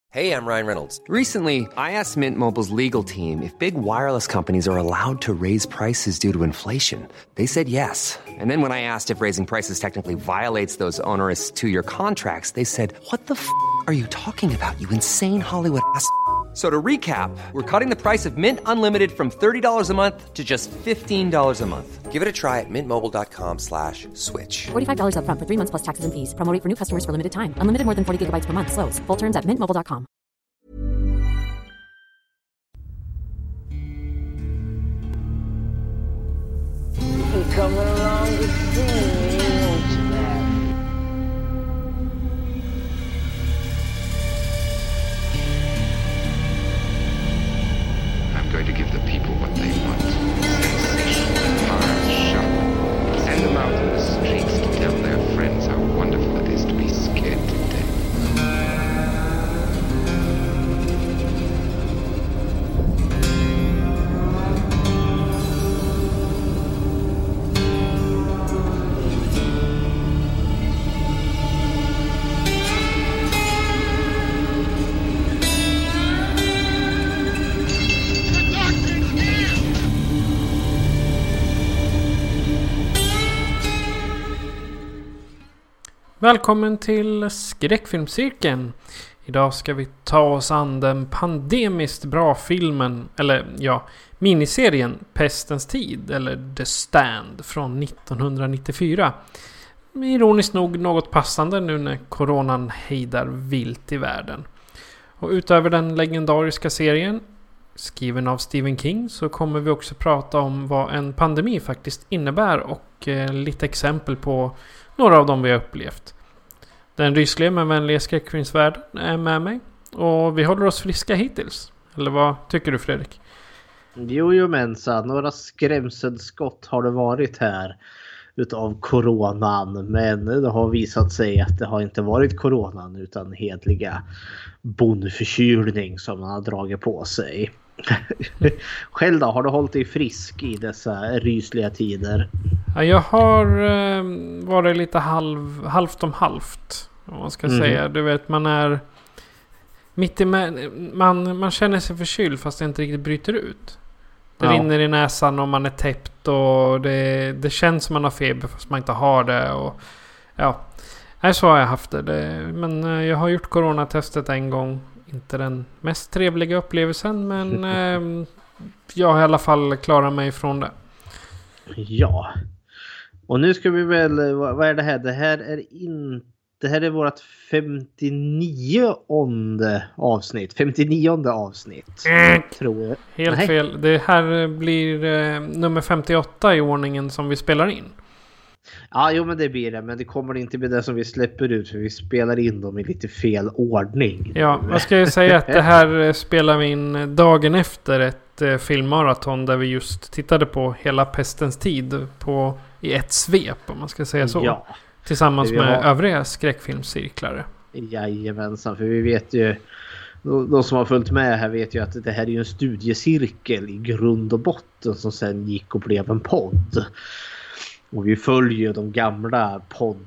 Hey, I'm Ryan Reynolds. Recently, I asked Mint Mobile's legal team if big wireless companies are allowed to raise prices due to inflation. They said yes. And then when I asked if raising prices technically violates those onerous two-year contracts, they said, "What the are you talking about, you insane Hollywood ass?" So to recap, we're cutting the price of Mint Unlimited from $30 a month to just $15 a month. Give it a try at mintmobile.com/switch. $45 up front for 3 months plus taxes and fees. Promo rate for new customers for limited time. Unlimited more than 40 gigabytes per month. Slows full terms at mintmobile.com. You coming along to see me, won't you, man? I'm going to give the people what they want. Sensation, fire, shock. Send them out in the streets to tell their friends how wonderful it is to be scared to death. Välkommen till Skräckfilmscirkeln. Idag ska vi ta oss an den pandemiskt bra filmen, eller ja, miniserien Pestens tid, eller The Stand från 1994. Ironiskt nog något passande nu när coronan hejdar vilt i världen. Och utöver den legendariska serien, skriven av Stephen King, så kommer vi också prata om vad en pandemi faktiskt innebär och lite exempel på några av dem vi har upplevt. Den rysliga men vänliga skräckfilmsvärlden är med mig. Och vi håller oss friska hittills. Eller vad tycker du, Fredrik? Jo, mensa. Några skrämselskott har det varit här utav coronan. Men det har visat sig att det har inte varit coronan utan hedliga bondförkylning som man har dragit på sig. Själv då, har du hållit dig frisk i dessa rysliga tider? Ja, jag har varit lite halvt om halvt, om man ska säga. Du vet, man är mitt i man känner sig förkyld fast det inte riktigt bryter ut. Det rinner i näsan och man är täppt och det känns som man har feber fast man inte har det. Och ja, så har jag haft det. Men jag har gjort coronatestet en gång. Inte den mest trevliga upplevelsen, men jag har i alla fall klarat mig från det. Ja. Och nu ska vi väl, vad är det här? Det här är vårt 59:e avsnitt. 59:e avsnitt. Tror jag. Helt fel. Det här blir nummer 58 i ordningen som vi spelar in. Ja, jo men det blir det. Men det kommer inte bli det som vi släpper ut. För vi spelar in dem i lite fel ordning. Ja, vad ska jag säga att det här spelar vi in dagen efter ett filmmaraton där vi just tittade på hela Pestens tid i ett svep, om man ska säga så. Ja. Tillsammans med övriga skräckfilmscirklare. Jajamensan, för vi vet ju, de som har följt med här vet ju att det här är ju en studiecirkel i grund och botten som sen gick och blev en podd. Och vi följer de gamla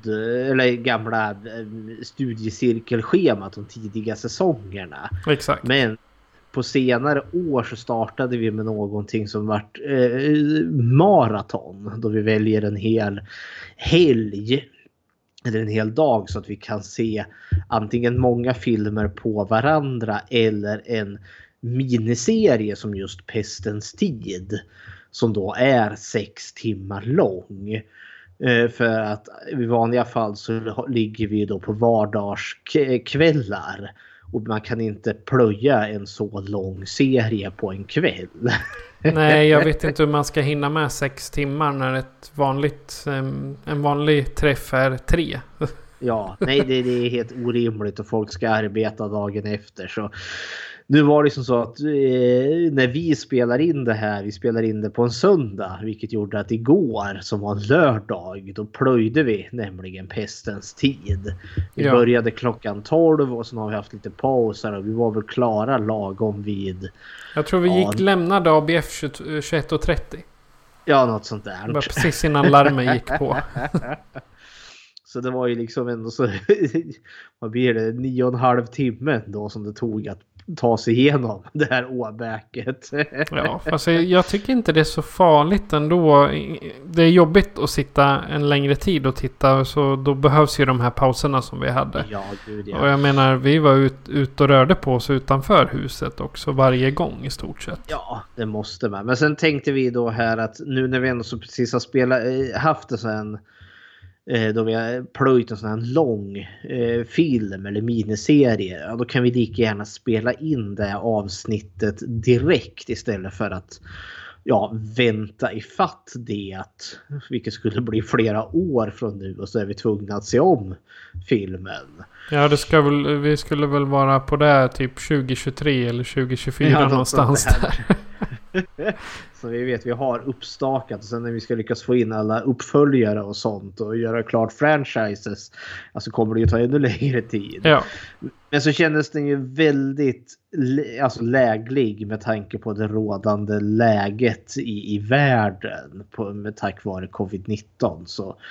studiecirkelschemat de tidiga säsongerna. Exakt. Men på senare år så startade vi med någonting som vart maraton. Då vi väljer en hel helg eller en hel dag så att vi kan se antingen många filmer på varandra eller en miniserie som just Pestens tid. Som då är 6 timmar lång. För att i vanliga fall så ligger vi då på vardagskvällar. Och man kan inte plöja en så lång serie på en kväll. Nej, jag vet inte hur man ska hinna med 6 timmar när en vanlig träff är 3. Ja, nej det är helt orimligt och folk ska arbeta dagen efter. Så nu var det som så att när vi spelar in det på en söndag, vilket gjorde att igår som var en lördag, då plöjde vi nämligen Pestens tid. Vi började klockan 12 och så har vi haft lite pauser och vi var väl klara lagom vid... Jag tror vi lämnade ABF 21:30. Ja, något sånt där. Bara precis innan larmen gick på. Så det var ju liksom ändå så vad blir det, 9,5 timme då som det tog att ta sig igenom det här åbäket. Ja, fast jag tycker inte det är så farligt ändå. Det är jobbigt att sitta en längre tid och titta, så då behövs ju de här pauserna som vi hade. Ja, gud ja. Och jag menar, vi var ut och rörde på oss utanför huset också varje gång i stort sett. Ja, det måste man. Men sen tänkte vi då här att nu när vi ändå så precis har haft en sån då vi har plöjt en sån här lång film eller miniserie, ja, då kan vi lika gärna spela in det avsnittet direkt istället för att vänta ifatt det, vilket skulle bli flera år från nu, och så är vi tvungna att se om filmen. Ja, vi skulle väl vara på det typ 2023 eller 2024 någonstans där. Så vi vet, vi har uppstakat, och sen när vi ska lyckas få in alla uppföljare och sånt och göra klart franchises, alltså kommer det ju ta ännu längre tid. Ja. Men så kändes den ju väldigt läglig med tanke på det rådande läget i världen med tack vare covid-19.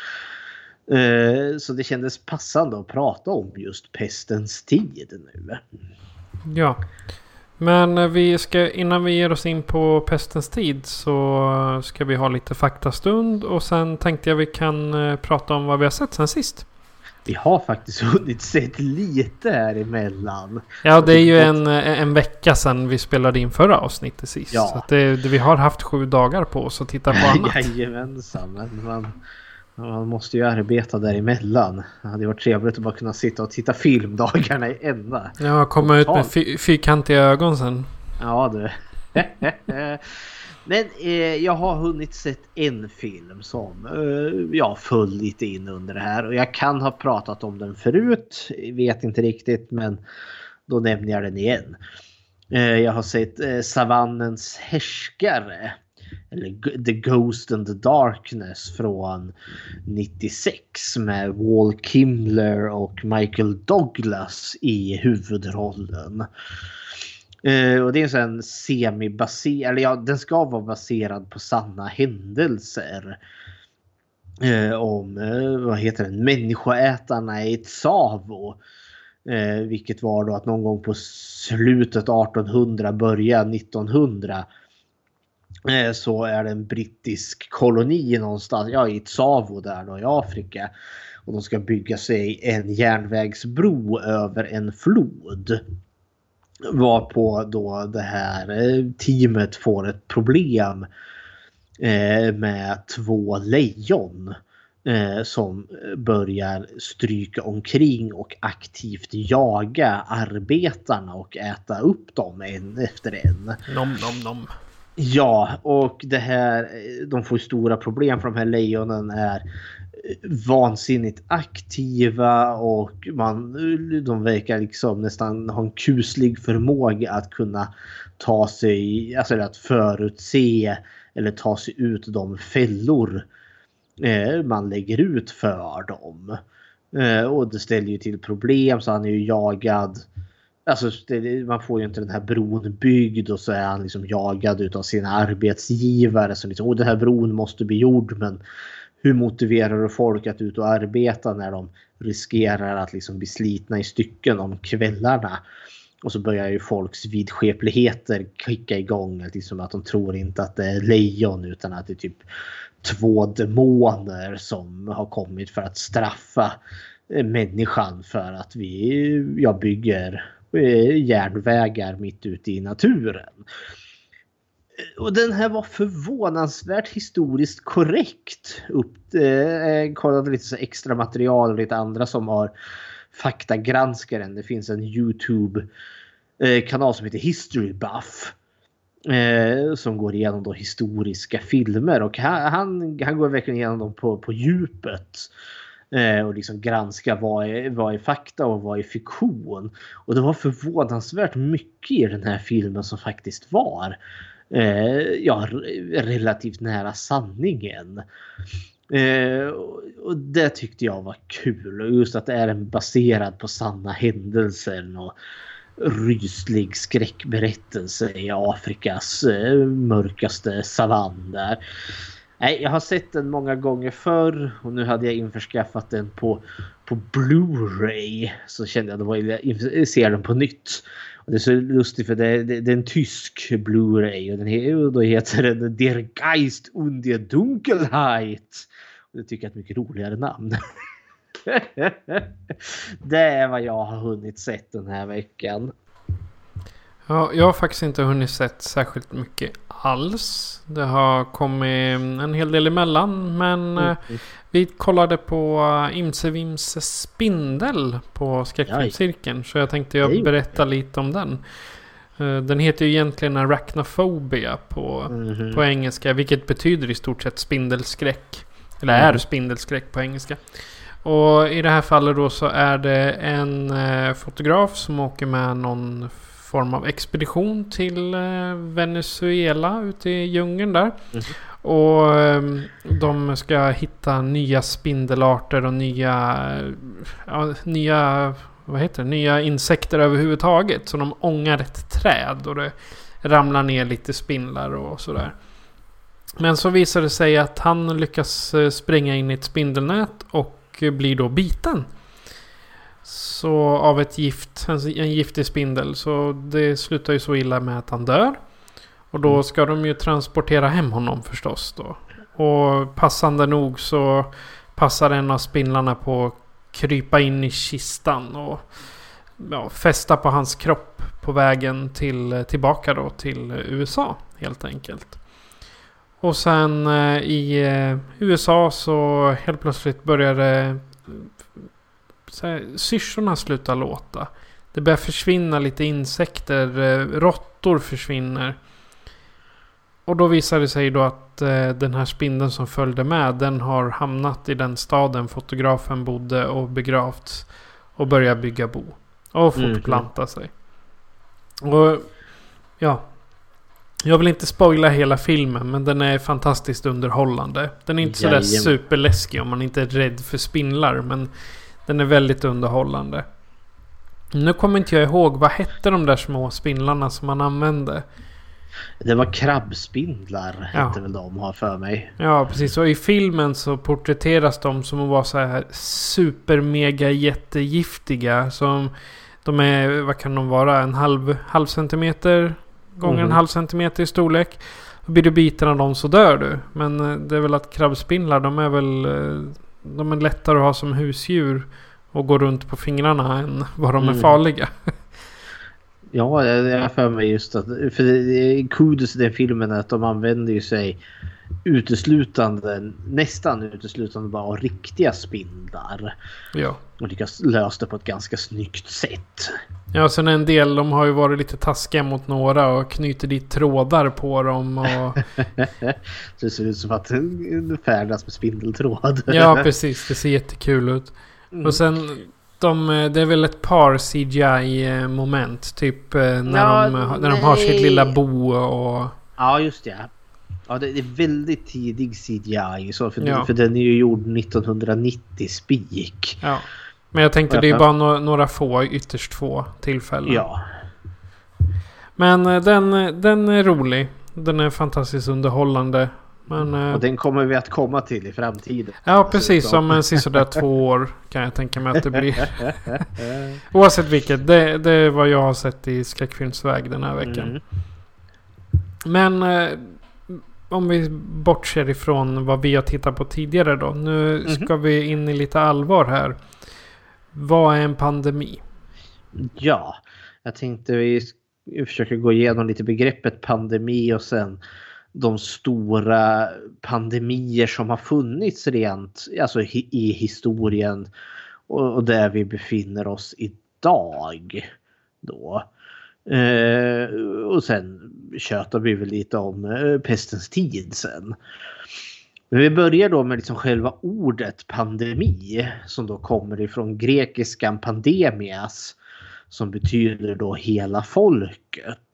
Så det kändes passande att prata om just pestens tid nu. Ja. Men innan vi ger oss in på pestens tid så ska vi ha lite faktastund, och sen tänkte jag vi kan prata om vad vi har sett sen sist. Vi har faktiskt hunnit sett lite här emellan. Ja, det är ju en vecka sedan vi spelade in förra avsnittet sist. Ja. Så att vi har haft 7 dagar på oss att titta på annat. Jajamensan, men man måste ju arbeta däremellan. Det hade varit trevligt att bara kunna sitta och titta filmdagarna i ända. Ja, komma ut med fyrkantiga ögon sen. Ja, du. Men jag har hunnit sett en film som jag föll lite in under det här. Och jag kan ha pratat om den förut. Vet inte riktigt, men då nämner jag den igen. Jag har sett Savannens härskare. Eller The Ghost and the Darkness från 96 med Walt Kimler och Michael Douglas i huvudrollen. Och det är en sån semi-baserad, eller den ska vara baserad på sanna händelser om människoätarna i Tsavo. Vilket var då att någon gång på slutet 1800, början 1900 så är det en brittisk koloni någonstans i Tsavo där då i Afrika, och de ska bygga sig en järnvägsbro över en flod, varpå då det här teamet får ett problem med 2 lejon som börjar stryka omkring och aktivt jaga arbetarna och äta upp dem en efter en. Nom. Ja, och det här, de får stora problem för de här lejonen är vansinnigt aktiva, och de verkar liksom nästan ha en kuslig förmåga att kunna ta sig, alltså att förutse eller ta sig ut de fällor man lägger ut för dem. Och det ställer ju till problem, så han är ju jagad. Alltså man får ju inte den här bron byggd, och så är han liksom jagad utav sina arbetsgivare som liksom, den här bron måste bli gjord, men hur motiverar du folk att ut och arbeta när de riskerar att liksom bli slitna i stycken om kvällarna? Och så börjar ju folks vidskepligheter kicka igång, liksom att de tror inte att det är lejon utan att det är typ 2 demoner som har kommit för att straffa människan för att vi bygger järnvägar mitt ute i naturen. Och den här var förvånansvärt historiskt korrekt. Jag kollade lite så extra material och lite andra som har faktagranskaren. Det finns en YouTube-kanal som heter History Buff som går igenom då historiska filmer, och han går verkligen igenom dem på djupet. Och liksom granska vad är fakta och vad är fiktion. Och det var förvånansvärt mycket i den här filmen som faktiskt var relativt nära sanningen. Och det tyckte jag var kul. Och just att det är baserad på sanna händelser och ryslig skräckberättelse i Afrikas mörkaste savann där. Nej, jag har sett den många gånger förr och nu hade jag införskaffat den på Blu-ray. Så kände jag att jag ser den på nytt. Och det är så lustigt för det är en tysk Blu-ray och då heter den Der Geist und die Dunkelheit. Och det tycker jag är ett mycket roligare namn. Det är vad jag har hunnit sett den här veckan. Ja, jag har faktiskt inte hunnit sett särskilt mycket alls. Det har kommit en hel del emellan. Men vi kollade på Imse Vimse Spindel på Skräckfilmscirkeln. Så jag tänkte berätta lite om den. Den heter ju egentligen Arachnophobia på engelska. Vilket betyder i stort sett spindelskräck. Eller är spindelskräck på engelska. Och i det här fallet då så är det en fotograf som åker med någon form av expedition till Venezuela ute i djungeln där. Och de ska hitta nya spindelarter och nya insekter överhuvudtaget. Så de ångar ett träd och det ramlar ner lite spindlar och sådär. Men så visar det sig att han lyckas springa in i ett spindelnät och blir då biten. Så av en giftig spindel. Så det slutar ju så illa med att han dör. Och då ska de ju transportera hem honom förstås då. Och passande nog så passar en av spindlarna på att krypa in i kistan och fästa på hans kropp på vägen tillbaka då till USA helt enkelt. Och sen i USA så helt plötsligt började syrsorna sluta låta. Det börjar försvinna lite insekter, råttor försvinner. Och då visar det sig då att den här spindeln som följde med, den har hamnat i den staden fotografen bodde och begravts och börjar bygga bo. Och fortplanta sig. Och ja, jag vill inte spoila hela filmen, men den är fantastiskt underhållande. Den är inte sådär superläskig om man inte är rädd för spindlar, men den är väldigt underhållande. Nu kommer inte jag ihåg, vad hette de där små spindlarna som man använde? Det var krabbspindlar, hette väl de, har för mig. Ja, precis. Och i filmen så porträtteras de som att vara så här super mega jättegiftiga. Som de är, vad kan de vara? En halv centimeter gånger en halv centimeter i storlek. Och blir du biten av dem så dör du. Men det är väl att krabbspindlar, de är lättare att ha som husdjur och gå runt på fingrarna än vad de är farliga. Ja, jag är för mig just att för det kudos i den filmen är att de använder ju sig nästan uteslutande bara av riktiga spindlar. Ja. Och lyckas lösa det på ett ganska snyggt sätt. Ja, sen en del, de har ju varit lite taskiga mot några och knyter dit trådar på dem. Och så det ser ut som att det färdas med spindeltråd. Ja, precis. Det ser jättekul ut. Och sen det är väl ett par CGI-moment. Typ när de har sitt lilla bo och... Ja, just det. Ja, det är väldigt tidig CGI. För den är ju gjord 1990 spik. Ja. Men jag tänkte det är bara några få, ytterst få tillfällen. Ja. Men den är rolig. Den är fantastiskt underhållande. Men, och den kommer vi att komma till i framtiden. Ja, precis. Som en sisådär 2 år kan jag tänka mig att det blir. Oavsett vilket. Det är vad jag har sett i skräckfilmsväg den här veckan. Men om vi bortser ifrån vad vi har tittat på tidigare då. Nu ska vi in i lite allvar här. Vad är en pandemi? Ja, jag tänkte vi försöker gå igenom lite begreppet pandemi och sen de stora pandemier som har funnits rent alltså i historien och där vi befinner oss idag då. Och sen tjötar vi väl lite om pestens tid sen. Men vi börjar då med liksom själva ordet pandemi som då kommer ifrån grekiskan pandemias som betyder då hela folket.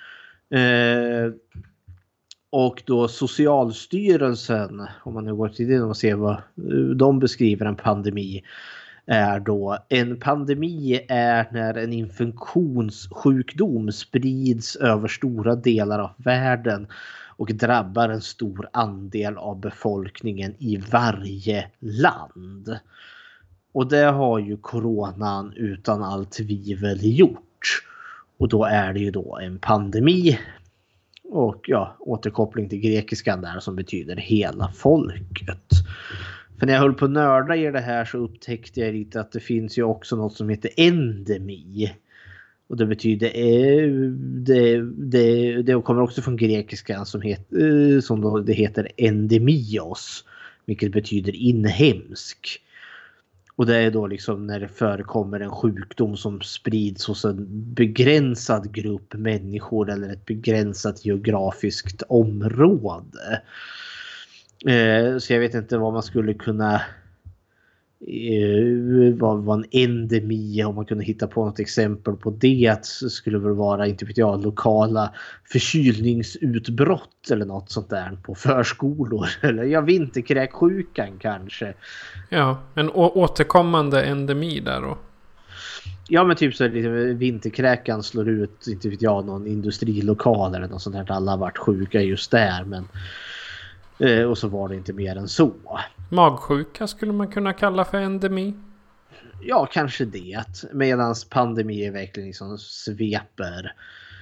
Och då Socialstyrelsen, om man nu går till det och ser vad de beskriver en pandemi, är då en pandemi är när en infektionssjukdom sprids över stora delar av världen och drabbar en stor andel av befolkningen i varje land. Och det har ju coronan utan all tvivel gjort. Och då är det ju då en pandemi. Och ja, återkoppling till grekiskan där som betyder hela folket. För när jag höll på att nörda i det här så upptäckte jag lite att det finns ju också något som heter endemi. Och det betyder det kommer också från grekiskan som då det heter endemios, vilket betyder inhemsk. Och det är då liksom när det förekommer en sjukdom som sprids hos en begränsad grupp människor eller ett begränsat geografiskt område. Så jag vet inte vad man skulle kunna vad en endemi, om man kunde hitta på något exempel på det, skulle väl vara inte vet jag, lokala förkylningsutbrott eller något sånt där på förskolor eller vinterkräksjukan kanske. Ja, en återkommande endemi där då. Ja, men typ så lite vinterkräkan slår ut inte vet jag någon industrilokal eller något sånt där, alla har varit sjuka just där, men och så var det inte mer än så. Magsjuka skulle man kunna kalla för endemi. Ja, kanske det. Medans pandemi verkligen liksom sveper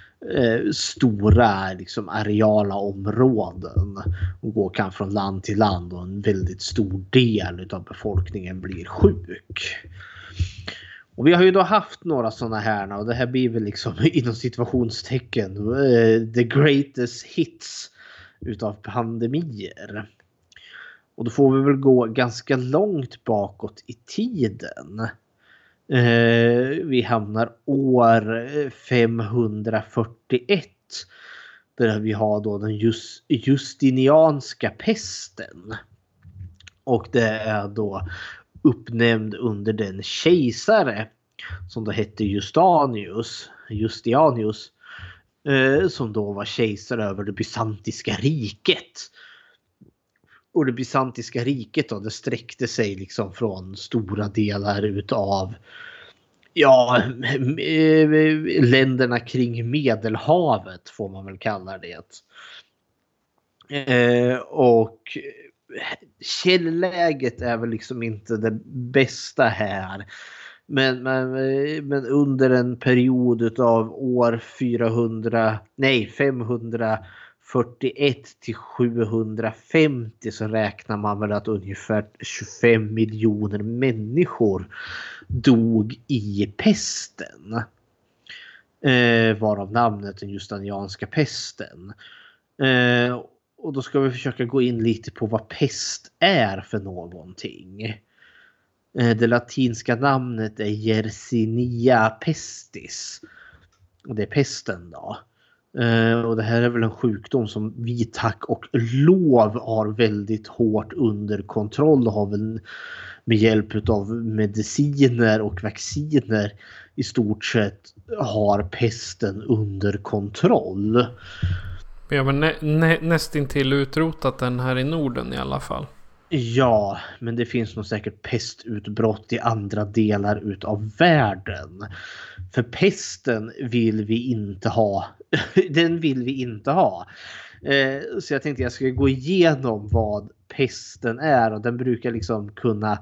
stora liksom areala områden och kan från land till land och en väldigt stor del av befolkningen blir sjuk. Och vi har ju då haft några sådana här och det här blir väl liksom inom situationstecken the greatest hits utav pandemier. Och då får vi väl gå ganska långt bakåt i tiden. Vi hamnar år 541. Där vi har då den justinianska pesten. Och det är då uppnämnd under den kejsare som då hette Justinianus. Som då var kejsare över det bysantiska riket. Och det bysantiska riket då, det sträckte sig liksom från stora delar utav länderna kring Medelhavet får man väl kalla det. Och källläget är väl liksom inte det bästa här. Men under en period av år 541 till 750 så räknar man väl att ungefär 25 miljoner människor dog i pesten. Varav namnet den justinianska pesten. Och då ska vi försöka gå in lite på vad pest är för någonting. Det latinska namnet är Yersinia pestis. Och det är pesten då. Och det här är väl en sjukdom som vi tack och lov har väldigt hårt under kontroll och har väl med hjälp av mediciner och vacciner i stort sett har pesten under kontroll. Vi har väl nästintill utrotat den här i Norden i alla fall. Ja, men det finns nog säkert pestutbrott i andra delar utav världen. För pesten vill vi inte ha. Den vill vi inte ha. Så jag tänkte jag ska gå igenom vad pesten är. Och den brukar liksom kunna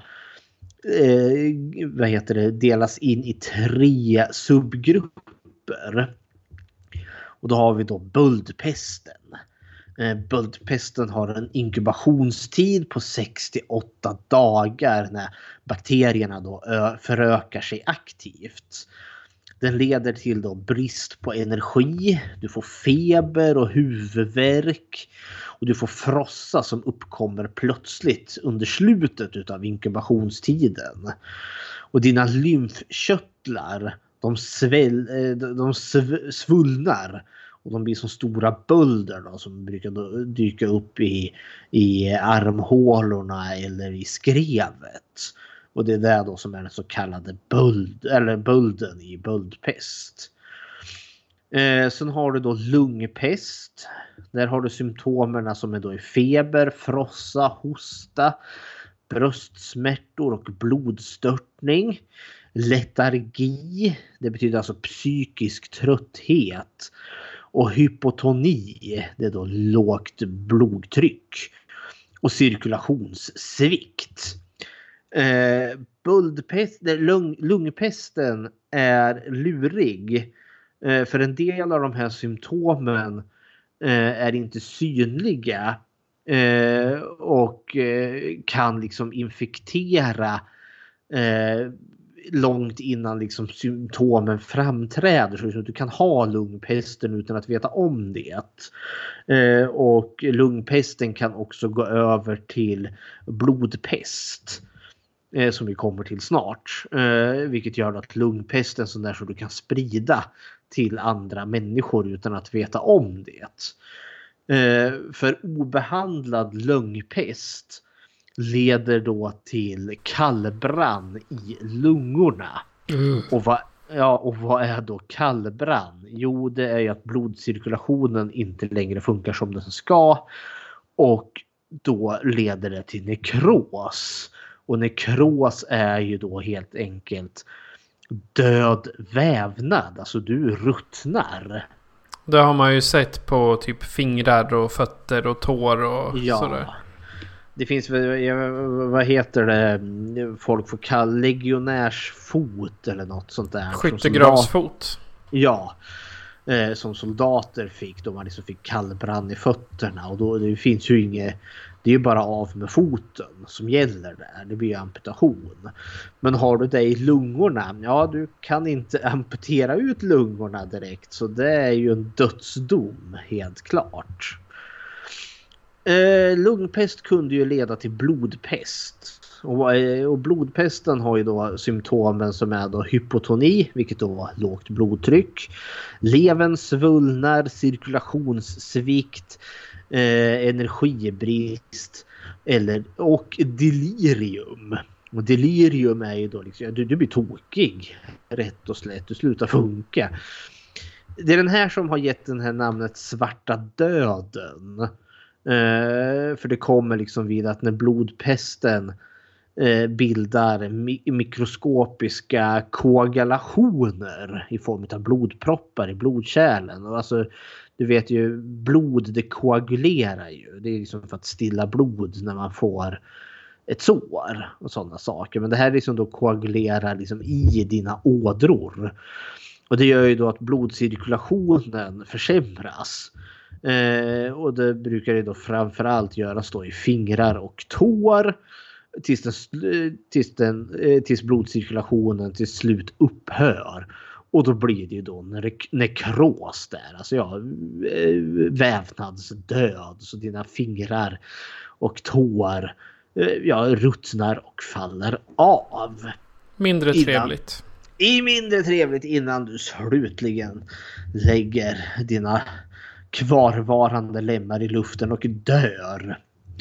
delas in i 3 subgrupper. Och då har vi då böldpesten. Böldpesten har en inkubationstid på 6-8 dagar när bakterierna då förökar sig aktivt. Den leder till då brist på energi, du får feber och huvudvärk och du får frossa som uppkommer plötsligt under slutet av inkubationstiden. Och dina lymfkörtlar de svullnar. Och de blir som stora bölder då, som brukar då dyka upp i armhålorna eller i skrevet. Och det är det då som är den så kallade bölden i böldpest. Sen har du då lungpest. Där har du symptomerna som är då i feber, frossa, hosta, bröstsmärtor och blodstörtning, letargi, det betyder alltså psykisk trötthet, och hypotoni, det är då lågt blodtryck, och cirkulationssvikt. Lungpesten är lurig, för en del av de här symptomen är inte synliga och kan liksom infektera långt innan liksom symptomen framträder, så du kan ha lungpesten utan att veta om det. Och lungpesten kan också gå över till blodpest, som vi kommer till snart, vilket gör att lungpesten sån där så du kan sprida till andra människor utan att veta om det. För obehandlad lungpest leder då till kallbrann i lungorna. Och vad är då kallbrann? Jo, det är ju att blodcirkulationen inte längre funkar som den ska, och då leder det till nekros. Och nekros är ju då helt enkelt död vävnad, alltså du ruttnar. Det har man ju sett på typ fingrar och fötter och tår och sådär. Det finns vad heter det, folk får kalla legionärsfot eller något sånt där. Skyttegravsfot. Ja, som soldater fick, då man liksom fick kallbrand i fötterna, och då det finns ju inget, det är ju bara av med foten som gäller där, det blir ju amputation. Men har du det i lungorna, ja, du kan inte amputera ut lungorna direkt, så det är ju en dödsdom helt klart. Lungpest kunde ju leda till blodpest, och blodpesten har ju då symptomen som är då hypotoni, vilket då var lågt blodtryck, levern svullnar, cirkulationssvikt, energibrist och delirium. Och delirium är ju då liksom, du blir tokig rätt och slätt, du slutar funka. Det är den här som har gett den här namnet svarta döden. För det kommer liksom vid att när blodpesten bildar mikroskopiska koagulationer i form av blodproppar i blodkärlen. Och alltså, du vet ju, blod det koagulerar ju. Det är liksom för att stilla blod när man får ett sår och sådana saker. Men det här liksom då koagulerar liksom i dina ådror. Och det gör ju då att blodcirkulationen försämras. Och det brukar det då framförallt göras då i fingrar och tår tills blodcirkulationen till slut upphör. Och då blir det ju då nekros där, alltså vävnadsdöd, så dina fingrar och tår ruttnar och faller av. Mindre trevligt innan du slutligen lägger dina kvarvarande lemmar i luften och dör.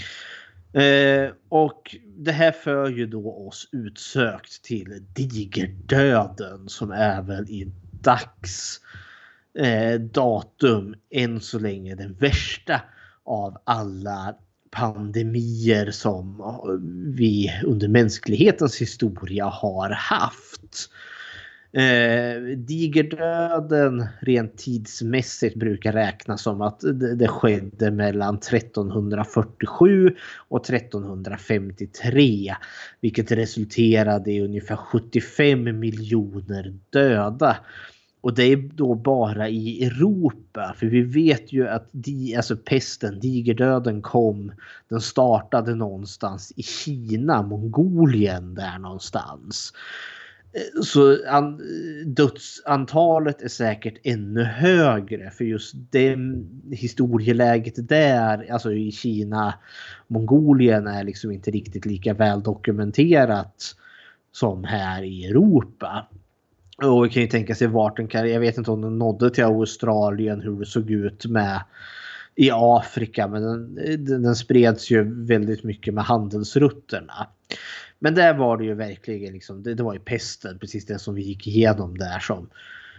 Och det här för ju då oss utsökt till digerdöden, som är väl i datum än så länge den värsta av alla pandemier som vi under mänsklighetens historia har haft. Digerdöden rent tidsmässigt brukar räknas som att det skedde mellan 1347 och 1353, vilket resulterade i ungefär 75 miljoner döda. Och det är då bara i Europa, för vi vet ju att pesten, digerdöden den startade någonstans i Kina, Mongolien där någonstans. Så dödsantalet är säkert ännu högre, för just det historieläget där, alltså i Kina, Mongolien, är liksom inte riktigt lika väl dokumenterat som här i Europa. Och vi kan ju tänka sig vart jag vet inte om den nådde till Australien, hur det såg ut med i Afrika, men den spreds ju väldigt mycket med handelsrutterna. Men där var det ju verkligen liksom, det var ju pesten, precis det som vi gick igenom där, som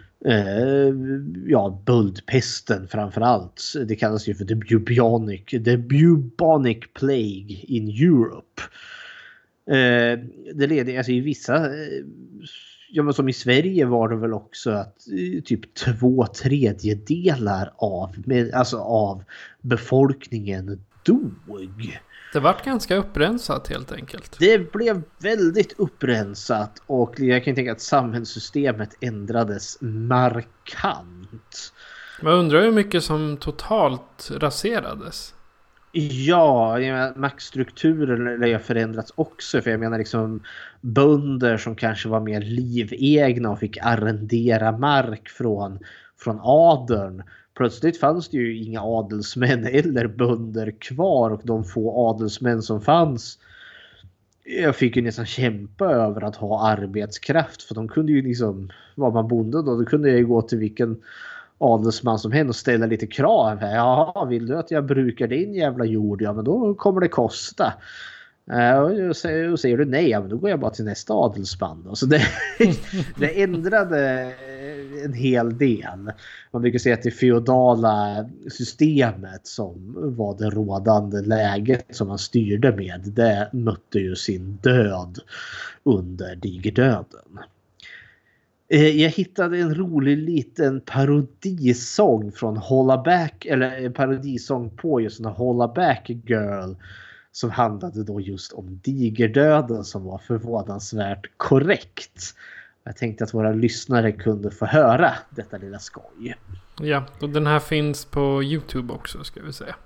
böldpesten framförallt. Det kallas ju för the bubonic plague in Europe. Det leder alltså i vissa... Ja, men som i Sverige var det väl också att typ 2/3 av befolkningen dog. Det vart ganska upprensat helt enkelt. Det blev väldigt upprensat och jag kan tänka att samhällssystemet ändrades markant. Man undrar hur mycket som totalt raserades. Ja, maktstrukturen har förändrats också. För jag menar liksom bönder som kanske var mer livegna och fick arrendera mark från adeln. Plötsligt fanns det ju inga adelsmän eller bönder kvar och de få adelsmän som fanns, jag fick ju nästan kämpa över att ha arbetskraft, för de kunde ju liksom, var man bonde då kunde jag ju gå till vilken adelsman som helst och ställa lite krav. Ja, vill du att jag brukar din jävla jord? Ja, men då kommer det kosta. Och säger du nej, ja, men då går jag bara till nästa adelsman. Så det ändrade en hel del. Man brukar säga att det feodala systemet som var det rådande läget som man styrde med, det mötte ju sin död under digerdöden. Jag hittade en rolig liten parodisång från Hollaback, eller en parodisång på just en Hollaback Girl som handlade då just om digerdöden, som var förvånansvärt korrekt. Jag tänkte att våra lyssnare kunde få höra detta lilla skoj. Ja, och den här finns på YouTube också, ska vi säga.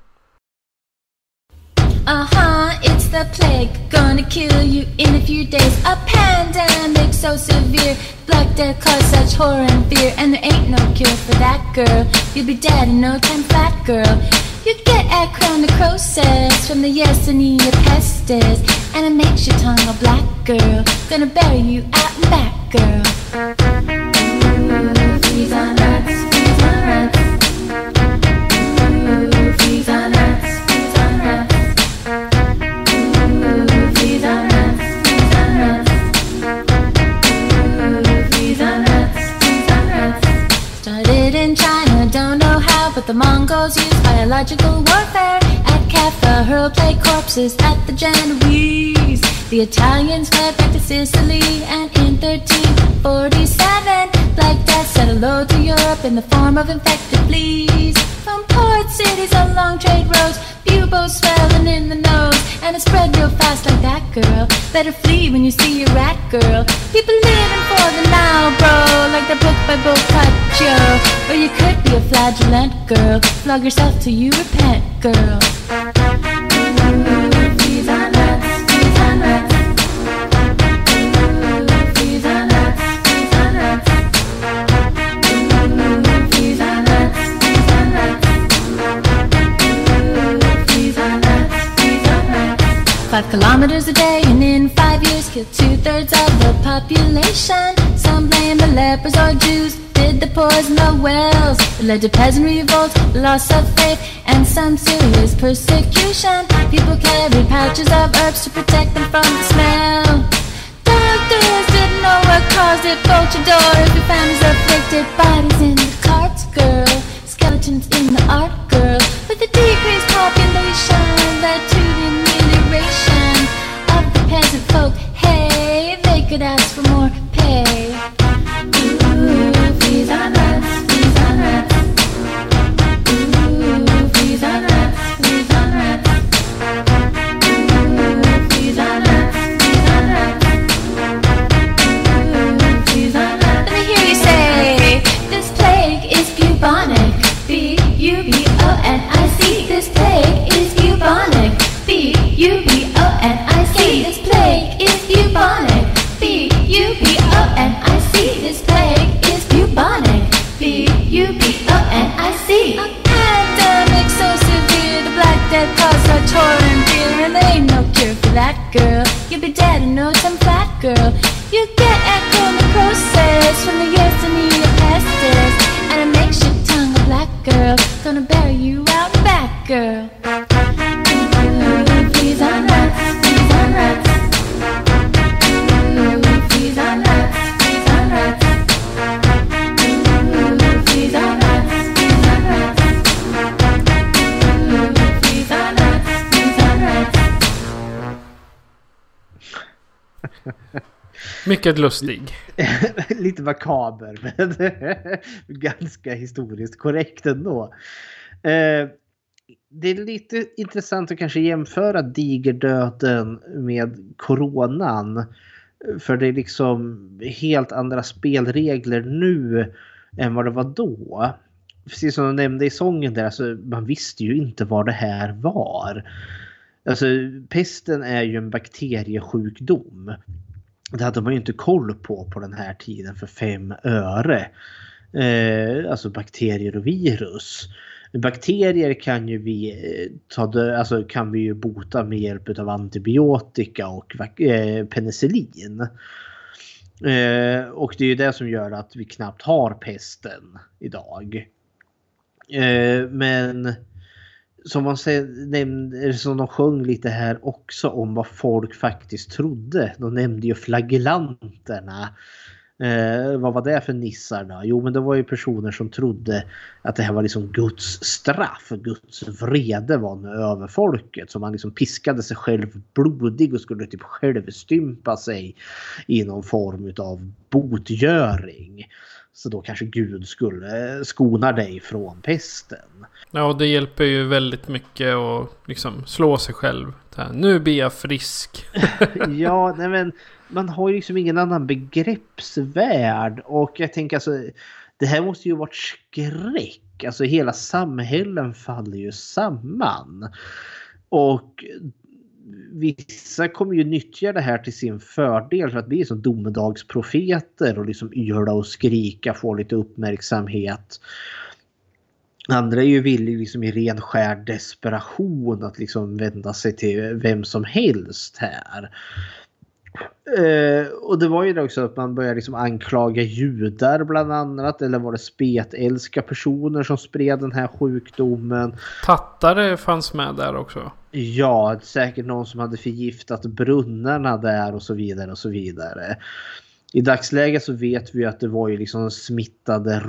It's the plague, gonna kill you in a few days. A pandemic so severe, Black Death caused such horror and fear. And there ain't no cure for that, girl. You'll be dead in no time flat, girl. You get acronecrosis from the Yersinia pestis, and it makes your tongue a black, girl. Gonna bury you out and back, girl. Ooh, freeze on rats, freeze on rats. Ooh, freeze on rats, freeze on rats. Ooh, freeze on rats, freeze on rats. Ooh, freeze on rats, freeze on rats. Started in China, don't know how, but the Mongols used biological warfare. At Kaffa, hurl play corpses at the Genoese. The Italians fled back to Sicily, and in 1347, Black Death set a load to Europe in the form of infected fleas. From port cities along trade roads, buboes swelling in the nose, and it spread real fast like that, girl. Better flee when you see a rat, girl. People living for the now, bro, like the book by Boccaccio. Or you could be a flagellant, girl. Flog yourself till you repent, girl. Ooh, freeze on rats, freeze on rats. Ooh, freeze on rats, freeze on rats. Ooh, freeze on rats, freeze on rats. Ooh, freeze on rats, freeze on rats. 5 kilometers a day, and in 5 years killed 2/3 of the population. Some blame the lepers or Jews, did the poison the wells. It led to peasant revolts, loss of faith, and some serious persecution. People carried pouches of herbs to protect them from the smell. Doctors didn't know what caused it. Vulture doors, we families afflicted, bodies in the carts, girl. Skeletons in the art, girl. With the decreased population led to the amelioration of the peasant folk. Hey, they could ask for more pay. Ooh, freeze on rats, freeze on rats. Ooh, freeze on rats, freeze on rats. Ooh, freeze on rats, freeze on rats. Ooh, freeze on rats. Let me hear you say, this plague is bubonic. B-U-B-O-N-I-C. This plague is bubonic. B-U-B-O-N-I-C. This plague is bubonic. B-U-B-O-N-I-C. This plague is bubonic. B-U-B-O-N-I-C. A pandemic so severe, the Black Death caused such horror and fear, and there ain't no cure for that, girl. You'll be dead in no time flat, girl. You get acronecrosis from the Yersinia pestis, and it makes your tongue a black, girl. Gonna bury you out and back, girl. Ooh, freeze on rats, freeze on rats. Ooh, freeze on rats, freeze on rats. Ooh, freeze on rats, freeze on rats. Ooh, freeze on rats, freeze on rats. Mycket lustig. Lite makaber, men ganska historiskt korrekt ändå. Det är lite intressant att kanske jämföra digerdöden med coronan. För det är liksom helt andra spelregler nu än vad det var då. Precis som jag nämnde i sången där, alltså, man visste ju inte vad det här var. Alltså, pesten är ju en bakteriesjukdom. Det hade man ju inte koll på den här tiden för 5 öre. Alltså bakterier och virus. Bakterier kan ju kan vi ju bota med hjälp av antibiotika och penicillin. Och det är ju det som gör att vi knappt har pesten idag. Men som man nämnde, som de sjöng lite här också om vad folk faktiskt trodde. De nämnde ju flagellanterna. Vad var det för nissar då? Jo, men det var ju personer som trodde att det här var liksom Guds straff. Guds vrede var nu över folket. Så man liksom piskade sig själv blodig och skulle typ självstympa sig i någon form av botgöring. Så då kanske Gud skulle skona dig från pesten. Ja, och det hjälper ju väldigt mycket att liksom slå sig själv. Nu blir jag frisk. Ja, nej men man har ju liksom ingen annan begreppsvärld. Och jag tänker alltså, det här måste ju varit skräck. Alltså hela samhällen faller ju samman. Och vissa kommer ju nyttja det här till sin fördel för att bli som domedagsprofeter och liksom yla och skrika, få lite uppmärksamhet. Andra är ju villiga liksom i ren skär desperation att liksom vända sig till vem som helst här. Och det var ju det också att man började liksom anklaga judar bland annat, eller var det spetälska personer som spred den här sjukdomen. Tattare fanns med där också. Ja, säkert någon som hade förgiftat brunnarna där och så vidare och så vidare. I dagsläget så vet vi att det var ju liksom smittade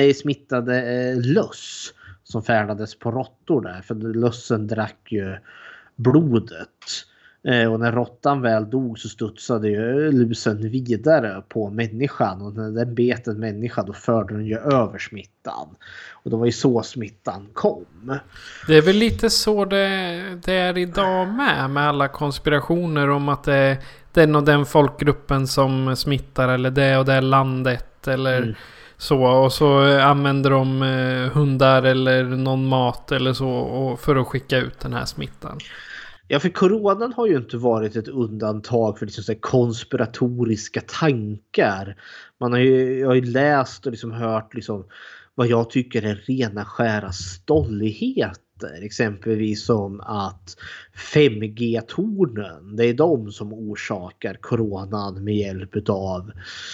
löss som färdades på råttor där. För lössen drack ju blodet. Och när råttan väl dog så studsade ju lusen vidare på människan. Och när den bet en människa då förde den ju över smittan. Och det var ju så smittan kom. Det är väl lite så det är idag med alla konspirationer om att det är den och den folkgruppen som smittar eller det och det landet eller så. Och så använder de hundar eller någon mat eller så för att skicka ut den här smittan. Ja, för coronan har ju inte varit ett undantag för liksom så här konspiratoriska tankar. Jag har ju läst och liksom hört liksom vad jag tycker är rena skära stolligheter. Exempelvis som att 5G-tornen, det är de som orsakar coronan med hjälp av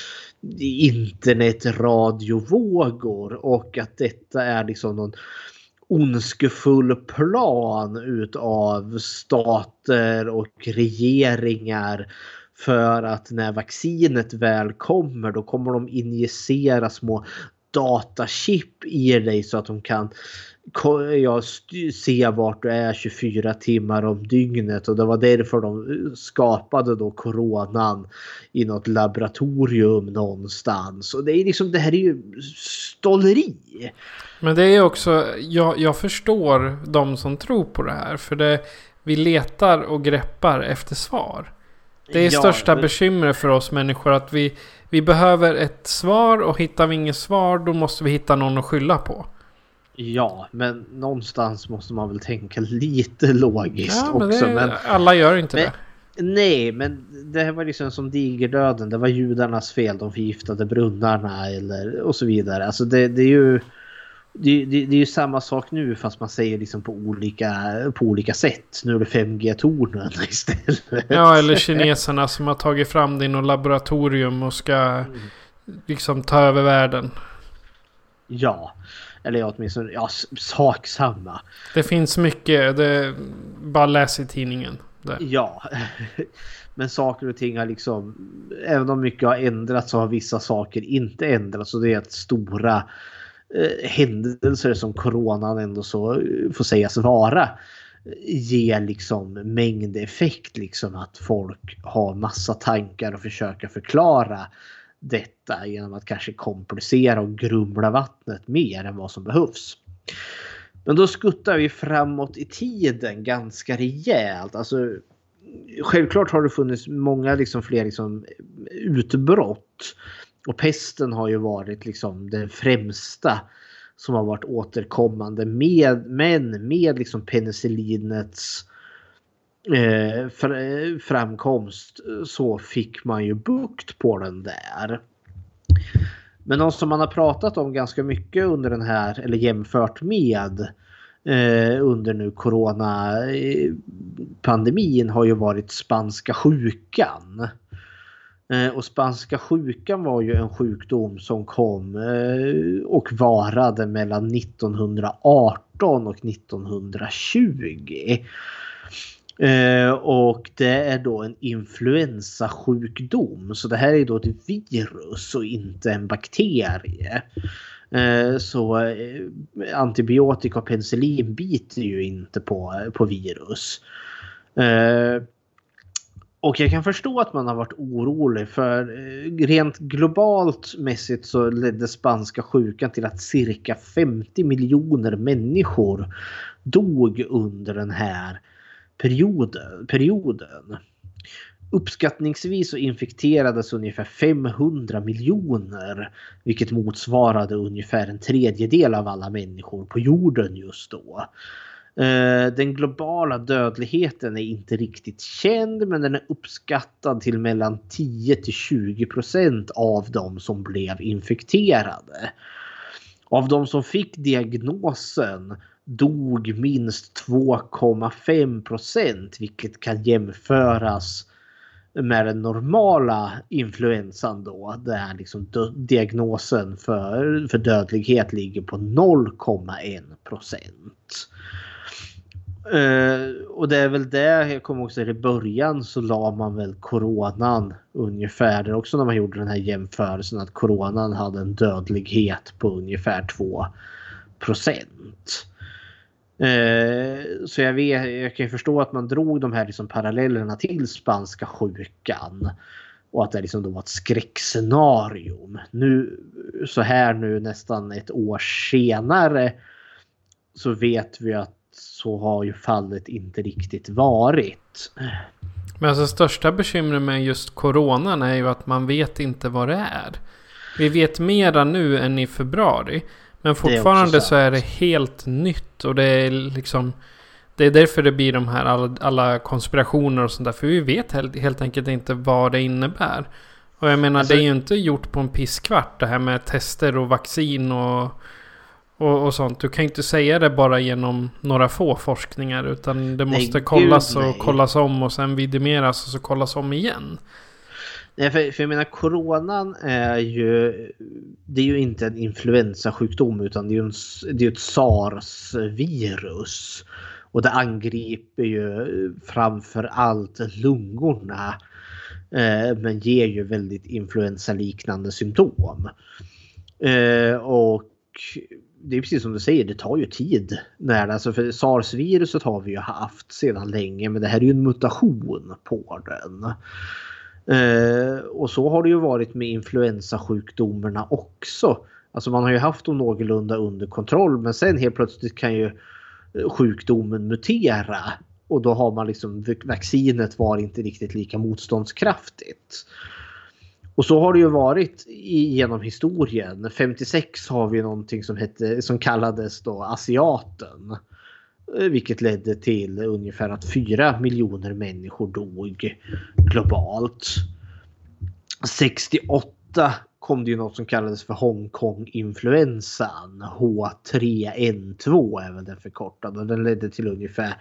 internetradiovågor. Och att detta är liksom någon ondskefull plan utav stater och regeringar för att när vaccinet väl kommer då kommer de injicera små datachip i dig så att de kan se vart du är 24 timmar om dygnet, och det var därför de skapade då coronan i något laboratorium någonstans. Och det är liksom, det här är ju stolleri. Men det är också, jag förstår de som tror på det här, för vi letar och greppar efter svar. Det är största bekymret för oss människor att vi behöver ett svar, och hittar vi inget svar då måste vi hitta någon att skylla på. Ja, men någonstans måste man väl tänka lite logiskt också. Men alla gör inte det. Nej, men det här var liksom som digerdöden. Det var judarnas fel, de förgiftade brunnarna och så vidare. Alltså det är ju... Det är ju samma sak nu, fast man säger liksom på olika sätt. Nu är det 5G-tornen istället. Ja, eller kineserna som har tagit fram det i något laboratorium och ska liksom ta över världen. Ja, eller åtminstone sak samma. Det finns mycket, bara läs i tidningen. Där. Ja, men saker och ting har liksom, även om mycket har ändrats så har vissa saker inte ändrats, och det är att stora händelser som coronan ändå så får sägas vara ger liksom mängdeffekt, liksom att folk har massa tankar och försöka förklara detta genom att kanske komplicera och grumla vattnet mer än vad som behövs. Men då skuttar vi framåt i tiden ganska rejält. Alltså, självklart har det funnits många liksom, fler liksom, utbrott. Och pesten har ju varit liksom, den främsta som har varit återkommande. Men med liksom, penicillinets framkomst så fick man ju bukt på den där. Men något som man har pratat om ganska mycket under den här, eller jämfört med under nu coronapandemin, har ju varit spanska sjukan. Och spanska sjukan var ju en sjukdom som kom och varade mellan 1918 och 1920. Och det är då en influensasjukdom. Så det här är då ett virus och inte en bakterie. Så antibiotika och penicillin biter ju inte på virus. Och jag kan förstå att man har varit orolig, för rent globalt mässigt så ledde spanska sjukan till att cirka 50 miljoner människor dog under den här perioden. Uppskattningsvis så infekterades ungefär 500 miljoner, vilket motsvarade ungefär en tredjedel av alla människor på jorden just då. Den globala dödligheten är inte riktigt känd, men den är uppskattad till mellan 10-20% av de som blev infekterade. Av de som fick diagnosen dog minst 2,5%, vilket kan jämföras med den normala influensan då, där liksom diagnosen för dödlighet ligger på 0,1%. Och det är väl det, jag kommer också i början så la man väl coronan ungefär där också, när man gjorde den här jämförelsen, att coronan hade en dödlighet på ungefär 2%. Så jag kan förstå att man drog de här liksom parallellerna till spanska sjukan och att det liksom då var ett skräckscenario. Nu så här nu nästan ett år senare så vet vi att så har ju fallet inte riktigt varit. Men alltså största bekymret med just coronan är ju att man vet inte vad det är. Vi vet mera nu än i februari. Men fortfarande så är det helt nytt. Och det är liksom, det är därför det blir de här alla konspirationer och sånt där. För vi vet helt enkelt inte vad det innebär. Och jag menar, alltså, det är ju inte gjort på en pisskvart det här med tester och vaccin och sånt. Du kan inte säga det bara genom några få forskningar, utan det måste kollas om och sen vidimeras och så kollas om igen. Nej, för jag menar, coronan är ju inte en influensasjukdom, utan det är ju ett SARS-virus. Och det angriper ju framför allt lungorna, men ger ju väldigt influensaliknande symptom. Och det är precis som du säger, det tar ju tid. Alltså för SARS-viruset har vi ju haft sedan länge, men det här är ju en mutation på den. Och så har det ju varit med influensasjukdomarna också. Alltså man har ju haft dem någorlunda under kontroll, men sen helt plötsligt kan ju sjukdomen mutera. Och då har man liksom, vaccinet var inte riktigt lika motståndskraftigt. Och så har det ju varit genom historien. 56 har vi någonting som kallades då asiaten. Vilket ledde till ungefär att 4 miljoner människor dog globalt. 68 kom det ju något som kallades för Hongkong-influensan. H3N2 är väl den förkortad. Och den ledde till ungefär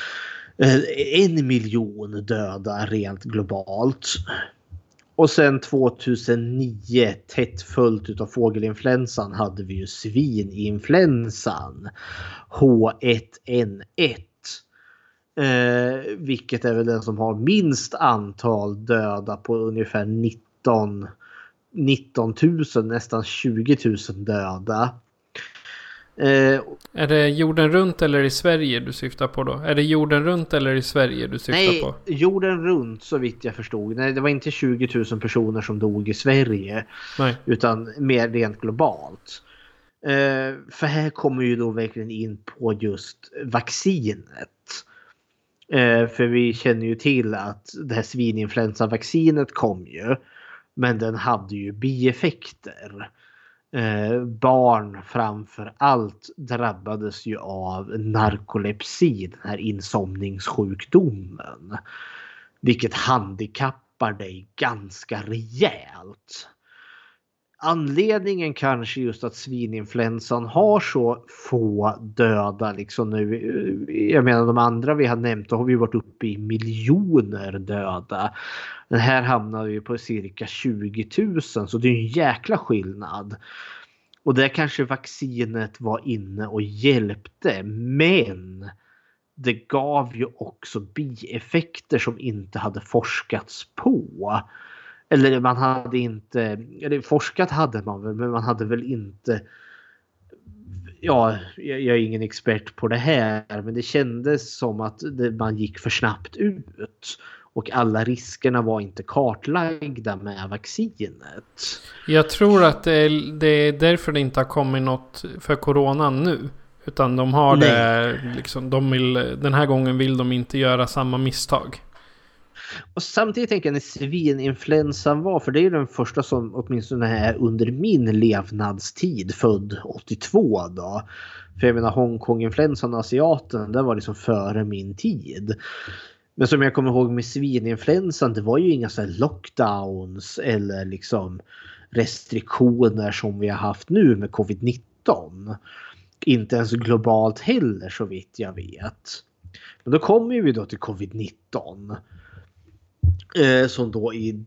1 miljon döda rent globalt. Och sen 2009, tätt följt utav fågelinfluensan, hade vi ju svininfluensan. H1N1. Vilket är väl den som har minst antal döda, på ungefär 19 000, nästan 20 000 döda. Är det jorden runt eller i Sverige du syftar på då? Är det jorden runt eller i Sverige du syftar på? Nej, jorden runt så vitt jag förstod. Nej, det var inte 20 000 personer som dog i Sverige. Nej. Utan mer rent globalt. För här kommer ju då verkligen in på just vaccinet. För vi känner ju till att det här svininfluensa-vaccinet kom ju. Men den hade ju bieffekter. Barn framför allt drabbades ju av narkolepsi, den här insomningssjukdomen. Vilket handikappar dig ganska rejält. Anledningen kanske just att svininfluensan har så få döda liksom nu. Jag menar de andra vi har nämnt, då har vi varit uppe i miljoner döda. Den här hamnar ju på cirka 20 000, så det är en jäkla skillnad. Och där kanske vaccinet var inne och hjälpte, men det gav ju också bieffekter som inte hade forskats på. Eller man hade inte, eller forskat hade man väl, men man hade väl inte, ja, jag är ingen expert på det här, men det kändes som att man gick för snabbt ut och alla riskerna var inte kartlagda med vaccinet. Jag tror att det är därför det inte har kommit något för coronan nu. Utan de har det, liksom, den här gången vill de inte göra samma misstag. Och samtidigt tänker jag när svininfluensan var, för det är den första som åtminstone är under min levnadstid, född 82 då. För jag menar Hongkong-influensan och asiaten, det var liksom före min tid. Men som jag kommer ihåg med svininfluensan, det var ju inga så här lockdowns eller liksom restriktioner som vi har haft nu med covid-19. Inte ens globalt heller så vitt jag vet. Men då kommer vi då till covid-19. Som då i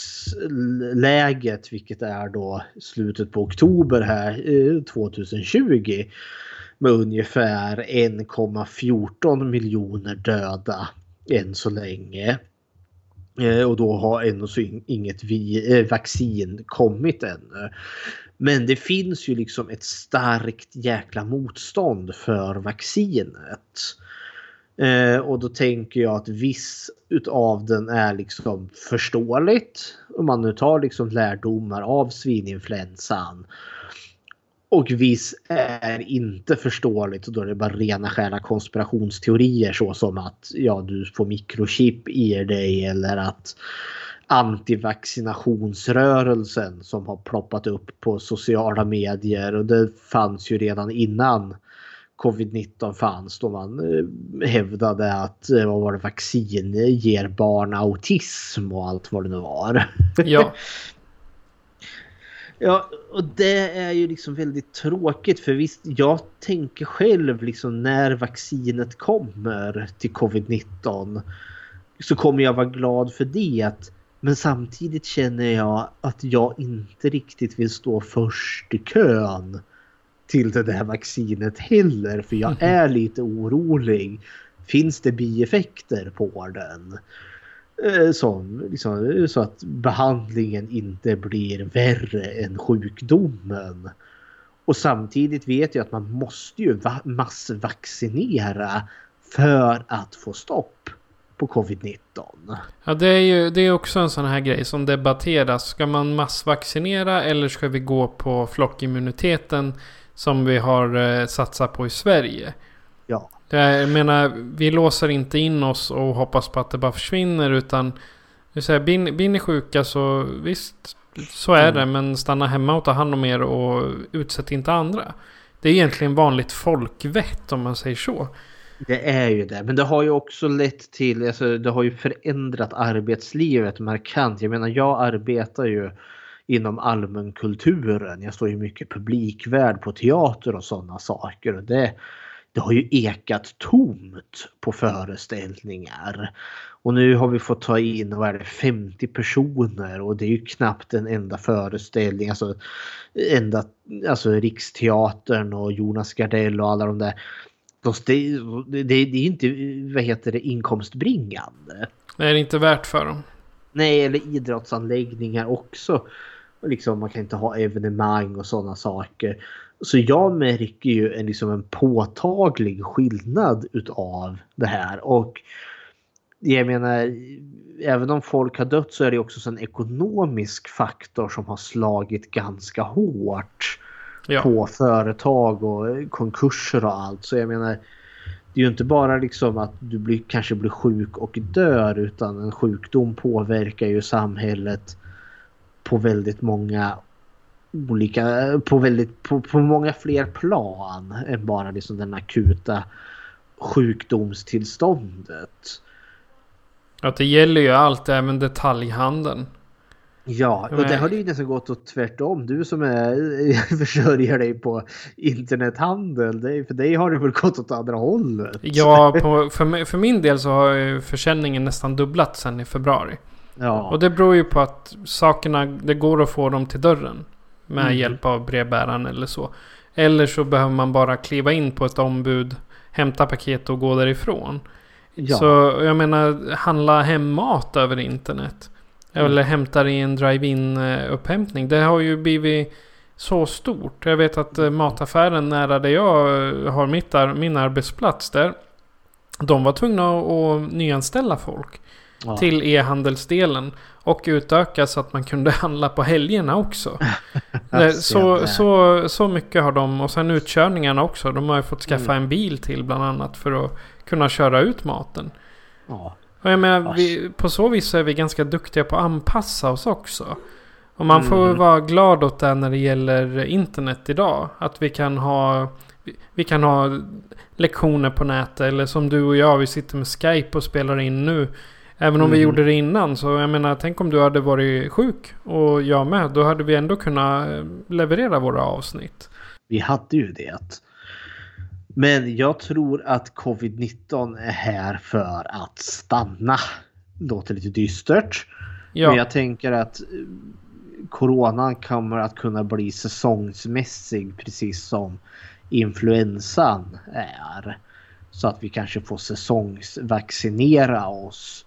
dagsläget, vilket är då slutet på oktober här 2020, med ungefär 1,14 miljoner döda än så länge. Och då har ännu så inget vaccin kommit ännu. Men det finns ju liksom ett starkt jäkla motstånd för vaccinet. Och då tänker jag att viss utav den är liksom förståeligt. Om man nu tar liksom lärdomar av svininfluensan. Och viss är inte förståeligt, och då är det bara rena skära konspirationsteorier, så som att ja, du får mikrochip i dig, eller att antivaccinationsrörelsen som har ploppat upp på sociala medier, och det fanns ju redan innan covid-19 fanns, då man hävdade att vad var det, vaccin ger barn autism och allt vad det nu var. Ja. Ja, och det är ju liksom väldigt tråkigt, för visst, jag tänker själv liksom när vaccinet kommer till covid-19 så kommer jag vara glad för det. Men samtidigt känner jag att jag inte riktigt vill stå först i kön till det där vaccinet heller, för jag är lite orolig. Finns det bieffekter på den? Som, liksom, så att behandlingen inte blir värre än sjukdomen. Och samtidigt vet jag att man måste ju massvaccinera för att få stopp på covid-19. Ja, det är också en sån här grej som debatteras. Ska man massvaccinera eller ska vi gå på flockimmuniteten som vi har satsat på i Sverige? Ja. Jag menar, vi låser inte in oss och hoppas på att det bara försvinner, utan blir ni sjuka så visst, så är det, men stanna hemma och ta hand om er och utsätt inte andra. Det är egentligen vanligt folkvett, om man säger så. Det är ju det, men det har ju också lett till, alltså, det har ju förändrat arbetslivet markant. Jag menar, jag arbetar ju inom allmänkulturen. Jag står ju mycket publikvärd på teater och sådana saker, och det har ju ekat tomt på föreställningar. Och nu har vi fått ta in 50 personer, och det är ju knappt en enda föreställning. Alltså Riksteatern och Jonas Gardell och alla de där. Det är inte inkomstbringande. Det är inte värt för dem. Nej, eller idrottsanläggningar också. Och liksom, man kan inte ha evenemang och sådana saker. Så jag märker ju en påtaglig skillnad utav det här. Och jag menar, även om folk har dött så är det också en ekonomisk faktor som har slagit ganska hårt på företag och konkurser och allt. Så jag menar, det är ju inte bara liksom att du kanske blir sjuk och dör, utan en sjukdom påverkar ju samhället på väldigt många olika, på många fler plan än bara liksom den akuta sjukdomstillståndet. Att det gäller ju allt, även detaljhandeln. Ja, och det har det ju nästan gått åt tvärtom. Du som försörjer dig på internethandel, för dig har det väl gått åt andra hållet? Ja, för min del så har ju försäljningen nästan dubblat sedan i februari. Ja. Och det beror ju på att sakerna, det går att få dem till dörren med hjälp av brevbäraren eller så. Eller så behöver man bara kliva in på ett ombud, hämta paket och gå därifrån. Ja. Så jag menar, handla hem mat över internet. Eller hämtar i en drive-in upphämtning. Det har ju blivit så stort. Jag vet att mataffären nära där jag har min arbetsplats där, de var tvungna att nyanställa folk till e-handelsdelen och utöka så att man kunde handla på helgerna också. så mycket har de. Och sen utkörningarna också. De har ju fått skaffa en bil till bland annat för att kunna köra ut maten. Ja. Och jag menar, på så vis så är vi ganska duktiga på att anpassa oss också. Och man får vara glad åt det när det gäller internet idag. Att vi kan ha lektioner på nätet. Eller som du och jag, vi sitter med Skype och spelar in nu. Även om vi gjorde det innan. Så jag menar, tänk om du hade varit sjuk och jag med. Då hade vi ändå kunnat leverera våra avsnitt. Vi hade ju det. Men jag tror att covid-19 är här för att stanna. Låter lite dystert. Ja. Men jag tänker att coronan kommer att kunna bli säsongsmässig precis som influensan är. Så att vi kanske får säsongsvaccinera oss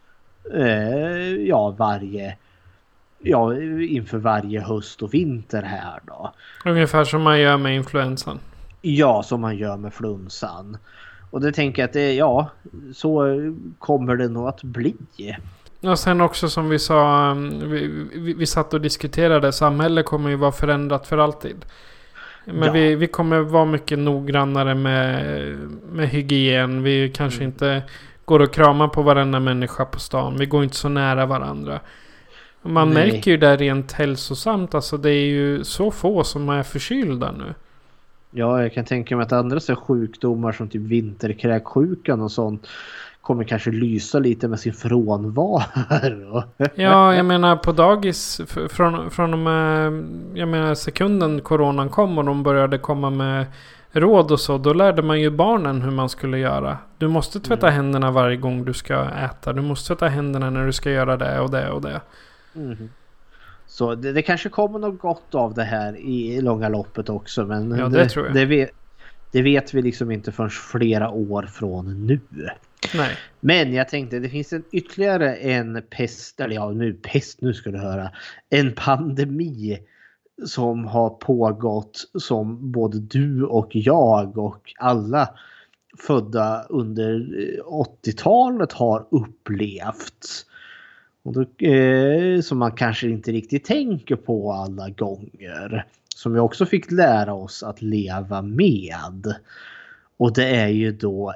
inför varje höst och vinter här då. Ungefär som man gör med influensan. Ja, som man gör med flunsan. Och det tänker jag att så kommer det nog att bli. Och sen också som vi sa, vi satt och diskuterade, samhället kommer ju vara förändrat för alltid. Men vi kommer vara mycket noggrannare med hygien. Vi kanske inte går och kramar på varenda människa på stan. Vi går inte så nära varandra. Man märker ju det rent hälsosamt. Alltså det är ju så få som är förkylda nu. Ja, jag kan tänka mig att andra så sjukdomar som typ vinterkräksjukan och sånt kommer kanske lysa lite med sin frånvaro. Ja, jag menar på dagis från de sekunden coronan kom och de började komma med råd och så, då lärde man ju barnen hur man skulle göra. Du måste tvätta händerna varje gång du ska äta. Du måste tvätta händerna när du ska göra det och det och det. Mm. Så det kanske kommer något gott av det här i långa loppet också. Men ja, det tror jag. Det vet vi liksom inte förrän flera år från nu. Nej. Men jag tänkte, det finns ytterligare en pest, nu ska du höra. En pandemi som har pågått som både du och jag och alla födda under 80-talet har upplevt. Och då, som man kanske inte riktigt tänker på alla gånger. Som vi också fick lära oss att leva med. Och det är ju då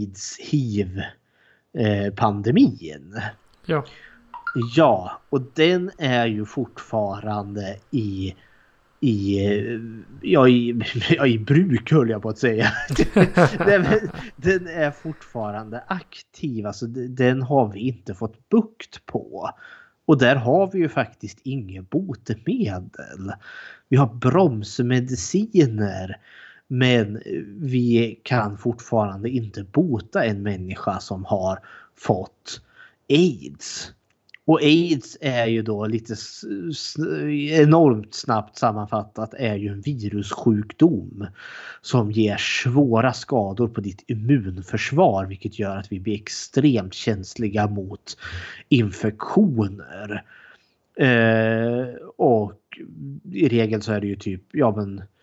AIDS-HIV-pandemin. Ja. Ja, och den är ju fortfarande i bruk, höll jag på att säga. Den är fortfarande aktiv. Alltså, den har vi inte fått bukt på. Och där har vi ju faktiskt inget botemedel. Vi har bromsmediciner. Men vi kan fortfarande inte bota en människa som har fått AIDS. Och AIDS är ju då lite enormt snabbt sammanfattat är ju en virussjukdom som ger svåra skador på ditt immunförsvar, vilket gör att vi blir extremt känsliga mot infektioner. Och i regel så är det ju typ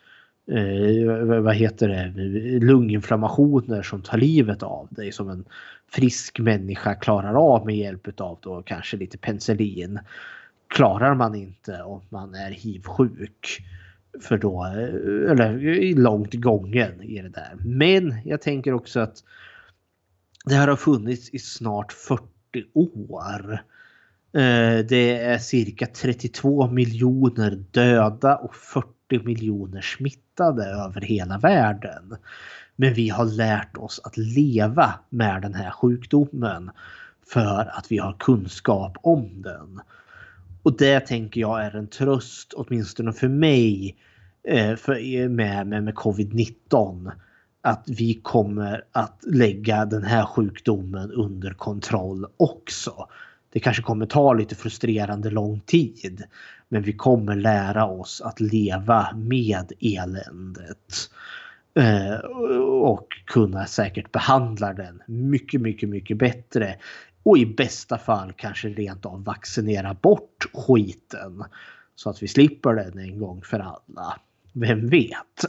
vad heter det, lunginflammationer som tar livet av dig, som en frisk människa klarar av med hjälp av då kanske lite penicillin. Klarar man inte om man är HIV-sjuk, för då, eller långt gången i det där. Men jag tänker också att det här har funnits i snart 40 år. Det är cirka 32 miljoner döda och 40 miljoner smittade över hela världen. Men vi har lärt oss att leva med den här sjukdomen för att vi har kunskap om den. Och det tänker jag är en tröst, åtminstone för mig, med covid-19. Att vi kommer att lägga den här sjukdomen under kontroll också. Det kanske kommer ta lite frustrerande lång tid. Men vi kommer lära oss att leva med eländet. Och kunna säkert behandla den mycket, mycket, mycket bättre. Och i bästa fall kanske rent av vaccinera bort skiten. Så att vi slipper den en gång för alla. Vem vet?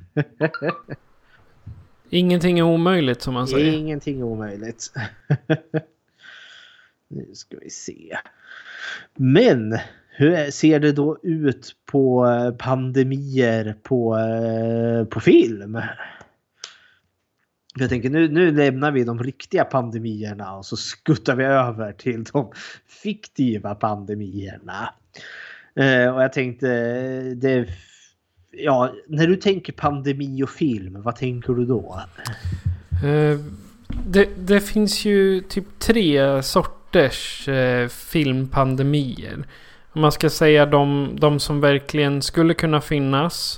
Ingenting är omöjligt, som man säger. Ingenting är omöjligt. Nu ska vi se. Men hur ser det då ut på pandemier på film? Jag tänker nu lämnar vi de riktiga pandemierna och så skuttar vi över till de fiktiva pandemierna. Och jag tänkte när du tänker pandemi och film, vad tänker du då? Det finns ju typ 3 sorters filmpandemier. Om man ska säga de som verkligen skulle kunna finnas,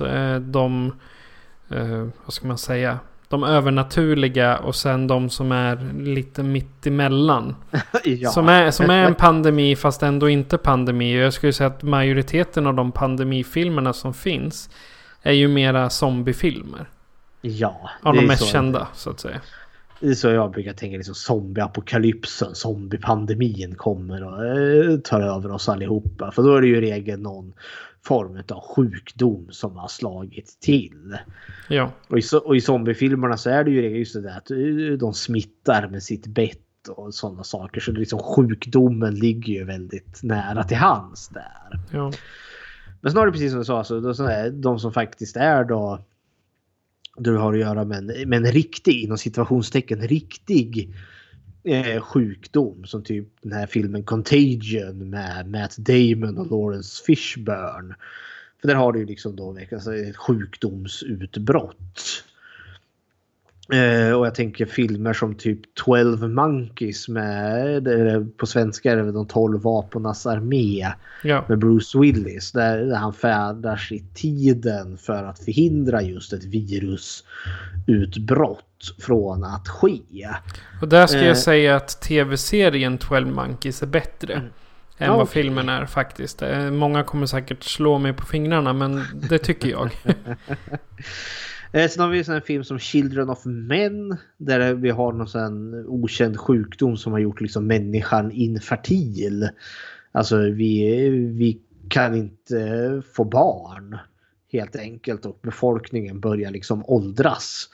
vad ska man säga, de övernaturliga, och sen de som är lite mitt emellan. Ja. Som är en pandemi fast ändå inte pandemi. Jag skulle säga att majoriteten av de pandemifilmerna som finns är ju mera zombiefilmer. Ja. Av de mest kända, så att säga. Det är så jag brukar tänka, liksom zombieapokalypsen, zombiepandemin kommer och tar över oss allihopa. För då är det ju i regel någon form av sjukdom som har slagit till. Ja. Och i zombiefilmerna så är det ju just det där att de smittar med sitt bett och sådana saker. Så liksom sjukdomen ligger ju väldigt nära till hands där. Ja. Men snarare precis som du sa, så de som faktiskt är då du har att göra med en riktig, inom situationstecken, riktig sjukdom, som typ den här filmen Contagion med Matt Damon och Lawrence Fishburne. För där har du ju liksom då ett sjukdomsutbrott. Och jag tänker filmer som typ 12 Monkeys på svenska är det de 12 vapenas armé, med Bruce Willis, där han färdas i tiden för att förhindra just ett virusutbrott från att ske. Och där ska jag säga att tv-serien 12 Monkeys är bättre än vad filmen är faktiskt. Många kommer säkert slå mig på fingrarna, men det tycker jag. Sen har vi en sån film som Children of Men, där vi har någon sån okänd sjukdom som har gjort liksom människan infertil. Alltså vi kan inte få barn helt enkelt, och befolkningen börjar liksom åldras.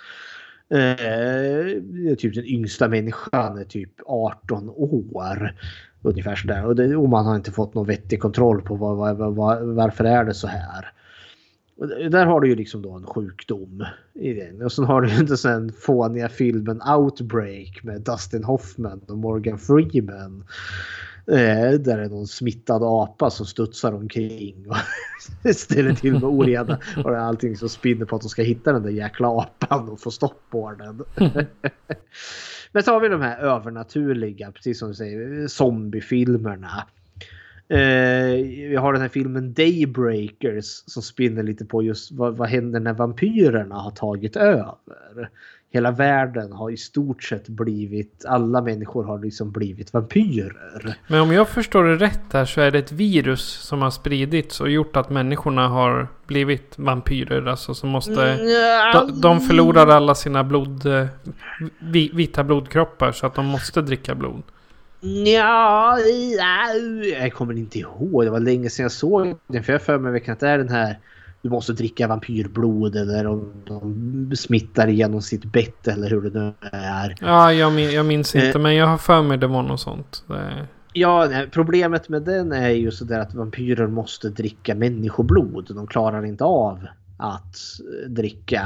Typ den yngsta människan är typ 18 år ungefär sådär, och man har inte fått någon vettig kontroll på varför är det så här. Där har du ju liksom då en sjukdom i den. Och sen har du ju inte sen fåniga filmen Outbreak med Dustin Hoffman och Morgan Freeman. Där är det någon smittad apa som studsar omkring och ställer till med oreda. Och det är allting som spinner på att de ska hitta den där jäkla apan och få stopp på den. Men så har vi de här övernaturliga, precis som du säger, zombiefilmerna. Vi har den här filmen Daybreakers som spinner lite på just vad händer när vampyrerna har tagit över. Hela världen har i stort sett alla människor har liksom blivit vampyrer. Men om jag förstår det rätt här, så är det ett virus som har spridits och gjort att människorna har blivit vampyrer. Alltså som måste... De förlorar alla sina vita blodkroppar, så att de måste dricka blod. Ja, jag kommer inte ihåg. Det var länge sedan jag såg den. För jag för mig att det är den här du måste dricka vampyrblod eller om de smittar igenom sitt bett eller hur det nu är. Ja, jag minns inte, men jag har för mig det var något sånt. Ja, nej, problemet med den är ju så där att vampyrer måste dricka människoblod. De klarar inte av att dricka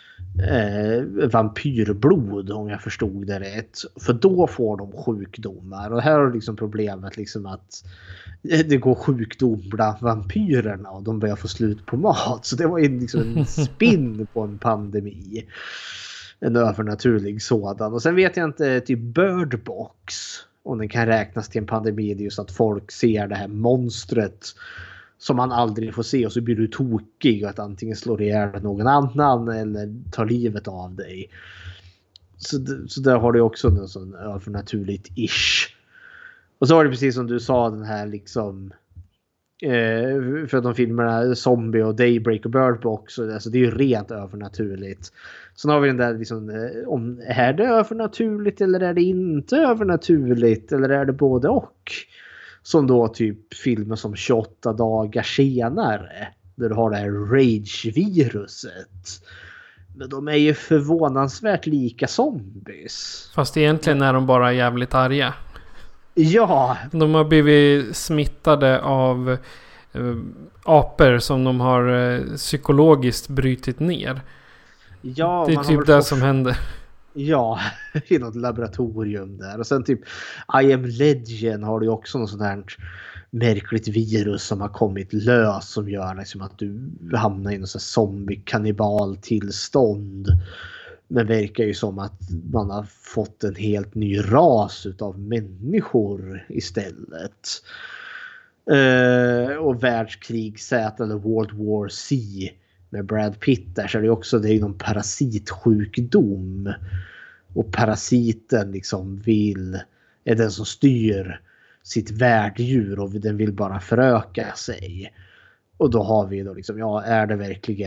vampyrblod, om jag förstod det rätt. För då får de sjukdomar. Och här är liksom problemet liksom att det går sjukdom bland vampyrerna och de börjar få slut på mat. Så det var ju liksom en spinn på en pandemi. En övernaturlig sådan. Och sen vet jag inte, typ Bird Box, om den kan räknas till en pandemi. Det är just att folk ser det här monstret som man aldrig får se och så blir du tokig och att antingen slår ihjäl någon annan eller tar livet av dig. Så där har du också något sån övernaturligt ish. Och så var det precis som du sa, den här liksom för de filmerna Zombie och Daybreak och Bird Box, alltså det är ju rent övernaturligt. Sen har vi den där liksom, om är det övernaturligt eller är det inte övernaturligt eller är det både och? Som då typ filmer som 28 dagar senare, där du har det här rage-viruset. Men de är ju förvånansvärt lika zombies. Fast egentligen är de bara jävligt arga. Ja. De har blivit smittade av apor som de har psykologiskt brytit ner. Ja, det är typ det som händer. Ja, i något laboratorium där. Och sen typ I Am Legend har du också något sånt här märkligt virus som har kommit lös som gör liksom att du hamnar i något sånt zombie-kannibal tillstånd. Men det verkar ju som att man har fått en helt ny ras utav människor istället. Och världskrig Z eller World War C med Brad Pitt där, så är det också, det är någon parasitsjukdom. Och parasiten liksom är den som styr sitt värddjur och den vill bara föröka sig. Och då har vi då liksom, ja, är de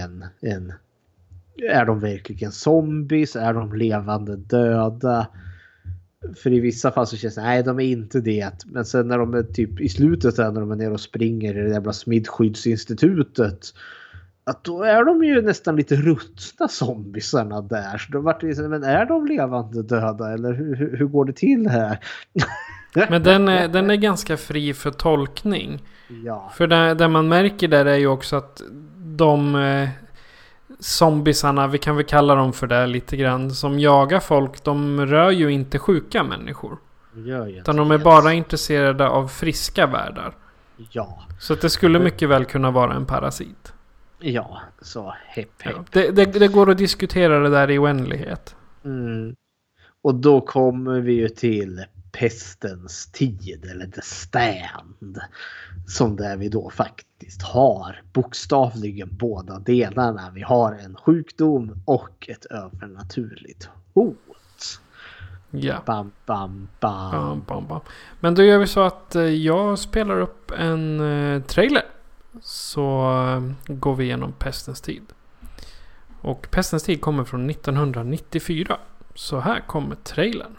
verkligen zombies? Är de levande döda? För i vissa fall så känns det, nej, de är inte det. Men sen när de är typ i slutet när de är nere och springer i det jävla smittskyddsinstitutet, att då är de ju nästan lite ruttna zombiesarna där. Så då vart det liksom, men är de levande döda? Eller hur går det till här? Men den är ganska fri för tolkning. Ja. För det man märker där är ju också att de zombiesarna, vi kan väl kalla dem för det lite grann, som jagar folk, de rör ju inte sjuka människor. Utan de är bara intresserade av friska världar. Ja. Så att det skulle mycket väl kunna vara en parasit. Ja, så hepp. Ja. Det går att diskutera det där i oändlighet. Mm. Och då kommer vi ju till pestens tid, eller The Stand, som där vi då faktiskt har bokstavligen båda delarna. Vi har en sjukdom och ett övernaturligt hot. Ja. Bam, bam, bam. Bam, bam, bam. Men då gör vi så att jag spelar upp en trailer, så går vi igenom pestens tid. Och pestens tid kommer från 1994. Så här kommer trailern.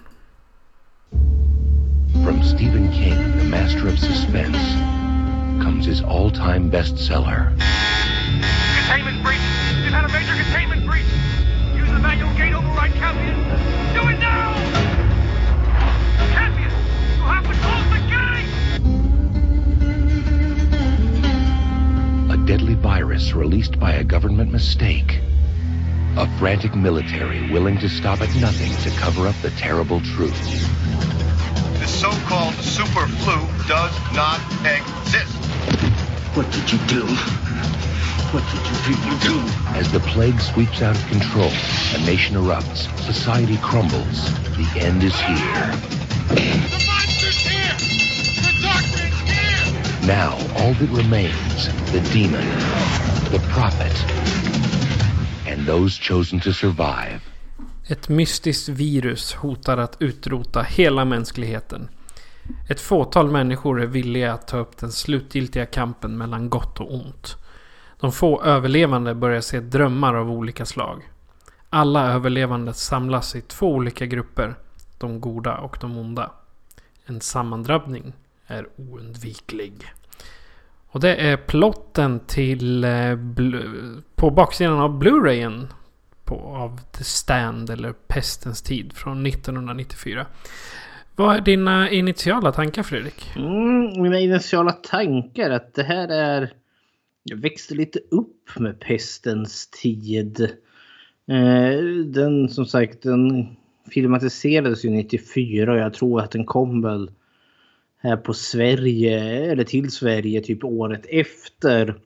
From Stephen King, the master of suspense, comes his all-time bestseller. Containment breach! We've had a major containment breach! Use the manual gate override, Campion! Do it now! Campion! You have to close the gate! A deadly virus released by a government mistake. A frantic military willing to stop at nothing to cover up the terrible truth. The so-called super flu does not exist. What did you do? What did you people do? As the plague sweeps out of control, a nation erupts, society crumbles, the end is here. The monster's here! The doctor's here! Now, all that remains, the demon, the prophet, and those chosen to survive. Ett mystiskt virus hotar att utrota hela mänskligheten. Ett fåtal människor är villiga att ta upp den slutgiltiga kampen mellan gott och ont. De få överlevande börjar se drömmar av olika slag. Alla överlevande samlas i 2 olika grupper, de goda och de onda. En sammandrabbning är oundviklig. Och det är plotten till på baksidan av Blu-rayen av The Stand eller Pestens tid från 1994. Vad är dina initiala tankar, Fredrik? Mina initiala tankar är att det här är... Jag växte lite upp med Pestens tid. Den som sagt, den filmatiserades ju 94 och jag tror att den kom väl här på Sverige eller till Sverige typ året efter.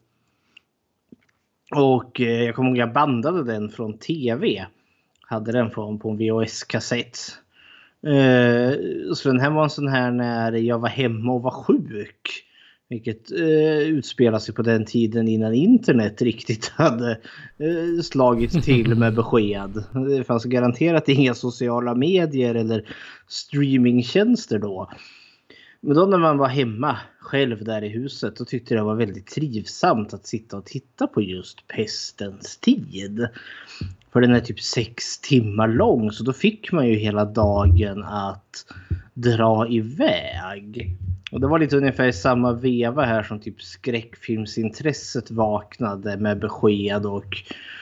Och jag kommer ihåg jag bandade den från tv. Hade den på en VHS-kassett. Så den här var en sån här när jag var hemma och var sjuk. Vilket utspelar sig på den tiden innan internet riktigt hade slagit till med besked. Det fanns garanterat inga sociala medier eller streamingtjänster då. Men då när man var hemma själv där i huset, då tyckte jag det var väldigt trivsamt att sitta och titta på just Pestens tid. För den är typ 6 timmar lång, så då fick man ju hela dagen att dra iväg. Och det var lite ungefär samma veva här som typ skräckfilmsintresset vaknade med besked och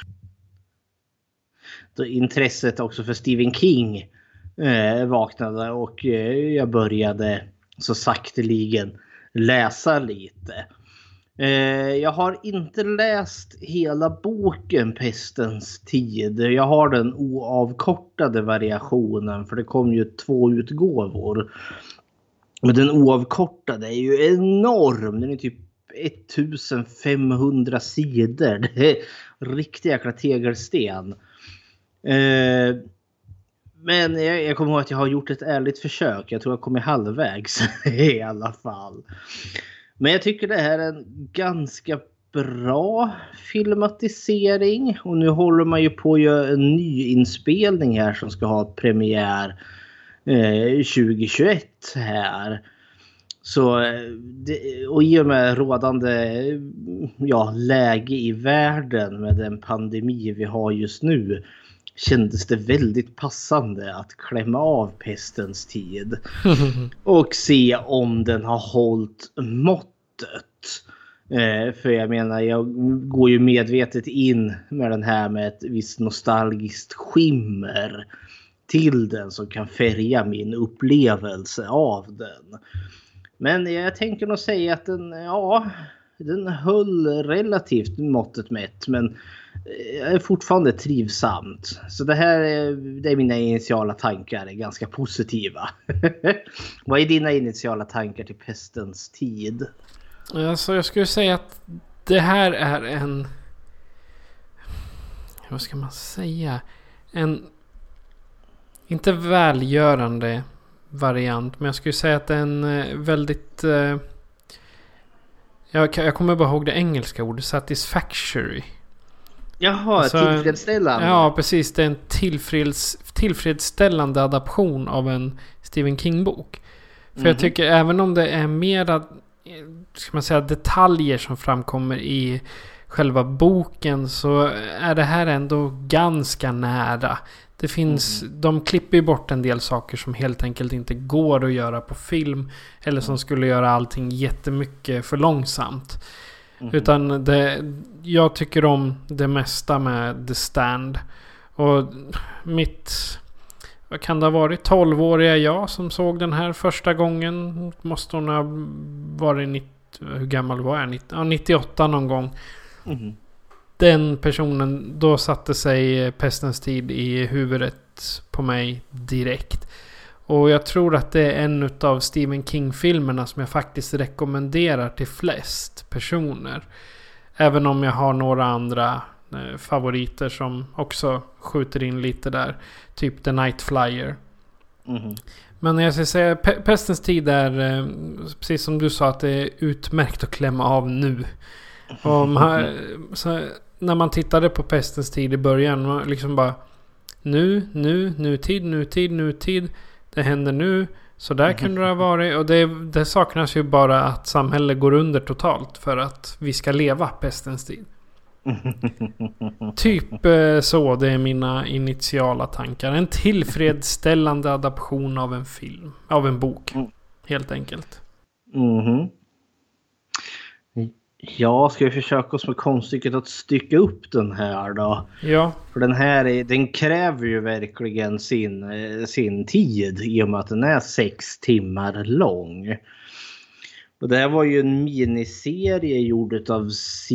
då intresset också för Stephen King vaknade och jag började så sakteligen läsa lite. Jag har inte läst hela boken Pestens tid. Jag har den oavkortade variationen för det kom ju 2 utgåvor. Men den oavkortade är ju enorm. Den är typ 1500 sidor. Det är riktigt jäkla tegelsten. Men jag kommer ihåg att jag har gjort ett ärligt försök. Jag tror jag kommer halvvägs i alla fall. Men jag tycker det här är en ganska bra filmatisering. Och nu håller man ju på att göra en ny inspelning här som ska ha premiär 2021 här. Så och i och med rådande läge i världen med den pandemi vi har just nu kändes det väldigt passande att klämma av Pestens tid och se om den har hållit måttet. För jag menar, jag går ju medvetet in med den här med ett visst nostalgiskt skimmer till den som kan färga min upplevelse av den. Men jag tänker nog säga att den höll relativt måttet mätt, men är fortfarande trivsamt. Så det är mina initiala tankar, är ganska positiva. Vad är dina initiala tankar till Pestens tid? Alltså jag skulle säga att det här är en... Vad ska man säga? En... Inte välgörande variant, men jag skulle säga att det är en väldigt... Jag kommer bara ihåg det engelska ordet, satisfactory. Jaha, alltså, tillfredsställande. Ja, precis. Det är en tillfredsställande adaption av en Stephen King-bok. För jag tycker, även om det är mera, ska man säga, detaljer som framkommer i själva boken, så är det här ändå ganska nära. Det finns, de klipper ju bort en del saker som helt enkelt inte går att göra på film, eller som skulle göra allting jättemycket för långsamt. Utan jag tycker om det mesta med The Stand. Och vad kan det ha varit, 12-åriga jag som såg den här första gången. Måste hon ha varit hur gammal var jag? 98 någon gång. Den personen, då satte sig Pestens tid i huvudet på mig direkt. Och jag tror att det är en av Stephen King-filmerna som jag faktiskt rekommenderar till flest personer. Även om jag har några andra favoriter som också skjuter in lite där. Typ The Night Flyer. Men jag ska säga, Pestens tid är, precis som du sa, att det är utmärkt att klämma av nu. Och så när man tittade på Pestens tid i början, man liksom bara nutid. Det händer nu. Så där kunde det ha varit. Och det saknas ju bara att samhället går under totalt för att vi ska leva Pestens tid. Typ så, det är mina initiala tankar. En tillfredsställande adaption av en film, av en bok, helt enkelt. Ja, ska vi försöka oss med konststycket att stycka upp den här då? Ja. För den kräver ju verkligen sin tid i och med att den är 6 timmar lång. Och det här var ju en miniserie gjord av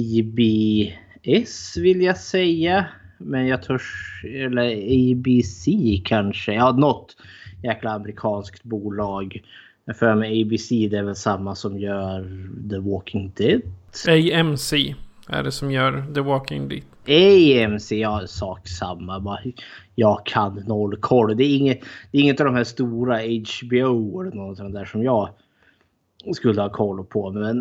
CBS vill jag säga. Men jag törs, eller ABC kanske. Ja, något jäkla amerikanskt bolag. För mig ABC det är väl samma som gör The Walking Dead. AMC är det som gör The Walking Dead. AMC, ja, sak samma. Jag kan noll koll. Det är inget av de här stora HBO eller något sånt där som jag skulle ha koll på. Men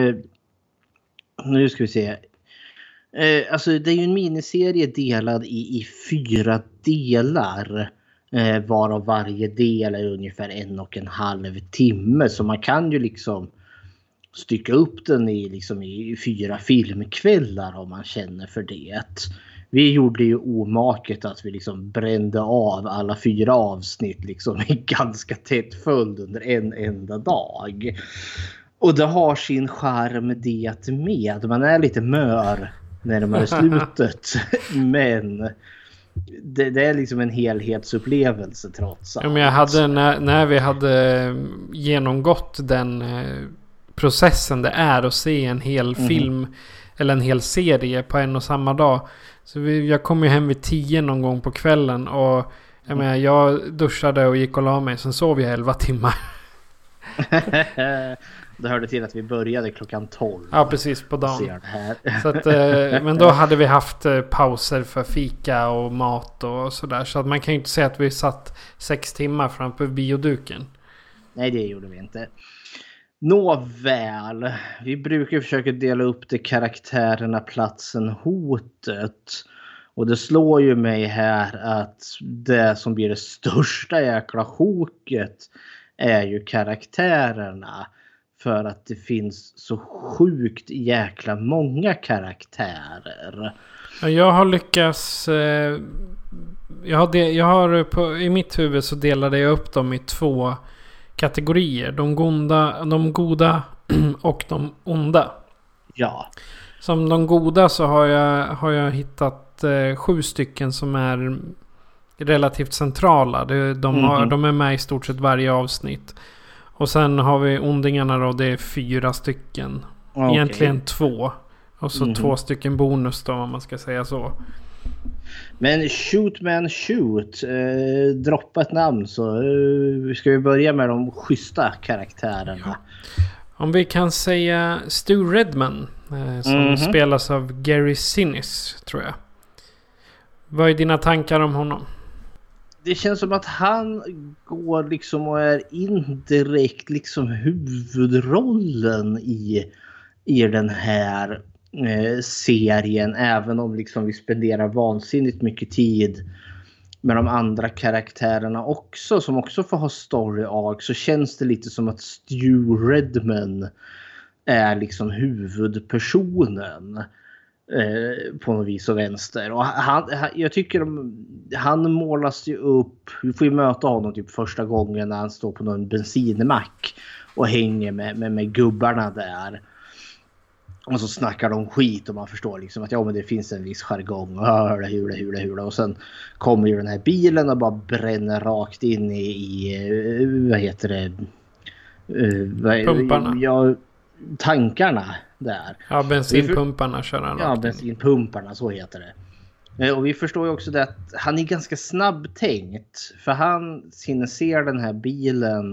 nu ska vi se. Alltså det är ju en miniserie delad i 4 delar. Varav varje del är ungefär 1,5 timme. Så man kan ju liksom stycka upp den i 4 filmkvällar om man känner för det. Vi gjorde ju omaket att vi liksom brände av alla 4 avsnitt liksom i ganska tätt följd under en enda dag. Och det har sin charm det med. Man är lite mör närmare slutet. Men det är liksom en helhetsupplevelse trots allt. Ja, men jag hade när vi hade genomgått den processen det är att se en hel film eller en hel serie på en och samma dag. Så jag kom ju hem vid 10 någon gång på kvällen och jag duschade och gick och la mig. Sen sov jag 11 timmar. Det hörde till att vi började klockan 12. Ja, precis på dagen. Så att, men då hade vi haft pauser för fika och mat och sådär. Så att man kan ju inte säga att vi satt 6 timmar framför bioduken. Nej, det gjorde vi inte. Nåväl, vi brukar försöka dela upp det karaktärerna, platsen, hotet. Och det slår ju mig här att det som blir det största jäkla hoket är ju karaktärerna. För att det finns så sjukt jäkla många karaktärer. Jag har lyckats... I mitt huvud så delade jag upp dem i 2 kategorier. De goda och de onda. Ja. Som de goda så har jag hittat 7 stycken som är relativt centrala. De är med i stort sett varje avsnitt. Och sen har vi ondingarna då, det är 4 stycken. Okay. Egentligen 2. Och så 2 stycken bonus då, om man ska säga så. Men shoot man shoot. Droppa ett namn så ska vi börja med de schyssta karaktärerna. Ja. Om vi kan säga Stu Redman som spelas av Gary Sinise, tror jag. Vad är dina tankar om honom? Det känns som att han går liksom och är indirekt liksom huvudrollen i den här serien. Även om liksom vi spenderar vansinnigt mycket tid med de andra karaktärerna också. Som också får ha story arc. Så känns det lite som att Stu Redman är liksom huvudpersonen. På något vis och vänster. Och jag tycker han målas ju upp. Vi får ju möta honom typ första gången när han står på någon bensinmack och hänger med gubbarna där. Och så snackar de skit och man förstår liksom att men det finns en viss jargong. Hula. Och sen kommer ju den här bilen och bara bränner rakt in i vad heter det? Pumparna. Ja, tankarna där. Ja, bensinpumparna kör han. Ja, bensinpumparna, så heter det. Och vi förstår ju också det att han är ganska snabbtänkt. För han ser den här bilen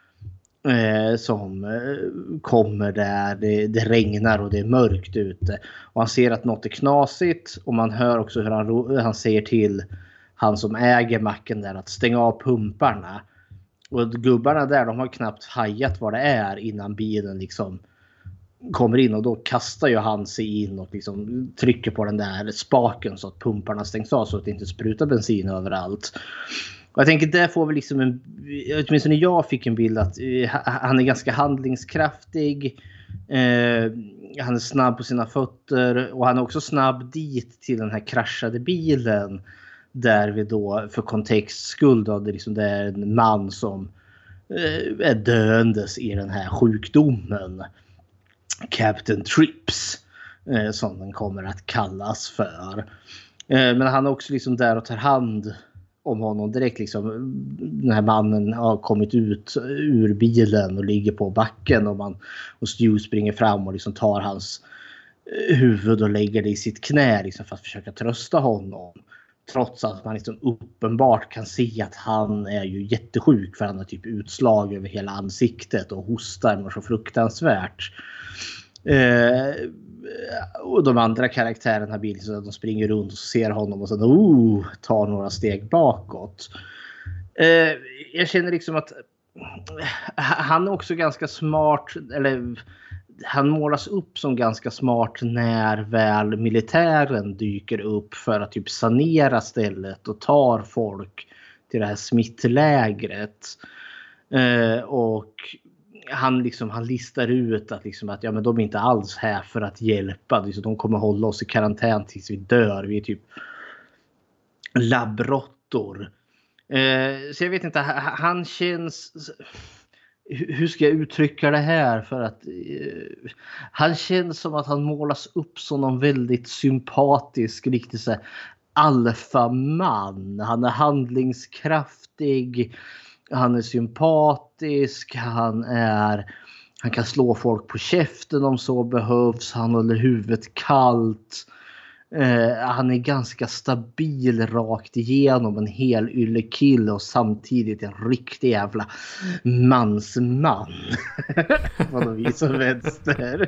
som kommer där det regnar och det är mörkt ute. Och han ser att något är knasigt. Och man hör också hur han säger till han som äger macken där att stänga av pumparna. Och gubbarna där, de har knappt hajat vad det är innan bilen liksom kommer in, och då kastar ju han sig in och liksom trycker på den där spaken så att pumparna stängs av så att det inte sprutar bensin överallt. Och jag tänker där får vi liksom åtminstone jag fick en bild att han är ganska handlingskraftig. Han är snabb på sina fötter och han är också snabb dit till den här kraschade bilen där vi då för kontext skuld av det är en man som är döendes i den här sjukdomen. Captain Trips, som den kommer att kallas för. Men han är också liksom där och tar hand om honom direkt. Liksom, den här mannen har kommit ut ur bilen och ligger på backen. Och Stu springer fram och liksom tar hans huvud och lägger det i sitt knä liksom, för att försöka trösta honom. Trots att man liksom uppenbart kan se att han är ju jättesjuk, för han har typ utslag över hela ansiktet och hostar så fruktansvärt. Och de andra karaktärerna blir så att de springer runt och ser honom och så tar några steg bakåt. Jag känner liksom att han är också ganska smart, eller han målas upp som ganska smart när väl militären dyker upp för att typ sanera stället och tar folk till det här smittlägret. Och han listar ut att, liksom att men de är inte alls här för att hjälpa. Liksom, de kommer hålla oss i karantän tills vi dör. Vi är typ labrottor. Så jag vet inte, han känns... Hur ska jag uttrycka det här? För att han känns som att han målas upp som någon väldigt sympatisk, riktigt så här alfaman. Han är handlingskraftig. Han är sympatisk. Han kan slå folk på käften om så behövs. Han håller huvudet kallt. Han är ganska stabil rakt igenom, en hel yllekille och samtidigt en riktig jävla mansman. Vad de visar vänster.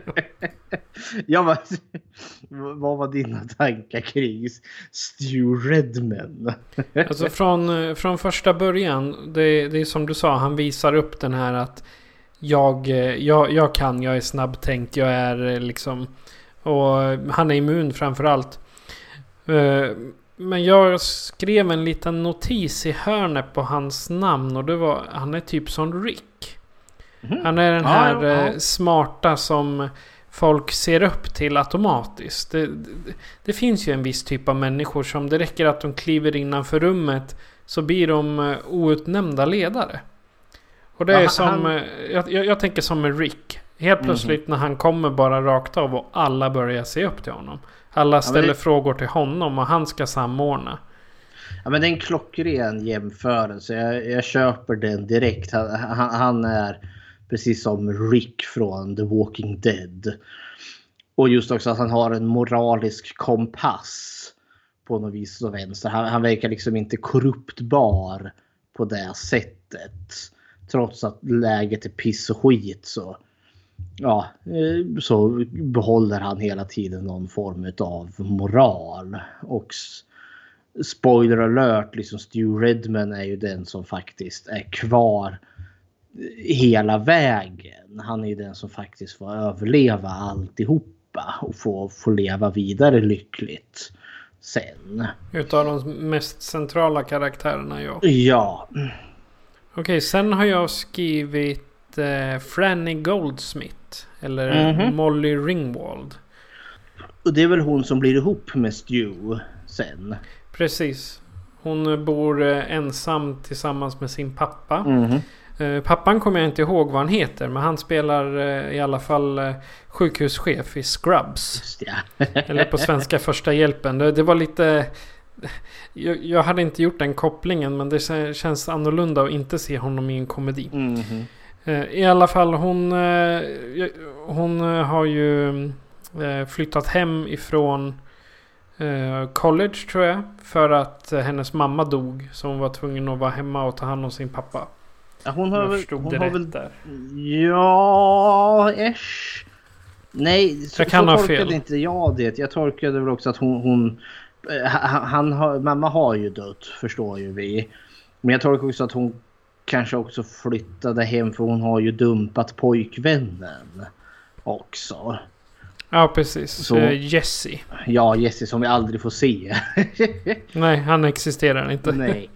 Vad var dina tankar kring Stu Redman? Alltså från första början, det är som du sa, han visar upp den här att jag är snabbtänkt, jag är liksom... Och han är immun framförallt. Men jag skrev en liten notis i hörnet på hans namn. Och det var, han är typ som Rick. Han är den här smarta som folk ser upp till automatiskt. Det finns ju en viss typ av människor som det räcker att de kliver innanför rummet så blir de outnämnda ledare. Och det är som... Jag tänker som med Rick. Helt plötsligt när han kommer bara rakt av och alla börjar se upp till honom. Alla ställer frågor till honom och han ska samordna. Ja, men det är en klockren jämförelse. Jag köper den direkt. Han är precis som Rick från The Walking Dead. Och just också att han har en moralisk kompass på något vis och vänster. Han verkar liksom inte korruptbar på det sättet. Trots att läget är piss och skit så behåller han hela tiden någon form av moral. Och spoiler alert, liksom Stu Redman är ju den som faktiskt är kvar hela vägen. Han är ju den som faktiskt får överleva alltihopa och får leva vidare lyckligt sen. Utav de mest centrala karaktärerna, ja. Okej, sen har jag skrivit Franny Goldsmith eller Molly Ringwald. Och det är väl hon som blir ihop med Stu sen. Precis. Hon bor ensam tillsammans med sin pappa. Pappan kommer jag inte ihåg vad han heter, men han spelar i alla fall sjukhuschef i Scrubs. Eller på svenska Första hjälpen. Det var lite... Jag hade inte gjort den kopplingen, men det känns annorlunda att inte se honom i en komedi. I alla fall hon har ju flyttat hem ifrån college tror jag, för att hennes mamma dog, så hon var tvungen att vara hemma och ta hand om sin pappa. Ja, hon har väl där. Ja, äsch. Nej, så tolkade inte jag det. Jag tolkade väl också att mamma har ju dött, förstår ju vi. Men jag tolkar också att hon kanske också flyttade hem, för hon har ju dumpat pojkvännen också. Ja, precis. Så, Jesse. Ja, Jesse som vi aldrig får se. Nej, han existerar inte. Nej.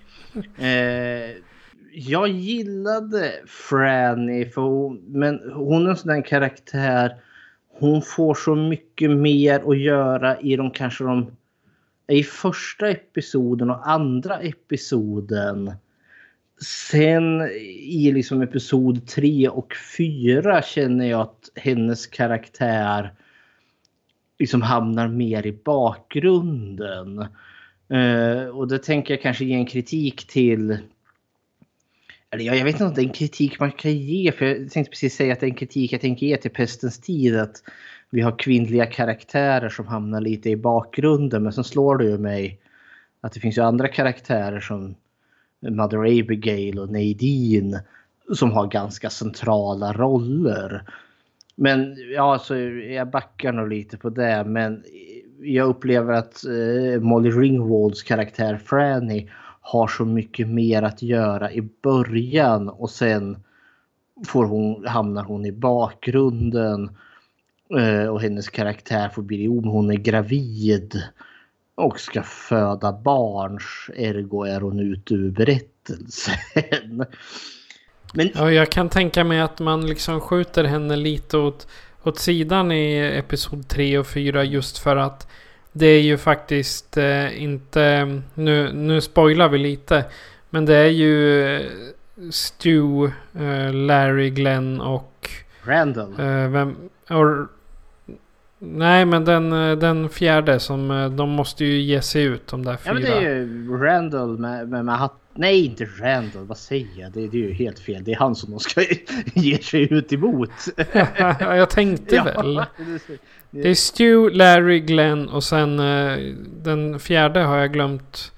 Jag gillade Franny, men hon är en sån där karaktär. Hon får så mycket mer att göra i första episoden och andra episoden. Sen i liksom episod 3 och 4 känner jag att hennes karaktär liksom hamnar mer i bakgrunden. Och det tänker jag kanske ge en kritik till. Eller jag vet inte om det är en kritik man kan ge. För jag tänkte precis säga att det är en kritik jag tänker ge till Pestens tid. Att vi har kvinnliga karaktärer som hamnar lite i bakgrunden. Men sen slår det ju mig att det finns ju andra karaktärer som Mother Abigail och Nadine som har ganska centrala roller. Men ja, så jag backar nog lite på det. Men jag upplever att Molly Ringwalds karaktär Franny har så mycket mer att göra i början. Och sen hamnar hon i bakgrunden. Och hennes karaktär får bli om hon är gravid och ska föda barn, ergo är hon ute ur berättelsen. Men ja, jag kan tänka mig att man liksom skjuter henne lite åt sidan i episod 3 och 4 just för att det är ju faktiskt inte, nu spoilar vi lite, men det är ju Stu, Larry, Glenn och Randall. Nej, men den fjärde som de måste ju ge sig ut, de där 4. Ja, men det är ju Randall med hatt. Nej, inte Randall, vad säger jag? Det är ju helt fel. Det är han som de ska ge sig ut emot. Ja, jag tänkte väl. Det är Stu, Larry, Glenn och sen den fjärde har jag glömt.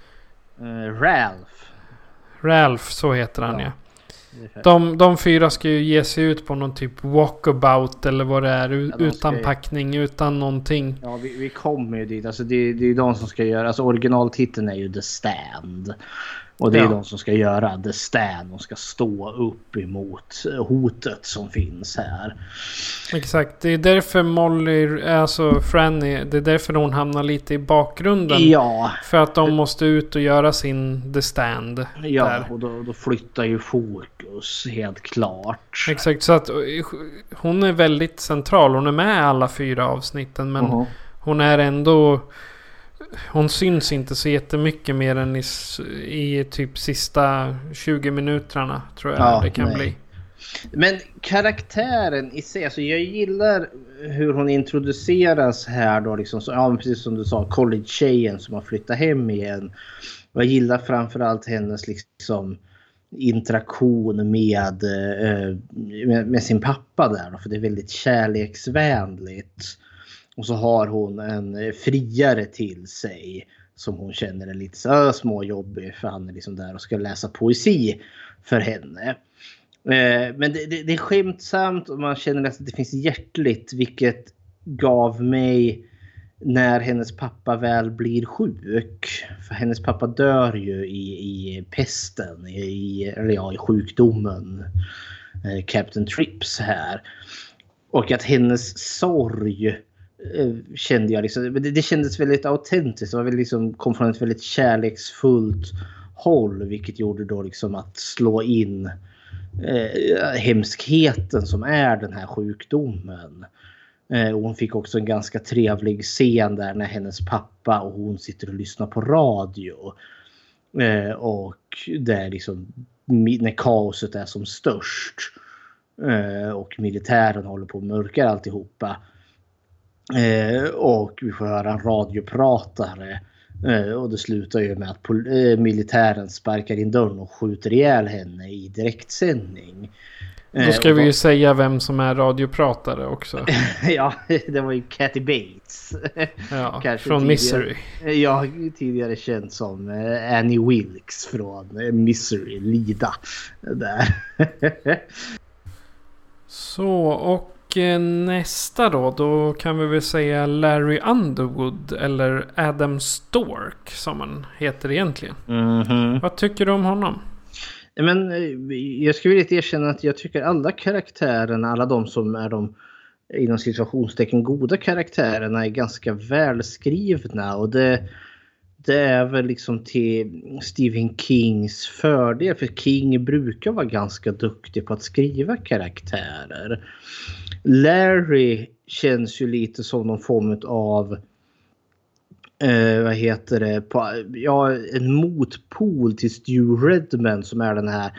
Ralph, så heter han, ja. De 4 ska ju ge sig ut på någon typ walkabout eller vad det är, utan packning, utan någonting. Ja, vi kommer ju dit. Alltså det är ju de som ska göra, alltså originaltiteln är ju The Stand. Och det är de som ska göra The Stand. De ska stå upp emot hotet som finns här. Exakt, det är därför Molly, alltså Franny, det är därför hon hamnar lite i bakgrunden. Ja. För att de måste ut och göra sin The Stand. Ja, där. och då flyttar ju fokus helt klart. Exakt, så att hon är väldigt central. Hon är med i alla 4 avsnitten, men hon är ändå... Hon syns inte så jättemycket mer än i typ sista 20 minuterna, tror jag det kan bli. Men karaktären i sig, alltså jag gillar hur hon introduceras här då, liksom, så, ja, precis som du sa, college-tjejen som har flyttat hem igen. Och jag gillar framförallt hennes liksom interaktion med sin pappa där då, för det är väldigt kärleksvänligt. Och så har hon en friare till sig som hon känner är lite så småjobbig, för han är liksom där och ska läsa poesi för henne. Men det är skämtsamt och man känner att det finns hjärtligt, vilket gav mig när hennes pappa väl blir sjuk. För hennes pappa dör ju i pesten, i sjukdomen Captain Trips här. Och att hennes sorg kände jag liksom, det kändes väldigt autentiskt. Det var väl liksom, kom från ett väldigt kärleksfullt håll, vilket gjorde då liksom att slå in hemskheten som är den här sjukdomen. Och hon fick också en ganska trevlig scen där när hennes pappa och hon sitter och lyssnar på radio. Och där liksom när kaoset är som störst och militären håller på att mörka alltihopa. Och vi får höra en radiopratare. Och det slutar ju med att militären sparkar in dörren och skjuter ihjäl henne i direktsändning. Då ska vi ju säga vem som är radiopratare också. Ja, det var ju Kathy Bates. Ja, från Misery. Ja, tidigare känd som Annie Wilkes från Misery, Lida. Där. Så, och nästa då kan vi väl säga Larry Underwood eller Adam Stork som han heter egentligen. Vad tycker du om honom? Men jag skulle vilja erkänna att jag tycker alla karaktärerna, alla de som är de inom situationstecken goda karaktärerna är ganska välskrivna, och det är väl liksom till Stephen Kings fördel, för King brukar vara ganska duktig på att skriva karaktärer. Larry känns ju lite som någon form av vad heter det? En motpol till Stu Redman som är den här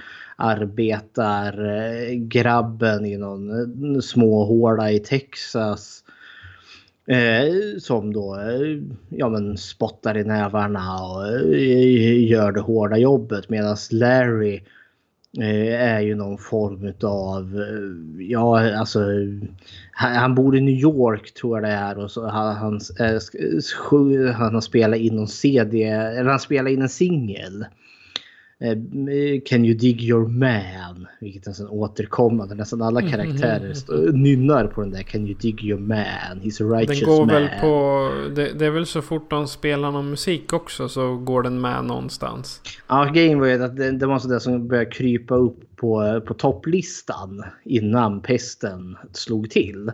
arbetargrabben i någon småhåla i Texas. Som då spottar i nävarna och gör det hårda jobbet, medan Larry är ju någon form av han bor i New York tror jag det är, och så han har spelat in någon CD, eller han spelar in en singel. Can you dig your man, vilket är en återkommande, nästan alla karaktärer nynnar på den där Can you dig your man, he's a righteous den går man. Väl på det är väl så fort de spelar någon musik också så går den med någonstans. Ja, grejen var ju att det var sådär som började krypa upp på topplistan innan pesten slog till.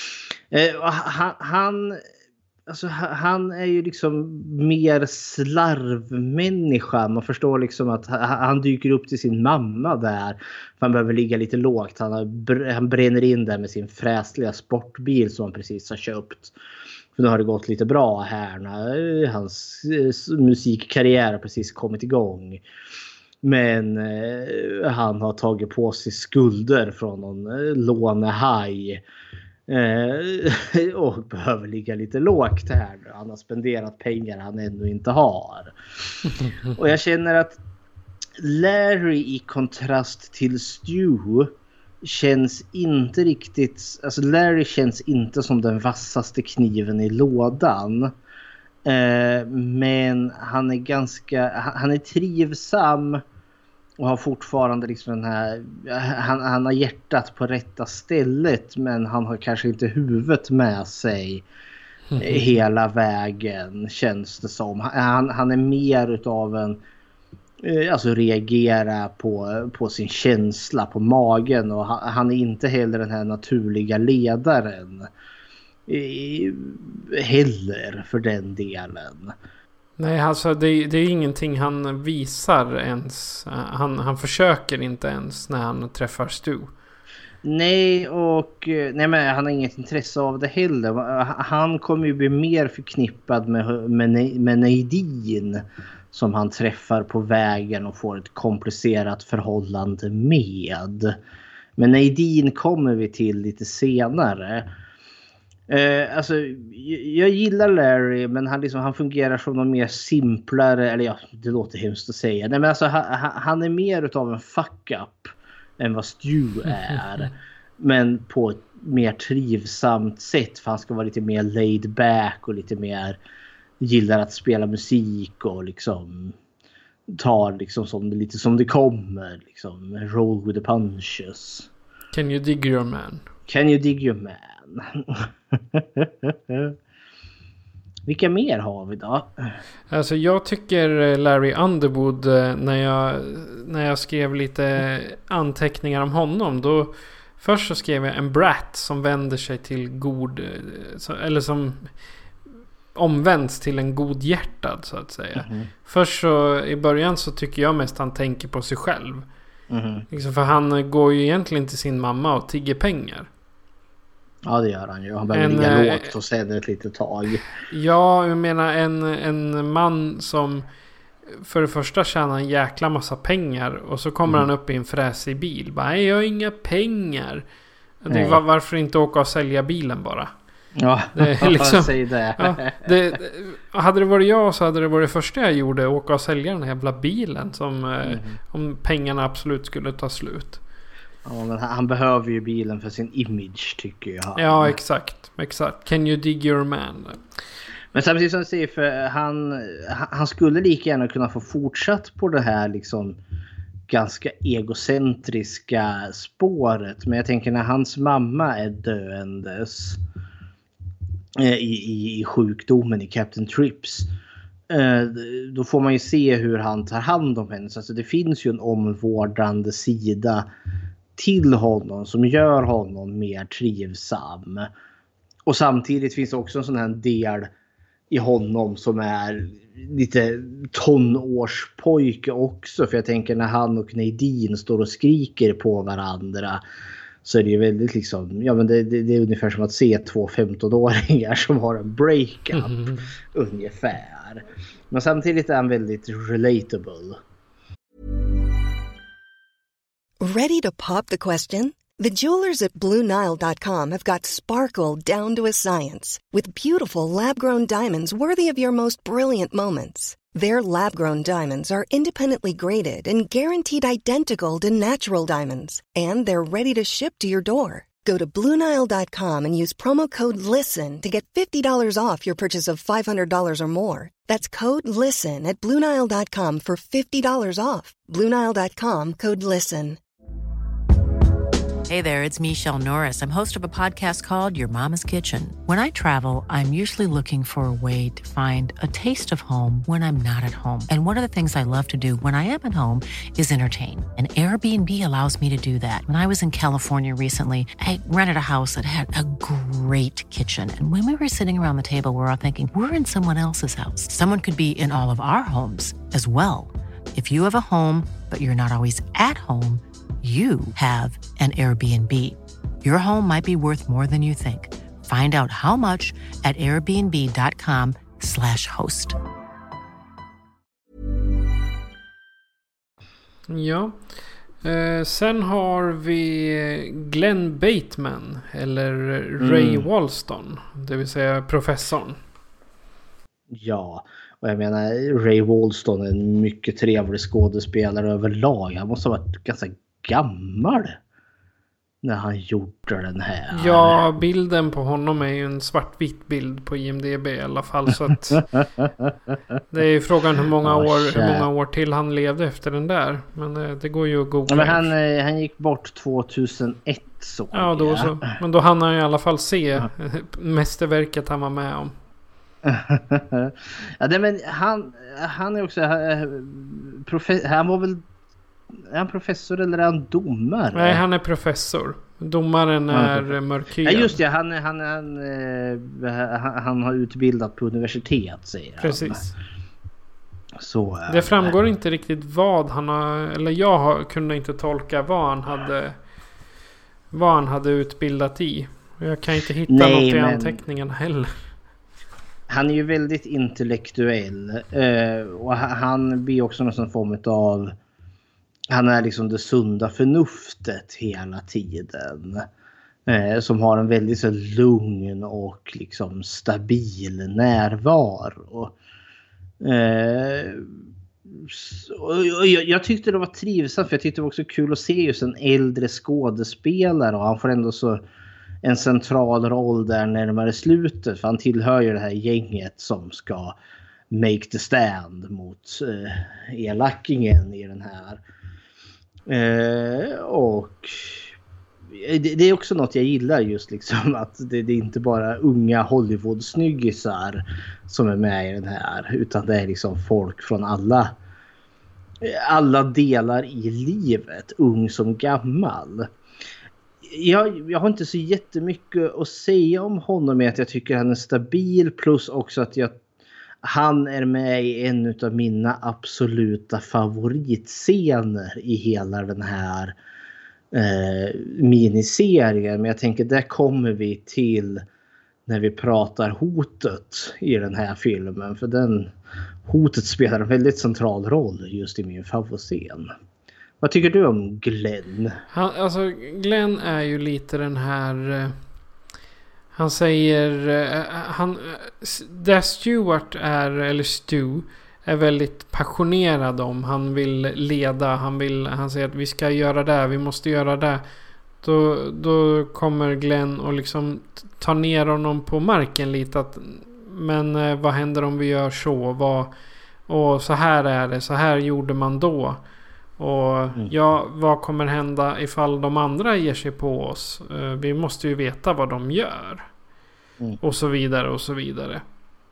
Han är ju liksom mer slarvmänniska. Man förstår liksom att han dyker upp till sin mamma där. För han behöver ligga lite lågt. Han bränner in där med sin fräsliga sportbil som han precis har köpt. För nu har det gått lite bra här när hans musikkarriär har precis kommit igång. Men han har tagit på sig skulder från någon lånehaj. Och behöver ligga lite lågt här. Han har spenderat pengar han ännu inte har. Och jag känner att Larry i kontrast till Stu känns inte riktigt, alltså Larry känns inte som den vassaste kniven i lådan. Men han är trivsam och har fortfarande liksom den här, han har hjärtat på rätta stället, men han har kanske inte huvudet med sig hela vägen, känns det som. Han är mer utav en, alltså reagera på sin känsla, på magen, och han är inte heller den här naturliga ledaren heller för den delen. Nej, alltså det är ingenting han visar ens. Han försöker inte ens när han träffar Stu. Nej, men han har inget intresse av det heller. Han kommer ju bli mer förknippad med Nadine som han träffar på vägen och får ett komplicerat förhållande med. Men Nadine kommer vi till lite senare. Alltså, jag gillar Larry, men han fungerar som någon mer simplare, eller ja, det låter hemskt att säga. Nej, men alltså, han är mer utav en fuck-up än vad Stu är. Men på ett mer trivsamt sätt, för han ska vara lite mer laid back och lite mer gillar att spela musik och liksom tar liksom lite som det kommer, liksom roll with the punches. Can you dig your man? Can you dig your man? Vilka mer har vi då? Alltså jag tycker Larry Underwood, när jag skrev lite anteckningar om honom, då först så skrev jag en brat som vänder sig till god, eller som omvänds till en god hjärtad så att säga. Först så i början så tycker jag mest han tänker på sig själv. Liksom, för han går ju egentligen till sin mamma och tigger pengar. Ja, det gör han ju. Han behöver ligga lågt och sen ett litet tag. Ja, jag menar en man som för det första tjänar en jäkla massa pengar och så kommer han upp i en fräsig bil. Bara, jag har inga pengar. Varför inte åka och sälja bilen bara? Ja, liksom, säg det. Ja, hade det varit jag så hade det varit det första jag gjorde, åka och sälja den här jävla bilen som om pengarna absolut skulle ta slut. Ja, men han behöver ju bilen för sin image, tycker jag. Ja, exakt. Can you dig your man? Men samtidigt som jag säger, för han skulle lika gärna kunna få fortsatt på det här liksom ganska egocentriska spåret. Men jag tänker när hans mamma är döendes i sjukdomen i Captain Trips, då får man ju se hur han tar hand om henne. Så alltså, det finns ju en omvårdande sida till honom som gör honom mer trivsam. Och samtidigt finns också en sån här del i honom som är lite tonårspojke också. För jag tänker när han och Nadine står och skriker på varandra, så är det ju väldigt liksom, ja men det är ungefär som att se 2 15-åringar som har en breakup ungefär. Men samtidigt är han väldigt relatable. Ready to pop the question? The jewelers at BlueNile.com have got sparkle down to a science with beautiful lab-grown diamonds worthy of your most brilliant moments. Their lab-grown diamonds are independently graded and guaranteed identical to natural diamonds, and they're ready to ship to your door. Go to BlueNile.com and use promo code LISTEN to get $50 off your purchase of $500 or more. That's code LISTEN at BlueNile.com for $50 off. BlueNile.com, code LISTEN. Hey there, it's Michelle Norris. I'm host of a podcast called Your Mama's Kitchen. When I travel, I'm usually looking for a way to find a taste of home when I'm not at home. And one of the things I love to do when I am at home is entertain. And Airbnb allows me to do that. When I was in California recently, I rented a house that had a great kitchen. And when we were sitting around the table, we were all thinking, we're in someone else's house. Someone could be in all of our homes as well. If you have a home, but you're not always at home, you have an Airbnb. Your home might be worth more than you think. Find out how much at airbnb.com/host. Ja. Sen har vi Glenn Bateman eller Ray Walston, det vill säga professorn. Ja, och jag menar Ray Walston är en mycket trevlig skådespelare överlag. Han måste ha varit ganska gammal när han gjorde den här. Ja, bilden på honom är ju en svartvit bild på IMDb i alla fall, så att det är ju frågan hur många år till han levde efter den där, men det går ju att googla. Men han gick bort 2001 så. Ja, då så. Men då hann han i alla fall se mästerverket han var med om. Ja, men han är också han var väl, är han professor eller är han domare? Nej, han är professor. Domaren är mörkhyad. Ja, just det. Han har utbildat på universitet, säger han. Precis. Så det framgår inte riktigt vad han har, eller jag kunde inte tolka vad han hade utbildat i. Jag kan inte hitta något i anteckningen heller. Han är ju väldigt intellektuell och han blir också någon form av, han är liksom det sunda förnuftet hela tiden, som har en väldigt så lugn och liksom stabil närvaro. Och jag tyckte det var trivsamt, för jag tyckte det var också kul att se just en äldre skådespelare, och han får ändå så en central roll där närmare slutet, för han tillhör ju det här gänget som ska make the stand mot elakingen i den här. Och det är också något jag gillar, just liksom att det är inte bara unga Hollywood-snyggisar som är med i den här, utan det är liksom folk från alla delar i livet, ung som gammal. Jag har inte så jättemycket att säga om honom, med att jag tycker han är stabil, plus också att han är med i en av mina absoluta favoritscener i hela den här miniserien. Men jag tänker, där kommer vi till när vi pratar hotet i den här filmen, för hotet spelar en väldigt central roll just i min favoritscen. Vad tycker du om Glenn? Glenn är ju lite den här... Han säger... där Stuart är, eller Stu, är väldigt passionerad om. Han vill leda. Han säger att vi ska göra det. Vi måste göra det. Då kommer Glenn och liksom tar ner honom på marken lite. Men vad händer om vi gör så? Och så här är det. Så här gjorde man då. Och vad kommer hända ifall de andra ger sig på oss? Vi måste ju veta vad de gör. Och så vidare och så vidare.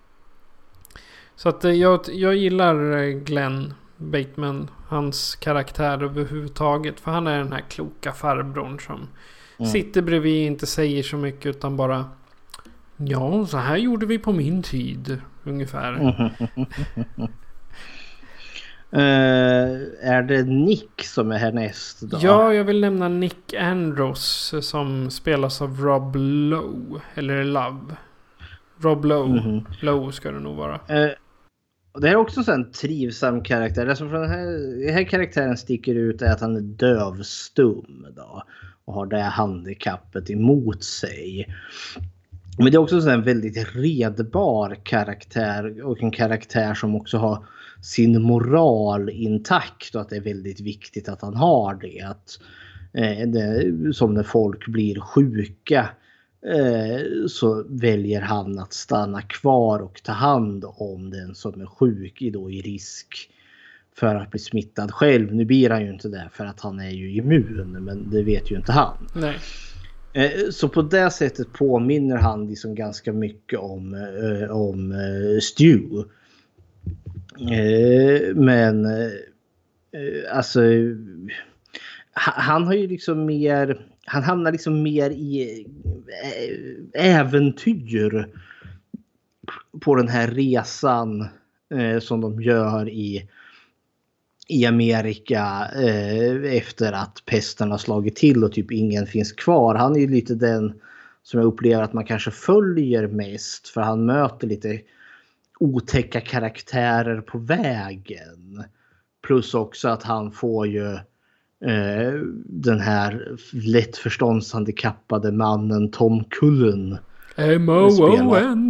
Så att jag gillar Glenn Bateman, hans karaktär överhuvudtaget. För han är den här kloka farbrorn som sitter bredvid, inte säger så mycket, utan bara, ja, så här gjorde vi på min tid ungefär. Är det Nick som är härnäst då? Ja, jag vill nämna Nick Andrews som spelas av Rob Lowe. Eller Love. Rob Lowe. Mm-hmm. Lowe ska det nog vara. Och det är också en trivsam karaktär. Det som från den här karaktären sticker ut är att han är dövstum då. Och har det handikappet emot sig. Men det är också en väldigt redbar karaktär. Och en karaktär som också har sin moral intakt. Och att det är väldigt viktigt att han har det. Att, som när folk blir sjuka. Så väljer han att stanna kvar och ta hand om den som är sjuk i risk för att bli smittad själv. Nu blir han ju inte det för att han är ju immun, men det vet ju inte han. Nej. Så på det sättet påminner han liksom ganska mycket om Stu. Men alltså han har ju liksom mer, han hamnar liksom mer i äventyr på den här resan som de gör i Amerika efter att pesten har slagit till och typ ingen finns kvar. Han är ju lite den som jag upplever att man kanske följer mest, för han möter lite otäcka karaktärer på vägen. Plus också att han får ju den här lätt förståndshandikappade mannen Tom Cullen. M-O-O-N.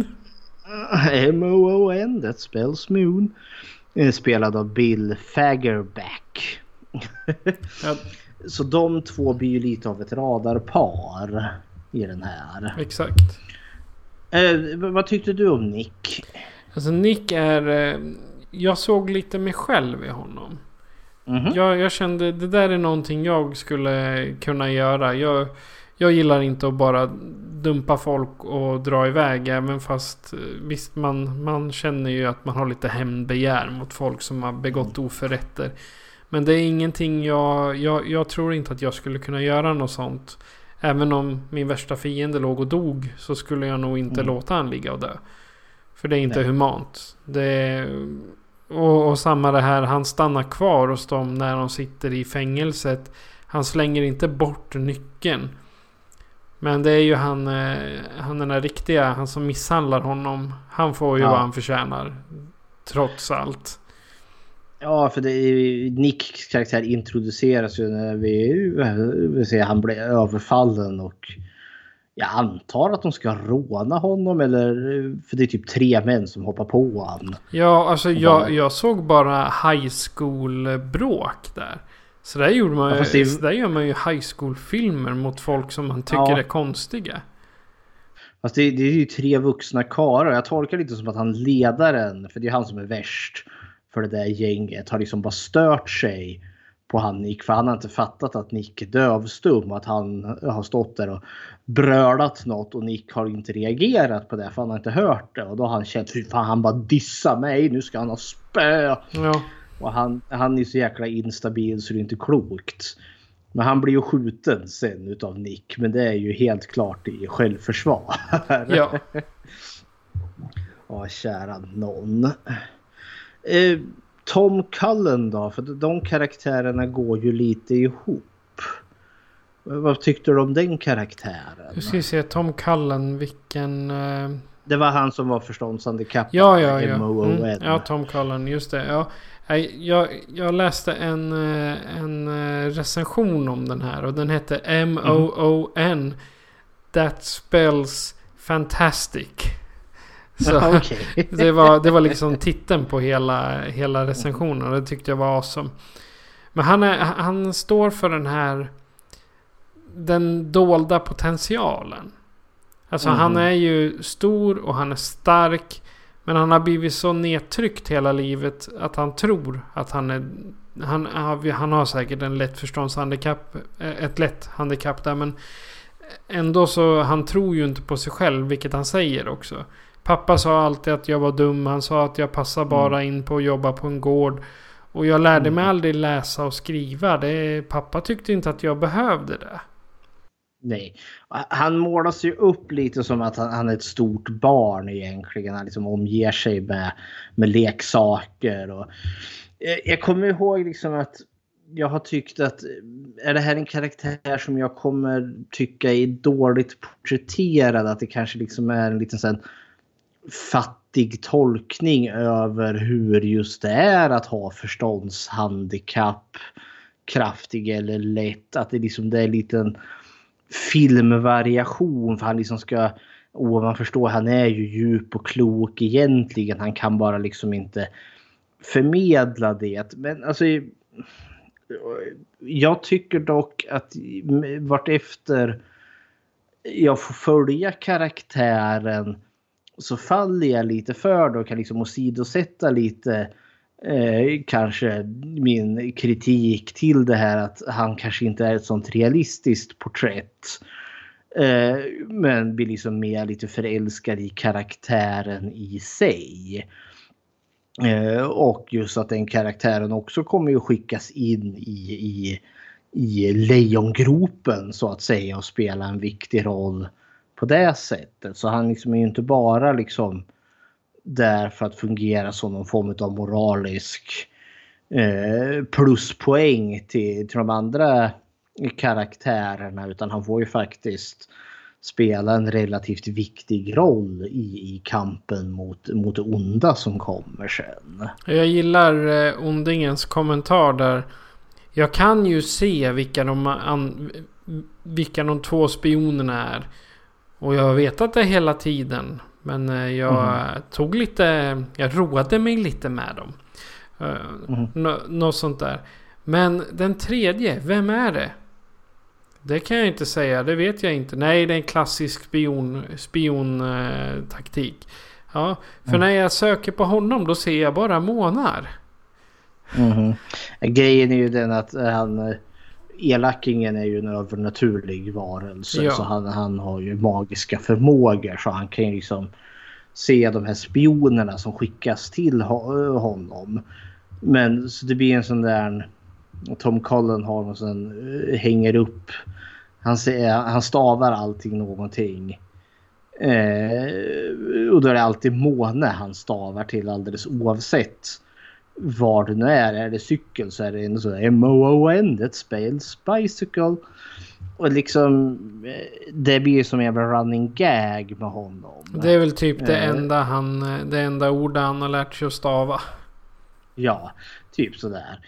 M-O-O-N, that spells moon. Spelad av Bill Fagerback. Ja. Så de två blir ju lite av ett radarpar i den här. Exakt. Vad tyckte du om Nick? Alltså Nick är... jag såg lite mig själv i honom. Mm-hmm. Jag kände det där är någonting jag skulle kunna göra. Jag gillar inte att bara dumpa folk och dra iväg. Även fast visst man känner ju att man har lite hämndbegär mot folk som har begått oförrätter. Men det är ingenting jag tror inte att jag skulle kunna göra något sånt. Även om min värsta fiende låg och dog, så skulle jag nog inte låta han ligga och dö. För det är inte humant. Det är... Och samma det här, han stannar kvar hos dem när de sitter i fängelset. Han slänger inte bort nyckeln. Men det är ju han den där riktiga, han som misshandlar honom. Han får ju vad han förtjänar. Trots allt. Ja, för det är Nicks karaktär introduceras ju när vi ser han blir överfallen, och jag antar att de ska råna honom, eller för det är typ 3 män som hoppar på honom. Ja, alltså jag såg bara high school bråk där. Så där gjorde man där gör man ju high school filmer mot folk som man tycker är konstiga. Fast det är ju 3 vuxna karlar. Jag tolkar lite som att han ledaren, för det är han som är värst för det där gänget, har liksom bara stört sig på han Nick, för han har inte fattat att Nick är dövstum, att han har stått där och brölat något och Nick har inte reagerat på det för han har inte hört det, och då har han känt hur fan han bara dissar mig, nu ska han ha spö. Ja. Och han är så jäkla instabil så det är inte klokt. Men han blir ju skjuten sen utav Nick, men det är ju helt klart i självförsvar. Ja. Ja, kära någon. Tom Cullen då, för de karaktärerna går ju lite ihop. Vad tyckte du om den karaktären? Du ska se, Tom Cullen, vilken... Det var han som var förståndshandikappad. Ja. Ja, Tom Cullen, just det. Ja. Jag läste en recension om den här, och den hette M-O-O-N. That spells fantastic. Så okay. det var liksom titeln på hela recensionen, och det tyckte jag var awesome. Men han står för den dolda potentialen. Alltså han är ju stor och han är stark, men han har blivit så nedtryckt hela livet att han tror att han har säkert en lätt förståndshandikapp, ett lätt handikapp där, men ändå så han tror ju inte på sig själv, vilket han säger också. Pappa sa alltid att jag var dum. Han sa att jag passar bara in på att jobba på en gård. Och jag lärde mig aldrig läsa och skriva. Pappa tyckte inte att jag behövde det. Nej. Han målas ju upp lite som att han är ett stort barn egentligen. Han liksom omger sig med leksaker. Och Jag kommer ihåg liksom att jag har tyckt att är det här en karaktär som jag kommer tycka är dåligt porträtterad, att det kanske liksom är en liten sån fattig tolkning över hur just det är att ha förståndshandikapp, kraftig eller lätt, att det liksom det är en liten filmvariation för han liksom ska, man förstår, han är ju djup och klok egentligen, han kan bara liksom inte förmedla det. Men alltså jag tycker dock att vart efter jag får följa karaktären så faller jag lite för det och kan liksom åsidosätta lite kanske min kritik till det här att han kanske inte är ett sånt realistiskt porträtt. Men blir liksom mer lite förälskad i karaktären i sig. Och just att den karaktären också kommer ju skickas in i lejongropen så att säga och spela en viktig roll på det sättet. Så han liksom är ju inte bara liksom där för att fungera som någon form av moralisk pluspoäng till de andra karaktärerna, utan han får ju faktiskt spela en relativt viktig roll i kampen mot det onda som kommer sen. Jag gillar ondingens kommentar där. Jag kan ju se vilka de två spionerna är. Och jag vet att det hela tiden. Men jag jag roade mig lite med dem. Något sånt där. Men den tredje, vem är det? Det kan jag inte säga, det vet jag inte. Nej, det är en klassisk spiontaktik. Ja, för när jag söker på honom då ser jag bara månar. Grejen är ju den att elakingen är ju en övernaturlig varelse. Ja. Så han har ju magiska förmågor, så han kan ju liksom se de här spionerna som skickas till honom. Men så det blir en sån där, Tom Cullen har någon sån, hänger upp, han stavar allting någonting. Och då är det alltid måne han stavar till, alldeles oavsett var det nu är det cykel så är det en sån M-O-O-N, det spells bicycle. Och liksom det blir som en jävla running gag med honom. Det är väl typ det enda ordet han har lärt sig att stava. Ja, typ sådär.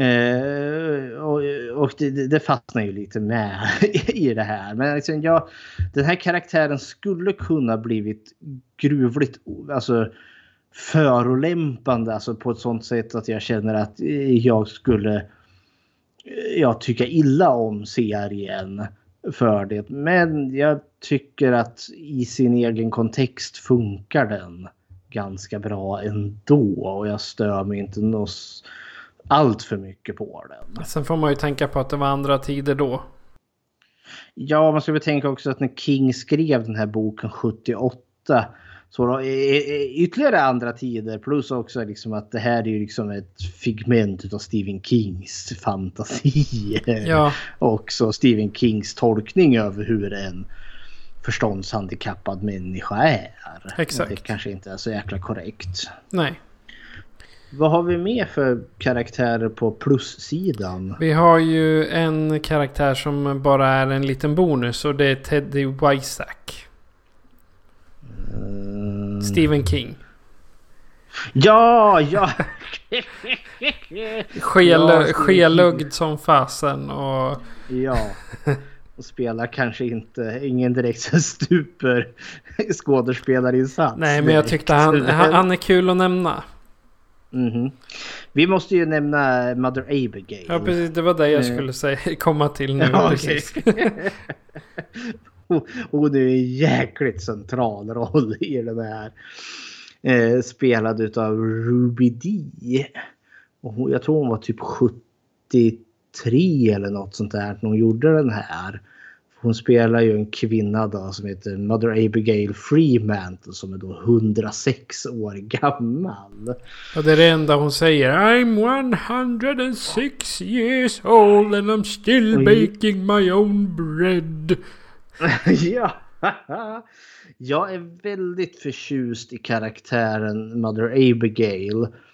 Och det fastnar ju lite med i det här. Men liksom den här karaktären skulle kunna blivit gruvligt, alltså förolämpande, alltså på ett sånt sätt att jag känner att jag skulle tycka illa om serien för det. Men jag tycker att i sin egen kontext funkar den ganska bra ändå, och jag stör mig inte allt för mycket på den. Sen får man ju tänka på att det var andra tider då. Ja, man ska väl tänka också att när King skrev den här boken 78 så var det ytterligare andra tider, plus också liksom att det här är ju liksom ett figment av Stephen Kings fantasi. Ja. Och så Stephen Kings tolkning över hur en förståndshandikappad människa är. Exakt. Det kanske inte är så jäkla korrekt. Nej. Vad har vi med för karaktärer på plussidan? Vi har ju en karaktär som bara är en liten bonus, och det är Teddy Wiseack. Stephen King. Ja. Skelögd som fasen och... Ja. Och spelar kanske ingen direkt super skådespelarinsats. Nej, men jag tyckte han är kul att nämna. Vi måste ju nämna Mother Abigail. Ja, precis, det var det jag skulle komma till nu. Ja, precis. Hon är en jäkligt central roll i den här. Spelad utav Ruby Dee. Och jag tror hon var typ 73 eller något sånt där när hon gjorde den här. Hon spelar ju en kvinna då som heter Mother Abigail Freemantle, som är då 106 år gammal. Och det är det enda hon säger. I'm 106 years old and I'm still baking my own bread. Ja. Jag är väldigt förtjust i karaktären Mother Abigail.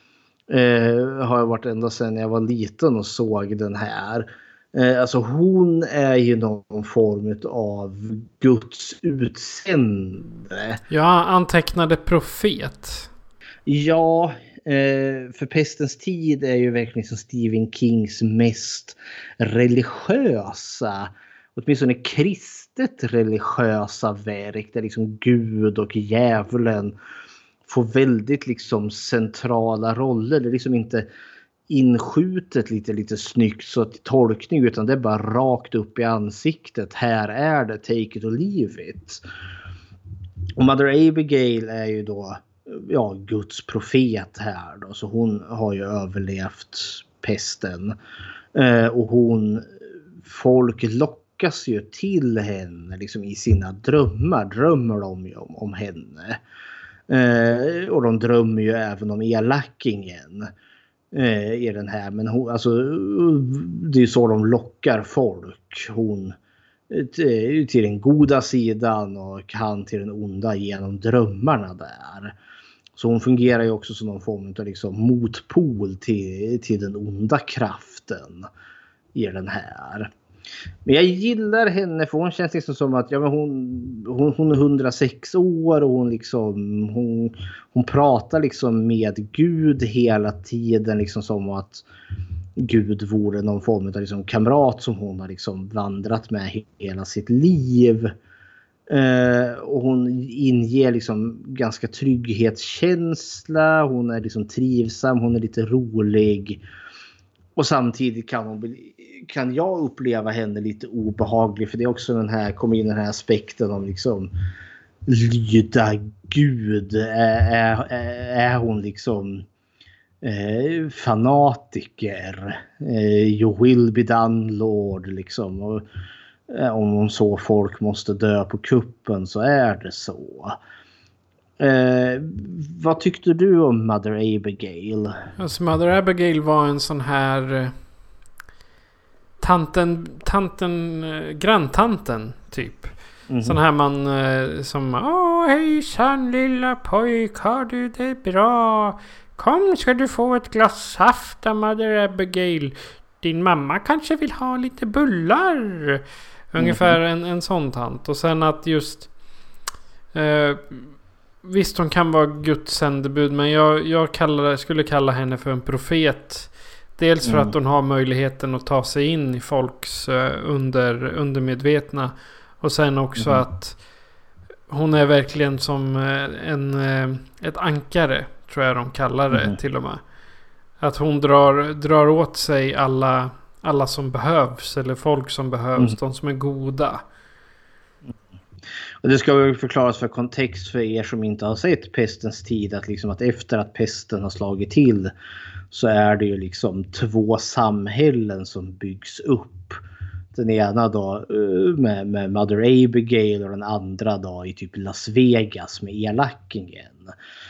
Har jag varit ända sedan jag var liten och såg den här. Alltså hon är ju någon form av Guds utsände. Ja, antecknade profet. Ja, för Pestens tid är ju verkligen som Stephen Kings mest religiösa, åtminstone kristet religiösa verk, där liksom Gud och djävulen får väldigt liksom centrala roller. Det är liksom inte inskjutet lite snyggt så till tolkning, utan det är bara rakt upp i ansiktet. Här är det, take it or leave it. Och Mother Abigail är ju då Guds profet här då, så hon har ju överlevt pesten. Och folk lockas ju till henne liksom i sina drömmer de ju om henne. Och de drömmer ju även om elackingen i den här, men hon, alltså, det är så de lockar folk. Hon till den goda sidan och han till den onda genom drömmarna där. Så hon fungerar ju också som någon form av liksom motpol till den onda kraften i den här. Men jag gillar henne för hon känns liksom som att hon är 106 år och hon pratar liksom med Gud hela tiden, liksom som att Gud vore någon form av liksom kamrat som hon har liksom vandrat med hela sitt liv. Och hon inger liksom ganska trygghetskänsla. Hon är liksom trivsam, hon är lite rolig. Och samtidigt kan jag uppleva henne lite obehaglig, för det är också den här aspekten om liksom lyda Gud. Är hon liksom fanatiker? You will be done, Lord, liksom. Och om så folk måste dö på kuppen så är det så. Vad tyckte du om Mother Abigail? Alltså Mother Abigail var en sån här granntanten typ. Mm-hmm. Sån här man som hejsan lilla pojk, har du det bra? Kom, ska du få ett glas saft av Mother Abigail? Din mamma kanske vill ha lite bullar. Ungefär en sån tant. Och sen att just visst, hon kan vara Guds sändebud, men jag skulle kalla henne för en profet. Dels för att hon har möjligheten att ta sig in i folks undermedvetna. Och sen också att hon är verkligen som ett ankare, tror jag de kallar det till och med. Att hon drar åt sig alla som behövs, eller folk som behövs, de som är goda. Och det ska väl förklaras för kontext för er som inte har sett Pestens tid, att liksom att efter att pesten har slagit till så är det ju liksom 2 samhällen som byggs upp. Den ena då med Mother Abigail och den andra då i typ Las Vegas med elackingen.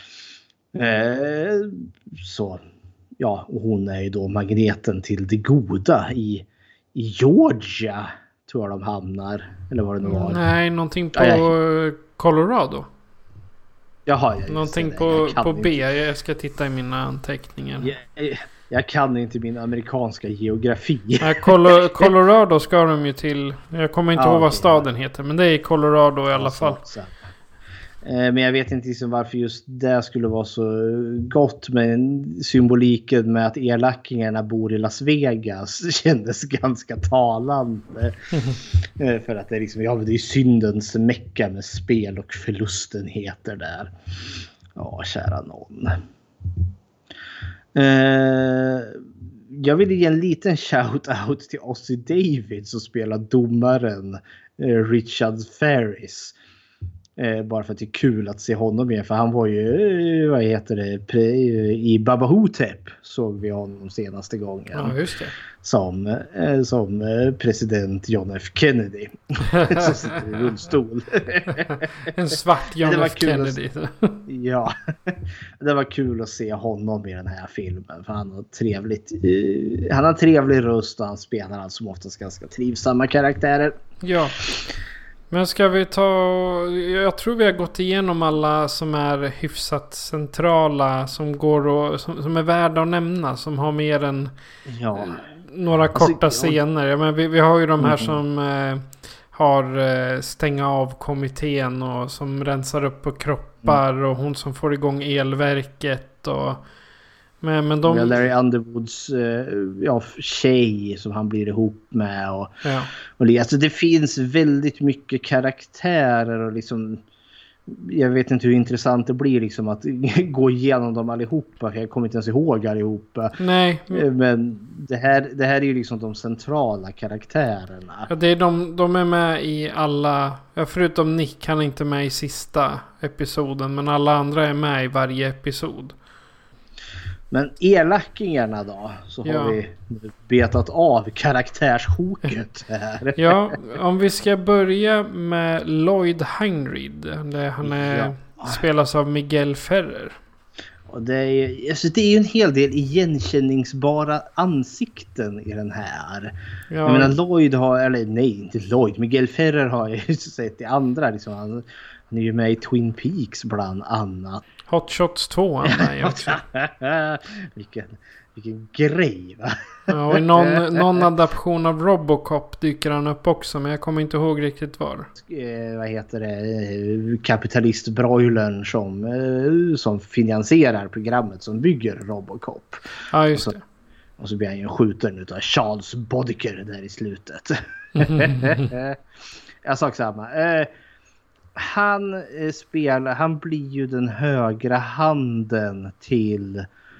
Så ja, och hon är ju då magneten till det goda i Georgia, tror jag de hamnar, eller vad det nu var. Nej, någonting på Colorado. Jaha, någonting på B. Jag ska titta i mina anteckningar. Jag kan inte min amerikanska geografi. Colorado ska de ju till. Jag kommer inte ihåg vad staden heter, men det är i Colorado i alla fall. Men jag vet inte liksom varför just det skulle vara så gott, men symboliken med att elackingarna bor i Las Vegas kändes ganska talande. För att det är liksom, det är syndens mecka med spel och förlustenheter där. Ja, kära någon. Jag vill ge en liten shout-out till Ossie David som spelar domaren Richard Ferris. Bara för att det är kul att se honom igen. För han var ju, i Baba Hotep såg vi honom senaste gången. Ja, just det. Som president John F. Kennedy. Som sitter i rullstol. En svart John F. Kennedy. Ja, det var kul att se honom i den här filmen. För han har trevlig röst och han spelar alltså oftast ganska trivsamma karaktärer. Ja. Men ska vi jag tror vi har gått igenom alla som är hyfsat centrala, som går och som är värda att nämna, som har mer än några korta scener. Ja, men vi har ju de här som har stänga av kommittén och som rensar upp på kroppar och hon som får igång elverket och men de... Larry Underwoods tjej som han blir ihop med och alltså det finns väldigt mycket karaktärer och liksom jag vet inte hur intressant det blir liksom att gå igenom dem allihopa, för jag kommer inte ens ihåg allihopa. Nej. Men det här är ju liksom de centrala karaktärerna. Ja, det är de är med i alla, förutom Nick, han är inte med i sista episoden, men alla andra är med i varje episod. Men elackingarna då, så har vi betat av karaktärssjoket här. Ja, om vi ska börja med Lloyd Heinrich, han spelas av Miguel Ferrer. Och det är ju en hel del igenkänningsbara ansikten i den här. Ja. Jag menar Miguel Ferrer har jag ju sett i andra liksom, han är ju med i Twin Peaks bland annat. Hot Shots 2 också. vilken grej, va? Ja, och i någon adaption av Robocop dyker han upp också, men jag kommer inte ihåg riktigt var. Vad heter det? Kapitalistbroilern som finansierar programmet som bygger Robocop. Ja, just det. Och så blir han ju skjuten utav Charles Boddicker där i slutet. Jag sa samma. Han blir ju den högra handen till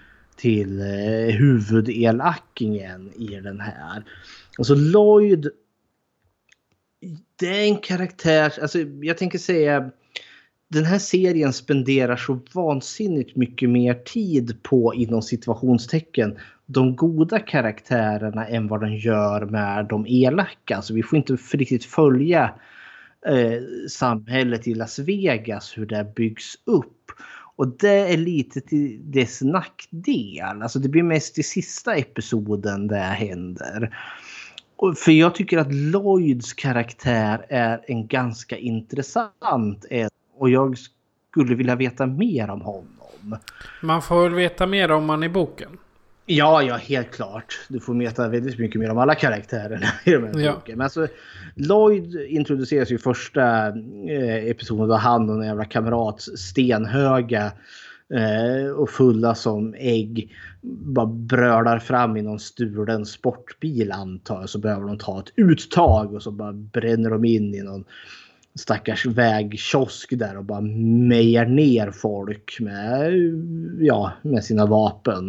huvudelackingen i den här. Alltså Lloyd, det är en karaktär, alltså jag tänker säga, den här serien spenderar så vansinnigt mycket mer tid på, inom situationstecken, de goda karaktärerna än vad den gör med de elaka. Så vi får inte riktigt följa samhället i Las Vegas, hur det byggs upp. Och det är lite till dess nackdel. Alltså det blir mest i sista episoden det händer. För jag tycker att Lloyds karaktär är en ganska intressant. Och jag skulle vilja veta mer om honom. Man får väl veta mer om han i boken. Ja, helt klart. Du får veta väldigt mycket mer om alla karaktärerna i de här boken. Men alltså, Lloyd introduceras ju i första episoden då han och en jävla kamrat stenhöga och fulla som ägg bara brölar fram i någon stulen sportbil, antar jag. Så behöver de ta ett uttag och så bara bränner de in i någon stackars vägkiosk där och bara mejar ner folk med sina vapen.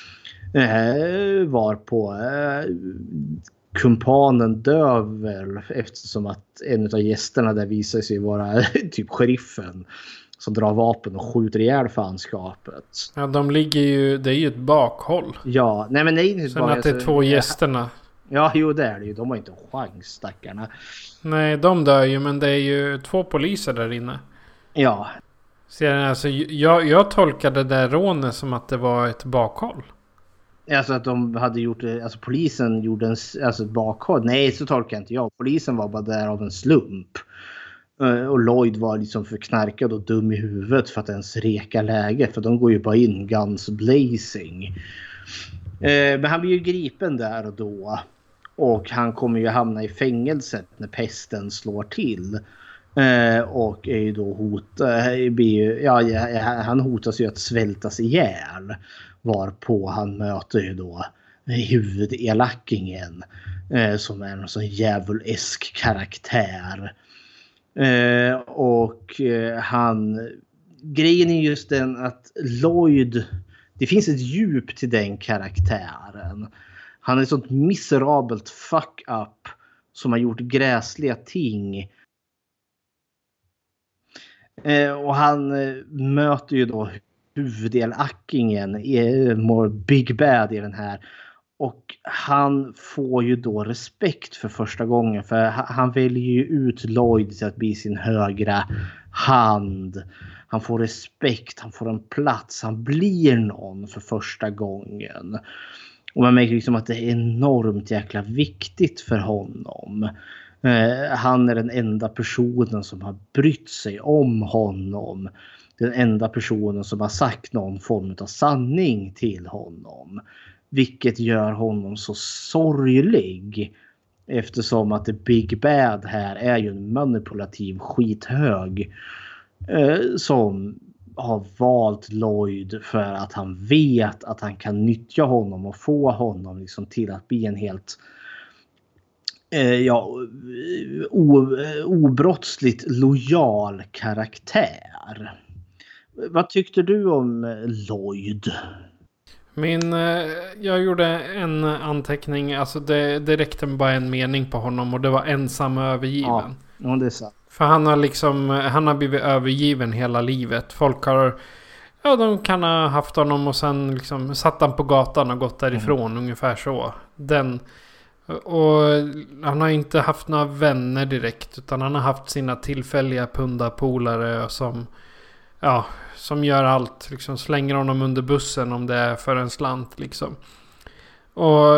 Var på kumpanen dövel, eftersom att en av gästerna där visar sig vara typ sheriffen som drar vapen och skjuter ihjäl fanskapet. Ja, de ligger ju, det är ju ett bakhåll. Ja, nej men det är inte sen bara att det är två gästerna. Ja, jo det är det ju. De har inte en chans, stackarna. Nej, de dör ju, men det är ju 2 poliser där inne. Ja. Så alltså, jag tolkade det där rånet som att det var ett bakhåll. Alltså att de hade gjort det, alltså polisen gjorde ett bakhåll. Nej, så tolkar inte jag. Polisen var bara där av en slump. Och Lloyd var liksom för knarkad och dum i huvudet för att ens reka läge. För de går ju bara in guns blazing. Men han blir ju gripen där och då. Och han kommer ju hamna i fängelset när pesten slår till. Och är ju då han hotas ju att svältas ihjäl. Varpå han möter ju då huvudelackingen som är en sån djävulesk karaktär. Grejen är just den att Lloyd, det finns ett djup till den karaktären. Han är ett sånt miserabelt fuck up som har gjort gräsliga ting. Och han möter ju då huvuddelackingen, more big bad i den här. Och han får ju då respekt för första gången, för han väljer ju ut Lloyd till att bli sin högra hand. Han får respekt, han får en plats, han blir någon för första gången. Och man märker liksom att det är enormt jäkla viktigt för honom. Han är den enda personen som har brytt sig om honom. Den enda personen som har sagt någon form av sanning till honom. Vilket gör honom så sorglig. Eftersom att The Big Bad här är ju en manipulativ skithög. Som har valt Lloyd för att han vet att han kan nyttja honom och få honom liksom till att bli en helt obrottsligt lojal karaktär. Vad tyckte du om Lloyd? Jag gjorde en anteckning, alltså det räckte med bara en mening på honom och det var ensam och övergiven. Ja, det är sant. För han har blivit övergiven hela livet. Folk har, de kan ha haft honom och sen liksom satt han på gatan och gått därifrån, ungefär så. Och han har inte haft några vänner direkt, utan han har haft sina tillfälliga pundarpolare som gör allt, liksom slänger honom under bussen om det är för en slant liksom. Och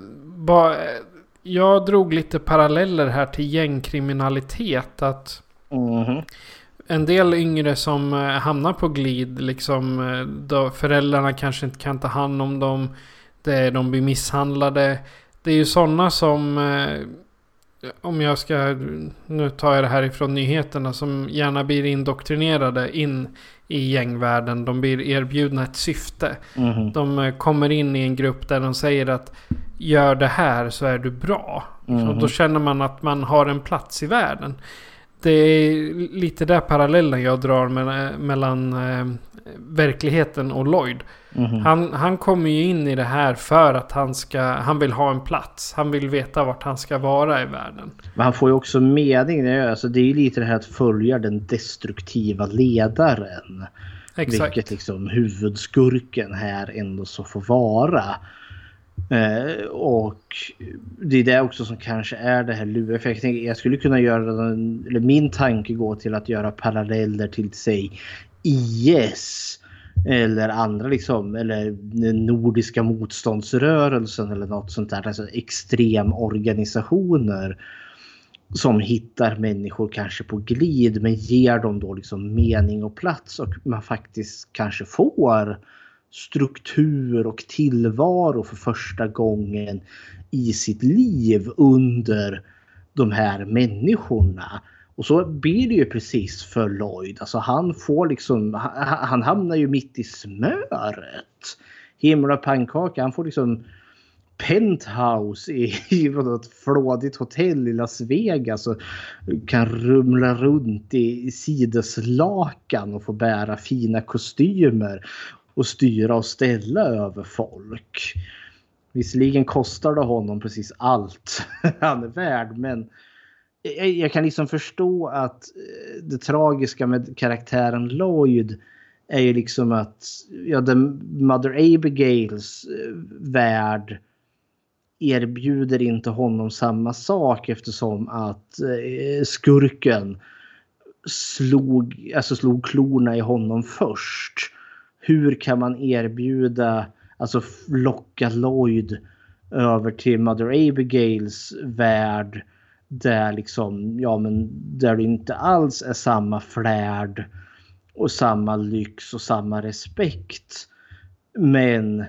jag drog lite paralleller här till gängkriminalitet, att en del yngre som hamnar på glid liksom, då föräldrarna kanske inte kan ta hand om dem, de blir misshandlade. Det är ju sådana som, om jag ska, nu tar jag det här ifrån nyheterna, som gärna blir indoktrinerade in i gängvärlden. De blir erbjudna ett syfte. De kommer in i en grupp där de säger att gör det här så är du bra. Så då känner man att man har en plats i världen. Det är lite där parallellen jag drar mellan verkligheten och Lloyd. Han kommer ju in i det här för att han vill ha en plats. Han vill veta vart han ska vara i världen. Men han får ju också mening. Alltså det är ju lite det här att följa den destruktiva ledaren. Exakt. Vilket liksom huvudskurken här ändå så får vara. Och det är det också som kanske är det här lureffekten. Jag skulle kunna göra eller min tanke går till att göra paralleller till sig IS eller andra liksom, eller den nordiska motståndsrörelsen eller något sånt där, alltså extremorganisationer som hittar människor kanske på glid men ger dem då liksom mening och plats, och man faktiskt kanske får struktur och tillvaro för första gången i sitt liv under de här människorna. Och så blir det ju precis för Lloyd. Alltså han får liksom, han hamnar ju mitt i smöret. Himmel och pannkaka. Han får liksom penthouse i ett flådigt hotell i Las Vegas och kan rumla runt i sideslakan och få bära fina kostymer och styra och ställa över folk. Visserligen kostar det honom precis allt han är värd, men jag kan liksom förstå att det tragiska med karaktären Lloyd är ju liksom att den Mother Abigails värld erbjuder inte honom samma sak, eftersom att skurken slog klorna i honom först. Hur kan man erbjuda, alltså locka Lloyd över till Mother Abigails värld där liksom, där det inte alls är samma flärd och samma lyx och samma respekt. Men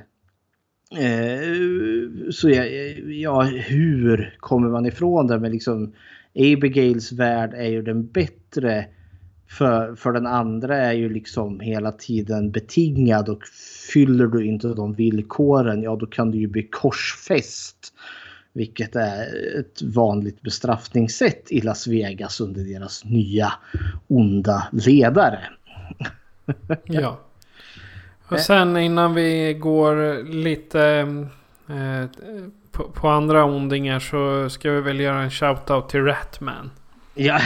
hur kommer man ifrån det? Men liksom Abigails värld är ju den bättre, för den andra är ju liksom hela tiden betingad, och fyller du inte de villkoren, då kan du ju bli korsfäst, vilket är ett vanligt bestraffningssätt i Las Vegas under deras nya onda ledare. Ja. Och sen innan vi går lite på andra ondingar, så ska vi väl göra en shoutout till Ratman. Ja.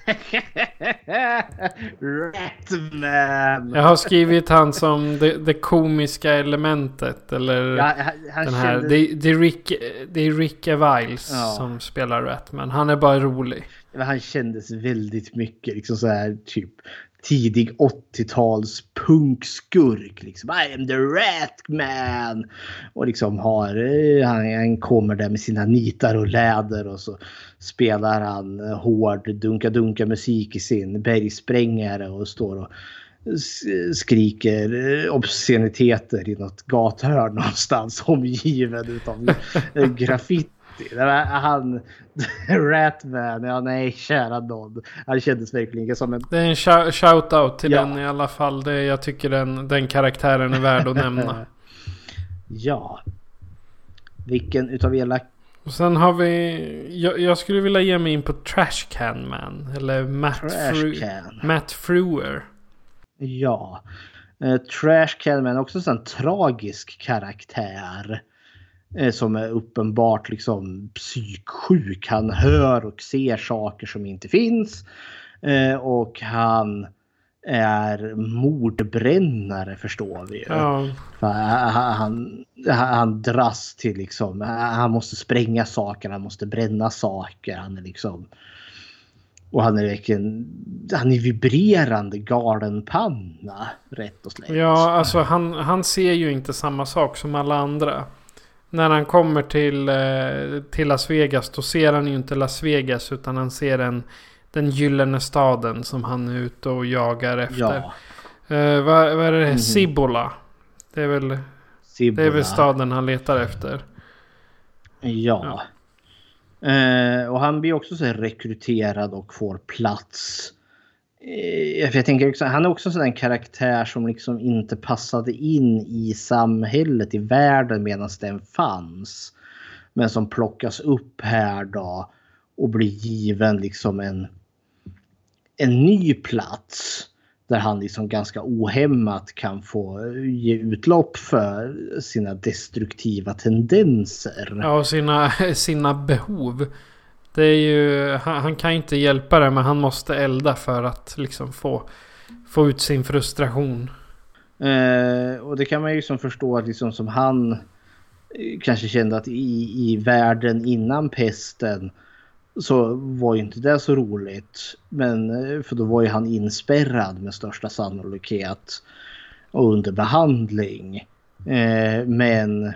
Ratman. Jag har skrivit han som det komiska elementet, eller den här det är Rick Eviles som spelar Ratman. Han är bara rolig. Han kändes väldigt mycket liksom så här typ tidig 80-tals punkskurk liksom. I am the Rat Man. Och liksom han kommer där med sina nitar och läder och så spelar han hård dunka musik i sin bergsprängare och står och skriker obsceniteter i något gathörn någonstans omgiven utav graffiti. Han Ratman, ja nej, kära någon. Han kändes verkligen som en... Det är en shout-out till den i alla fall. Jag tycker den karaktären är värd att nämna. Ja. Vilken utav era... Och sen har vi... Jag skulle vilja ge mig in på Trash Can Man. Eller Matt Frewer. Ja. Trash Can Man, också en sån tragisk karaktär. Som är uppenbart liksom psyksjuk. Han hör och ser saker som inte finns. Och han är mordbrännare, förstår vi ju. Ja. Han dras till liksom, han måste spränga saker, han måste bränna saker. Han är liksom, och han är vibrerande galenpanna, rätt och slätt. Ja, alltså han ser ju inte samma sak som alla andra. När han kommer till Las Vegas, då ser han ju inte Las Vegas, utan han ser den gyllene staden som han är ute och jagar efter. Ja. Vad är det? Cibola. Det är väl staden han letar efter. Ja. Och han blir också så rekryterad och får plats. För jag tänker också, han är också en karaktär som liksom inte passade in i samhället, i världen medan den fanns. Men som plockas upp här då och blir given liksom en ny plats. Där han liksom ganska ohämmat kan få ge utlopp för sina destruktiva tendenser. Ja, och sina behov. Det är ju, han kan inte hjälpa det, men han måste elda för att liksom få ut sin frustration. Och det kan man ju liksom förstå att liksom som han kanske kände att i världen innan pesten så var ju inte det så roligt. Men för då var ju han inspärrad med största sannolikhet och under behandling. Men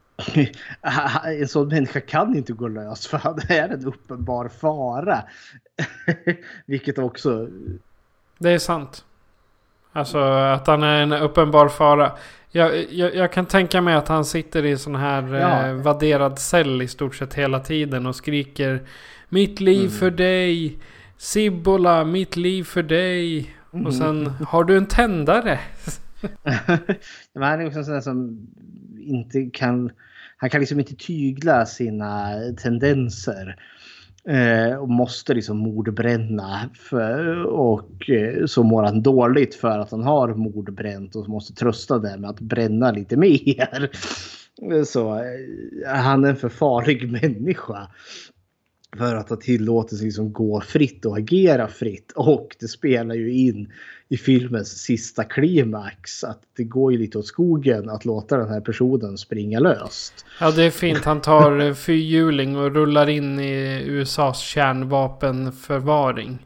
en sån människa kan inte gå lös, för han är en uppenbar fara. Vilket också... Det är sant. Alltså att han är en uppenbar fara. Jag kan tänka mig att han sitter i sån här vadderad cell i stort sett hela tiden och skriker: mitt liv för dig, Cibola, mitt liv för dig. Och sen, har du en tändare? Men han är också en sån där som inte kan... Han kan liksom inte tygla sina tendenser. Och måste liksom mordbränna. Och så mår han dåligt för att han har mordbränt. Och måste trösta det med att bränna lite mer. Så han är en för farlig människa. För att ha tillåtelse liksom gå fritt och agera fritt. Och det spelar ju in i filmens sista klimax att det går ju lite åt skogen att låta den här personen springa löst. Ja, det är fint. Han tar fyrhjuling och rullar in i USAs kärnvapenförvaring.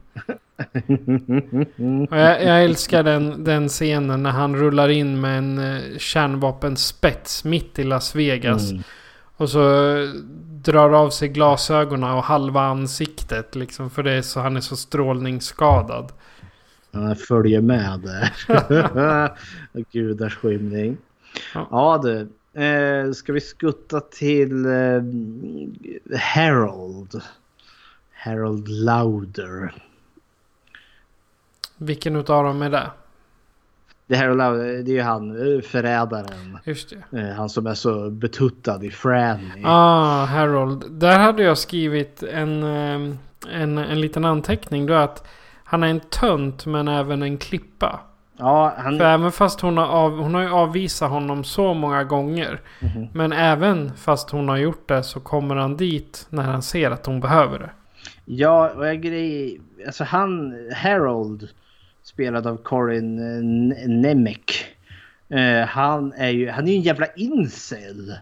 Och jag älskar den scenen när han rullar in med en kärnvapenspets mitt i Las Vegas. Och så drar av sig glasögonen och halva ansiktet liksom, för det är så, han är så strålningsskadad. Jag följer med där. Gudars skymning. Ja du, ska vi skutta till Harold Lauder. Vilken utav dem är det? Det här det är ju han, förrädaren. Just det. Han som är så betuttad i Franny. Harold. Där hade jag skrivit en liten anteckning då, att han är en tönt men även en klippa. Ja, för även fast hon har ju avvisat honom så många gånger. Men även fast hon har gjort det så kommer han dit när han ser att hon behöver det. Ja, och alltså Harold, spelad av Corin Nemec. Han är ju en jävla incel.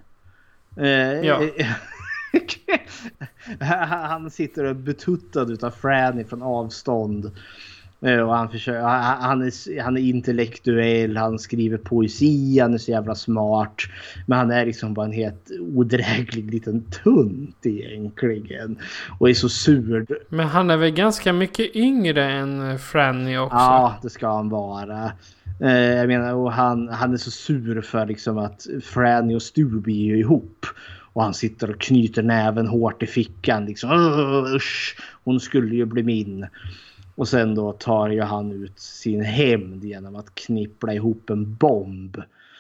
Han sitter och betuttad utav Franny från avstånd. Och han är intellektuell, han skriver poesi, han är så jävla smart. Men han är liksom bara en helt odräglig liten tunt egentligen. Och är så sur. Men han är väl ganska mycket yngre än Franny också? Ja, det ska han vara. Jag menar, och han är så sur för liksom att Franny och Stu är ju ihop. Och han sitter och knyter näven hårt i fickan. Liksom, usch, hon skulle ju bli min. Och sen då tar ju han ut sin hämnd genom att knippla ihop en bomb.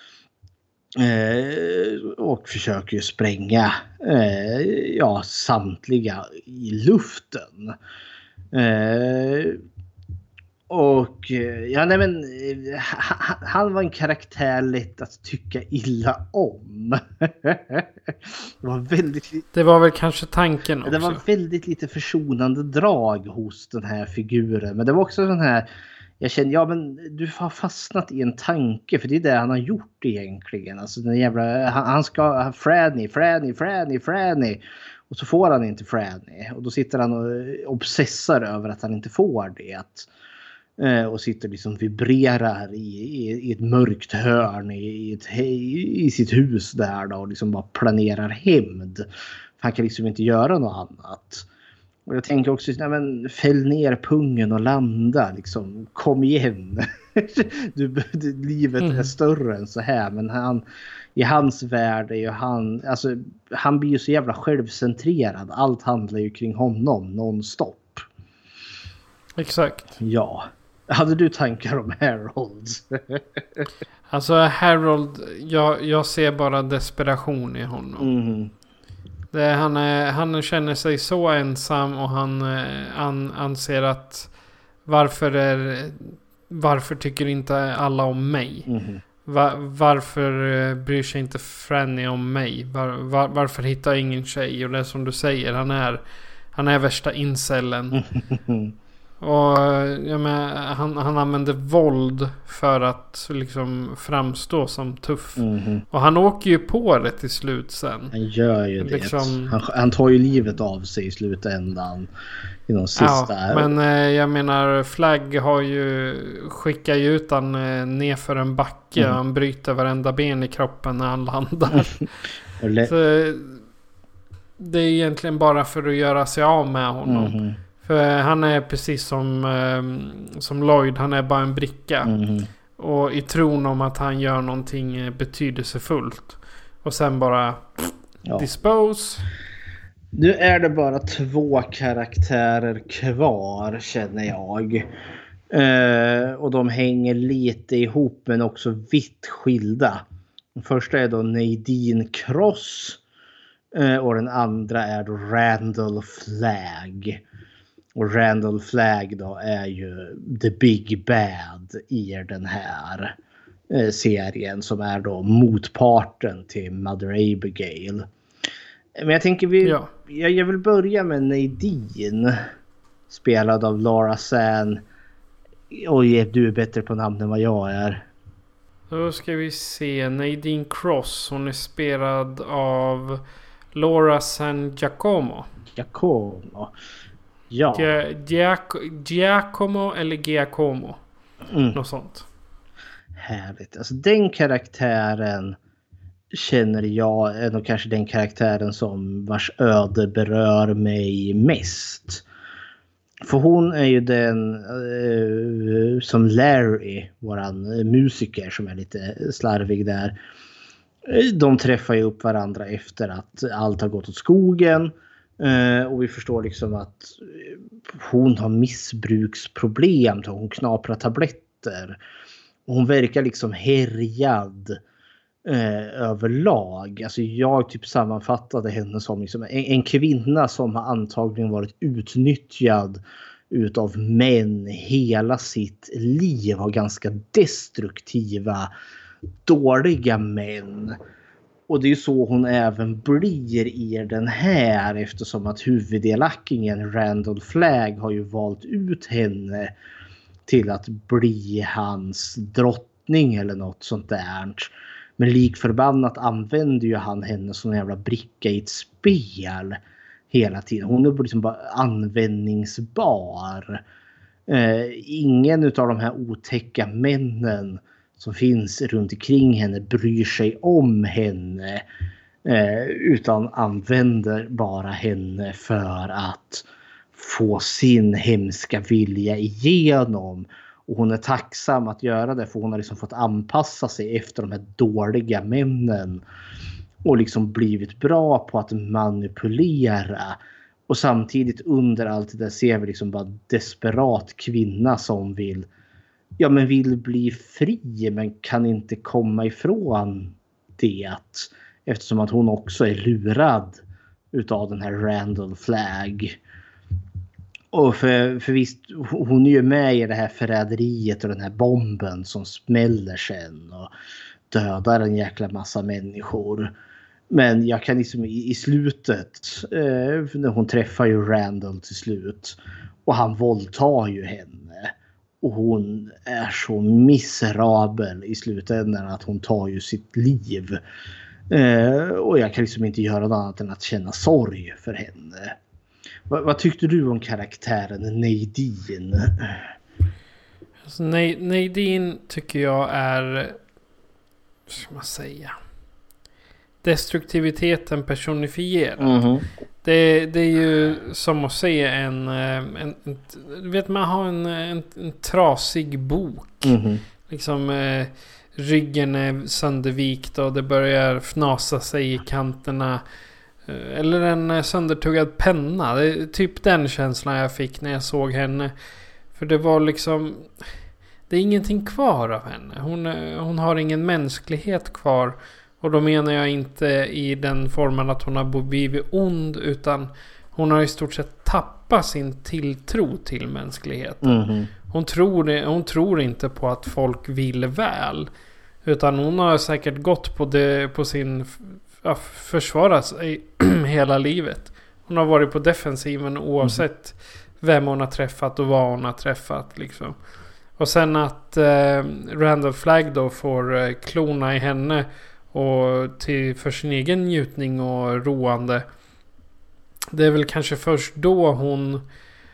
Och försöker ju spränga samtliga i luften. Han var en karaktär lätt att tycka illa om. Det var väl kanske tanken också. Det var väldigt lite försonande drag hos den här figuren. Men det var också sån här, jag kände, men du har fastnat i en tanke, för det är det han har gjort egentligen. Alltså den jävla, han ska ha Franny. Och så får han inte Franny. Och då sitter han och obsessar över att han inte får det. Och sitter liksom vibrerar i ett mörkt hörn i sitt hus där då, och liksom bara planerar hämnd. Han kan liksom inte göra något annat. Och jag tänker också, fäll ner pungen och landa liksom, kom igen. Livet är större än så här, men i hans värld är ju han blir ju så jävla självcentrerad. Allt handlar ju kring honom nonstop. Exakt. Ja. Hade du tankar om Harold? Alltså Harold, jag ser bara desperation i honom. Han känner sig så ensam, och han anser att varför tycker inte alla om mig? Varför bryr sig inte Franny om mig? Varför hittar ingen tjej? Och det är som du säger, han är värsta incellen. Och han använder våld för att liksom framstå som tuff. Och han åker ju på det till slut sen. Han gör ju liksom, det. Han tar ju livet av sig i slutändan. I de sista. Ja, men jag menar, Flagg skickar ju ut han ner för en backe. Och han bryter varenda ben i kroppen när han landar. Så det är egentligen bara för att göra sig av med honom. För han är precis som Lloyd, han är bara en bricka. Och i tron om att han gör någonting betydelsefullt. Och sen bara dispose. Nu är det bara 2 karaktärer kvar, känner jag. Och de hänger lite ihop, men också vitt skilda. Den första är då Nadine Cross. Och den andra är då Randall Flagg. Och Randall Flagg då är ju the big bad i den här serien, som är då motparten till Mother Abigail. Men jag tänker jag vill börja med Nadine, spelad av Laura San. Oj, du är bättre på namn än vad jag är. Då ska vi se. Nadine Cross, hon är spelad av Laura San Giacomo. Ja. Giacomo eller Giacomo. Något sånt. Härligt. Alltså den karaktären känner jag är nog kanske den karaktären som vars öde berör mig mest. För hon är ju den som Larry, våran musiker som är lite slarvig där. De träffar ju upp varandra efter att allt har gått åt skogen. Och vi förstår liksom att hon har missbruksproblem. Hon knaprar tabletter. Och hon verkar liksom härjad överlag. Alltså jag typ sammanfattade henne som liksom en kvinna som har antagligen varit utnyttjad utav män hela sitt liv. Har ganska destruktiva, dåliga män. Och det är ju så hon även blir i den här, eftersom att huvuddelakingen Randall Flagg har ju valt ut henne till att bli hans drottning eller något sånt där. Men likförbannat använder ju han henne som en jävla bricka i ett spel hela tiden. Hon är liksom bara användningsbar. Ingen av de här otäcka männen som finns runt omkring henne bryr sig om henne. Utan använder bara henne för att få sin hemska vilja igenom. Och hon är tacksam att göra det, för hon har liksom fått anpassa sig efter de här dåliga männen. Och liksom blivit bra på att manipulera. Och samtidigt under allt det där ser vi liksom bara desperat kvinna som vill bli fri men kan inte komma ifrån det. Eftersom att hon också är lurad utav den här Randall Flagg. Och för visst, hon är ju med i det här förräderiet och den här bomben som smäller sen och dödar en jäkla massa människor. Men jag kan liksom i slutet, när hon träffar ju Randall till slut och han våldtar ju henne. Och hon är så miserabel i slutändan att hon tar ju sitt liv. Och jag kan liksom inte göra något annat än att känna sorg för henne. Vad tyckte du om karaktären Nadine? Alltså, Nadine tycker jag är, vad ska man säga, destruktiviteten personifierad. Mm-hmm. Det är ju som att se en vet man har en trasig bok. Mm-hmm. Liksom ryggen är söndervikt och det börjar fnasa sig i kanterna. Eller en söndertuggad penna. Det är typ den känslan jag fick när jag såg henne. För det var liksom, det är ingenting kvar av henne. Hon har ingen mänsklighet kvar. Och då menar jag inte i den formen att hon har blivit ond, utan hon har i stort sett tappat sin tilltro till mänskligheten. Mm-hmm. Hon tror inte på att folk vill väl, utan hon har säkert gått på sin försvara sig hela livet. Hon har varit på defensiven oavsett vem hon har träffat och vad hon har träffat liksom. Och sen att Randall Flagg då får klona i henne och för sin egen njutning och roande. Det är väl kanske först då hon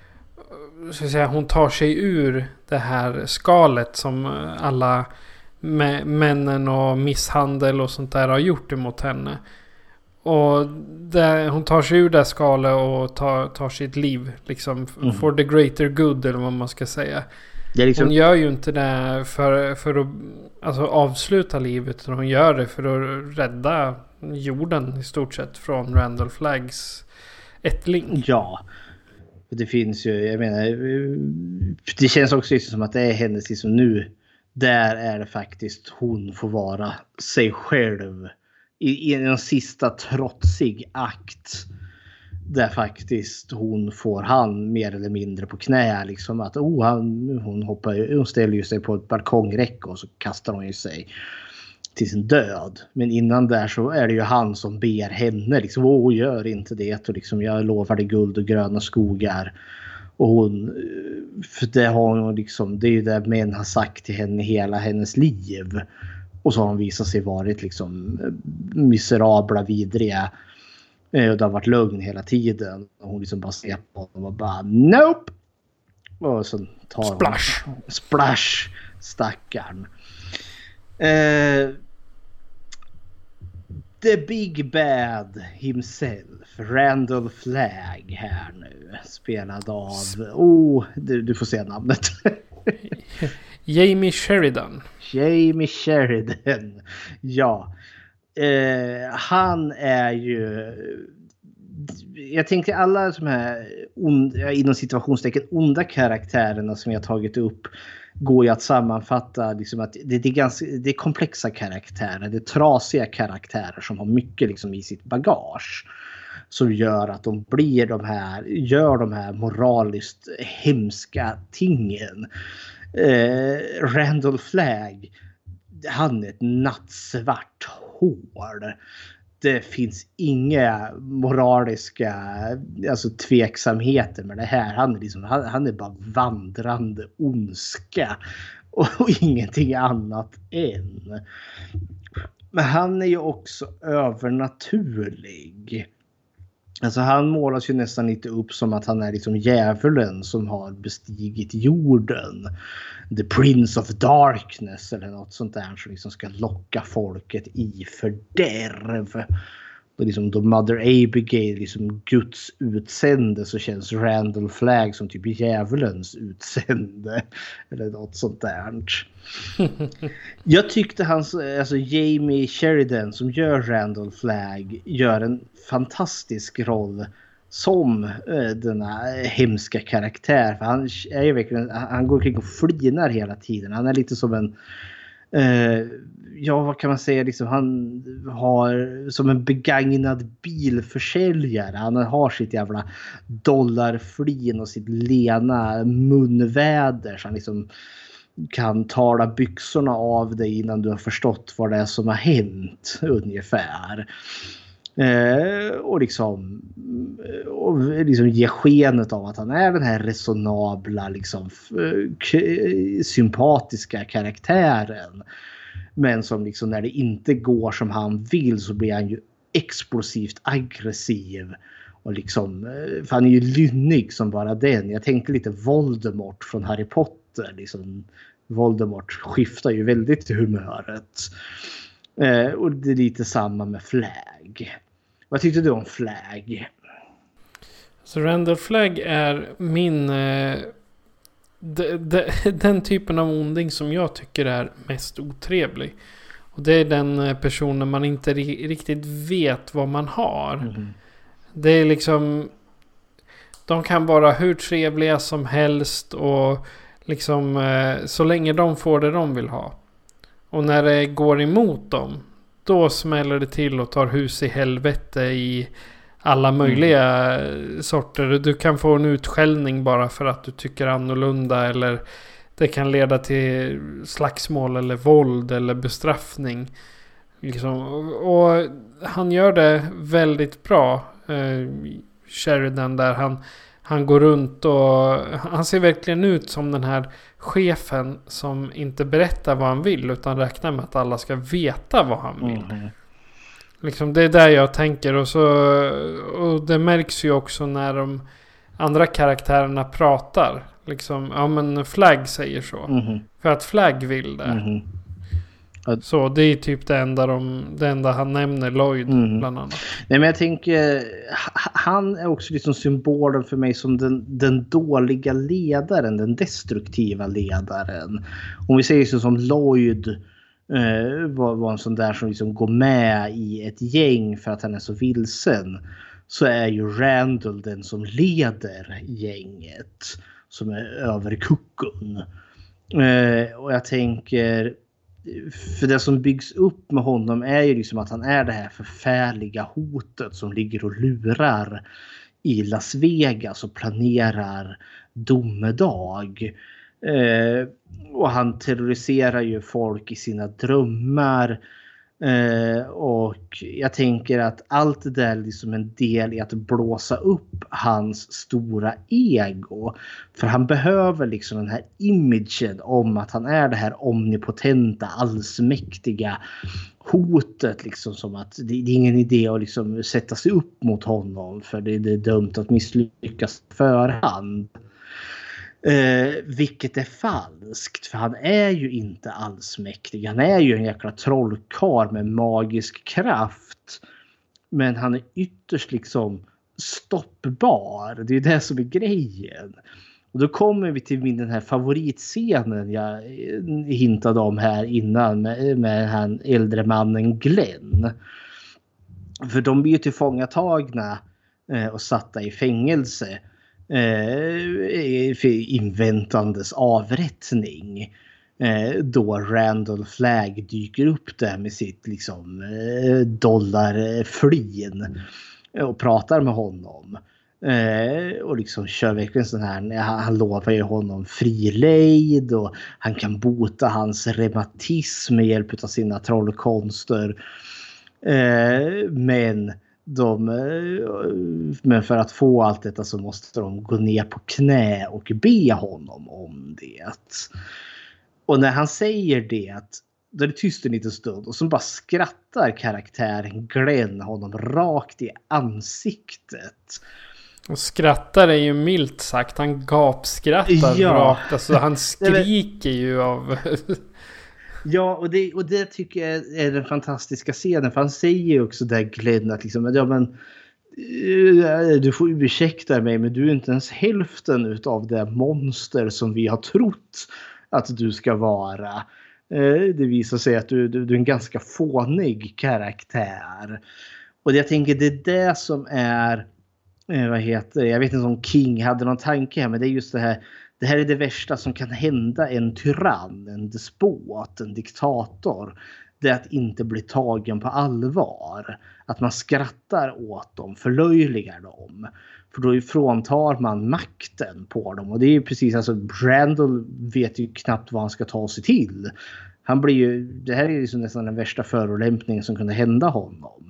tar sig ur det här skalet som alla männen och misshandel och sånt där har gjort emot henne. Och hon tar sig ur det skalet och tar sitt liv liksom for the greater good, eller vad man ska säga. Liksom... Hon gör ju inte det för att avsluta livet, utan hon gör det för att rädda jorden i stort sett från Randall Flaggs ättling. Ja, det finns ju, jag menar, det känns också som att det är hennes liksom nu. Där är det faktiskt hon får vara sig själv i en sista trotsig akt. Där faktiskt hon får han mer eller mindre på knä. Liksom att hon ställer ju sig på ett balkongräcke och så kastar hon ju sig till sin död. Men innan där så är det ju han som ber henne. Liksom, gör inte det. Och liksom, jag lovar dig guld och gröna skogar. Och hon, för det har hon liksom, det är ju det män har sagt till henne hela hennes liv. Och så har hon visat sig varit liksom miserabla, vidriga. Och det har varit lugn hela tiden. Och hon liksom bara ser på honom och bara nope. Och så tar splash stackarn. The Big Bad himself, Randall Flagg här nu, spelad av du får se namnet. Jamie Sheridan. Ja. Han är ju, jag tänker alla som här inom situationstecken onda karaktärerna som jag tagit upp går ju att sammanfatta liksom att det är komplexa karaktärer, det är trasiga karaktärer som har mycket liksom i sitt bagage som gör att de gör de här moraliskt hemska tingen. Randall Flagg, han är ett nattsvart hål. Det finns inga moraliska tveksamheter med det här. Han är bara vandrande ondska och ingenting annat än. Men han är ju också övernaturlig. Alltså han målas ju nästan lite upp som att han är liksom djävulen som har bestigit jorden. The Prince of Darkness eller något sånt där som liksom ska locka folket i fördärv. Och liksom då Mother Abigail liksom Guds utsände, så känns Randall Flagg som typ djävulens utsände. Eller något sånt där. Jag tyckte alltså Jamie Sheridan som gör Randall Flagg gör en fantastisk roll som denna hemska karaktär. För han är ju verkligen, han går kring och flinar hela tiden. Han är lite som en ja, vad kan man säga, liksom, han har som en begagnad bilförsäljare. Han har sitt jävla dollarflin och sitt lena munväder, så han liksom kan tala byxorna av dig innan du har förstått vad det är som har hänt ungefär. Och liksom ge skenet av att han är den här resonabla liksom sympatiska karaktären, men som liksom när det inte går som han vill så blir han ju explosivt aggressiv och liksom, för han är ju lynnig som bara den. Jag tänkte lite Voldemort från Harry Potter liksom. Voldemort skiftar ju väldigt i humöret. Och det är lite samma med Flagg. Vad tyckte du om Flagg? Så Randall Flagg är min den typen av onding som jag tycker är mest otrevlig. Och det är den personen man inte riktigt vet vad man har. Mm. Det är liksom, de kan vara hur trevliga som helst och liksom så länge de får det de vill ha. Och när det går emot dem, då smäller det till och tar hus i helvete i alla möjliga sorter. Du kan få en utskällning bara för att du tycker annorlunda, eller det kan leda till slagsmål eller våld eller bestraffning. Liksom. Och han gör det väldigt bra, Sheridan, där han går runt och han ser verkligen ut som den här chefen som inte berättar vad han vill utan räknar med att alla ska veta vad han vill. Liksom, det är där jag tänker, och det märks ju också när de andra karaktärerna pratar. Liksom, ja men Flagg säger så. För att Flagg vill det. Så det är typ det enda han nämner, Lloyd bland annat. Nej, men jag tänker, han är också liksom symbolen för mig som den dåliga ledaren, den destruktiva ledaren. Om vi säger så som Lloyd var en sån där som liksom går med i ett gäng för att han är så vilsen, så är ju Randall den som leder gänget, som är över kucken. Och jag tänker, för det som byggs upp med honom är ju liksom att han är det här förfärliga hotet som ligger och lurar i Las Vegas och planerar domedag. Och han terroriserar ju folk i sina drömmar. Och jag tänker att allt det där är liksom en del i att blåsa upp hans stora ego. För han behöver liksom den här imagen om att han är det här omnipotenta, allsmäktiga hotet. Liksom, som att det är ingen idé att liksom sätta sig upp mot honom, för det är dumt att misslyckas förhand. Vilket är falskt, för han är ju inte allsmäktig. Han är ju en jäkla trollkarl med magisk kraft, men han är ytterst liksom stoppbar. Det är det som är grejen. Och då kommer vi till den här favoritscenen jag hintade om här innan med han äldre mannen Glenn. För de blir ju tillfångatagna och satta i fängelse för inväntandes avrättning, då Randall Flagg dyker upp där med sitt liksom dollarflin och pratar med honom, och liksom kör verkligen sån här, han lovar ju honom frilejd och han kan bota hans reumatism med hjälp av sina trollkonster, men för att få allt detta så måste de gå ner på knä och be honom om det. Och när han säger det, Då är det tyst en liten stund och så bara skrattar karaktären Glenn honom rakt i ansiktet. Och skrattar är ju milt sagt. Han gapskrattar rakt. Alltså han skriker ju av... Ja, och det tycker jag är den fantastiska scenen. För han säger ju också där Glenn att liksom, ja men du får ursäkta mig, men du är inte ens hälften utav det monster som vi har trott att du ska vara. Det visar sig att du är en ganska fånig karaktär. Och jag tänker det är det som är jag vet inte om King hade någon tanke här, men det är just det här. Det här är det värsta som kan hända en tyrann, en despot, en diktator. Det är att inte bli tagen på allvar. Att man skrattar åt dem, förlöjligar dem. För då fråntar man makten på dem. Och det är ju precis, alltså Randall vet ju knappt vad han ska ta sig till. Han blir ju, det här är ju liksom nästan den värsta förolämpningen som kunde hända honom.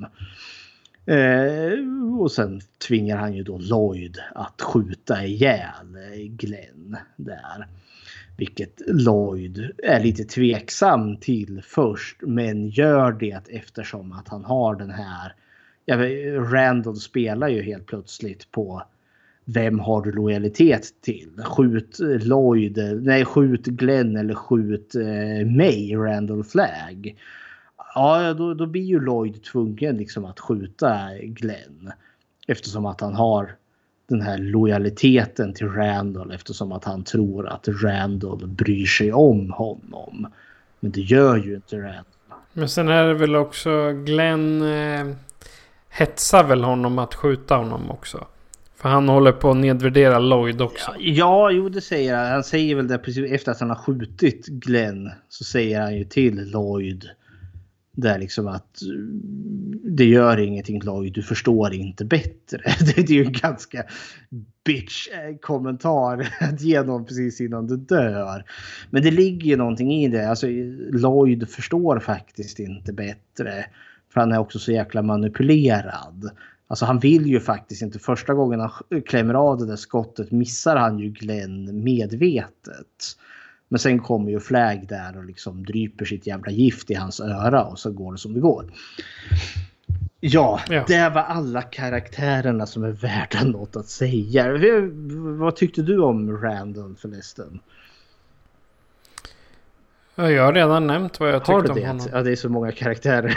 Och sen tvingar han ju då Lloyd att skjuta ihjäl Glenn där. Vilket Lloyd är lite tveksam till först, men gör det eftersom att han har den här... Randall spelar ju helt plötsligt på vem har du lojalitet till? Skjut Glenn eller skjut mig, Randall Flagg. Ja, då blir ju Lloyd tvungen liksom att skjuta Glenn. Eftersom att han har den här lojaliteten till Randall. Eftersom att han tror att Randall bryr sig om honom. Men det gör ju inte Randall. Men sen är det väl också Glenn hetsar väl honom att skjuta honom också. För han håller på att nedvärdera Lloyd också. Ja, det säger han. Han säger väl det precis efter att han har skjutit Glenn. Så säger han ju till Lloyd... Där liksom att det gör ingenting, Lloyd, du förstår inte bättre. Det är ju en ganska bitch kommentar att ge någon precis innan du dör. Men det ligger ju någonting i det. Alltså Lloyd förstår faktiskt inte bättre. För han är också så jäkla manipulerad. Alltså han vill ju faktiskt inte. Första gången han klämmer av det där skottet missar han ju Glenn medvetet. Men sen kommer ju Flagg där och liksom dryper sitt jävla gift i hans öra och så går det som det går. Ja, det var alla karaktärerna som är värda något att säga. Vad tyckte du om Randall förresten? Jag har redan nämnt vad jag tyckte om honom. Ja, det är så många karaktärer.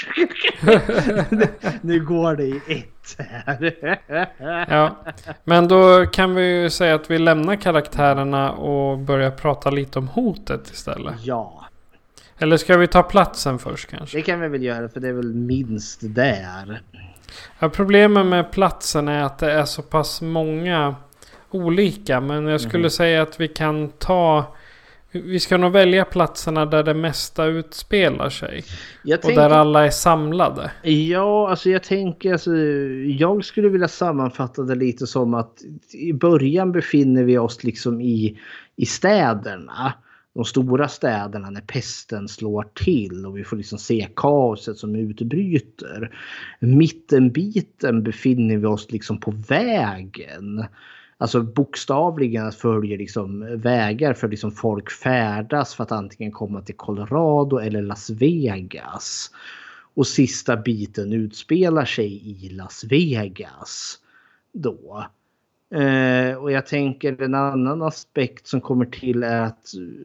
Nu går det i ett här. Ja, men då kan vi ju säga att vi lämnar karaktärerna och börjar prata lite om hotet istället. Ja. Eller ska vi ta platsen först kanske? Det kan vi väl göra, för det är väl minst där. Ja, problemet med platsen är att det är så pass många olika. Men jag skulle säga att vi kan ta... Vi ska nog välja platserna där det mesta utspelar sig. Och där alla är samlade. Ja, alltså jag tänker... Alltså, jag skulle vilja sammanfatta det lite som att i början befinner vi oss liksom i städerna. De stora städerna när pesten slår till. Och vi får liksom se kaoset som utbryter. Mittenbiten befinner vi oss liksom på vägen. Alltså bokstavligen följer liksom vägar för liksom folk färdas för att antingen komma till Colorado eller Las Vegas. Och sista biten utspelar sig i Las Vegas då. Och jag tänker en annan aspekt som kommer till är att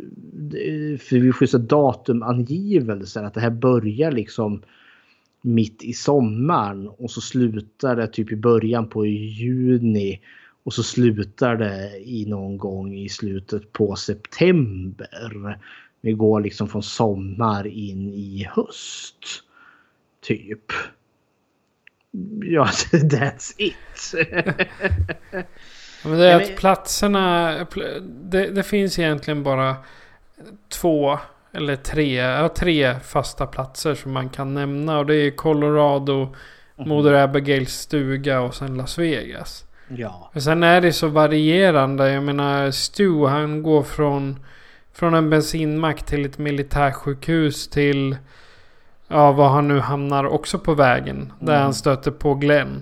för vi får så datumangivelser att det här börjar liksom mitt i sommaren och så slutar det typ i början på juni. Och så slutar det i någon gång i slutet på september. Vi går liksom från sommar in i höst. Typ. Ja, that's it. Men det är att platserna... Det finns egentligen bara 2 eller 3 fasta platser som man kan nämna. Och det är Colorado, Moder Abigails stuga och sen Las Vegas. Ja. Men sen är det så varierande. Jag menar, Stu han går från en bensinmack till ett militärsjukhus till var han nu hamnar också på vägen. Där han stöter på Glenn.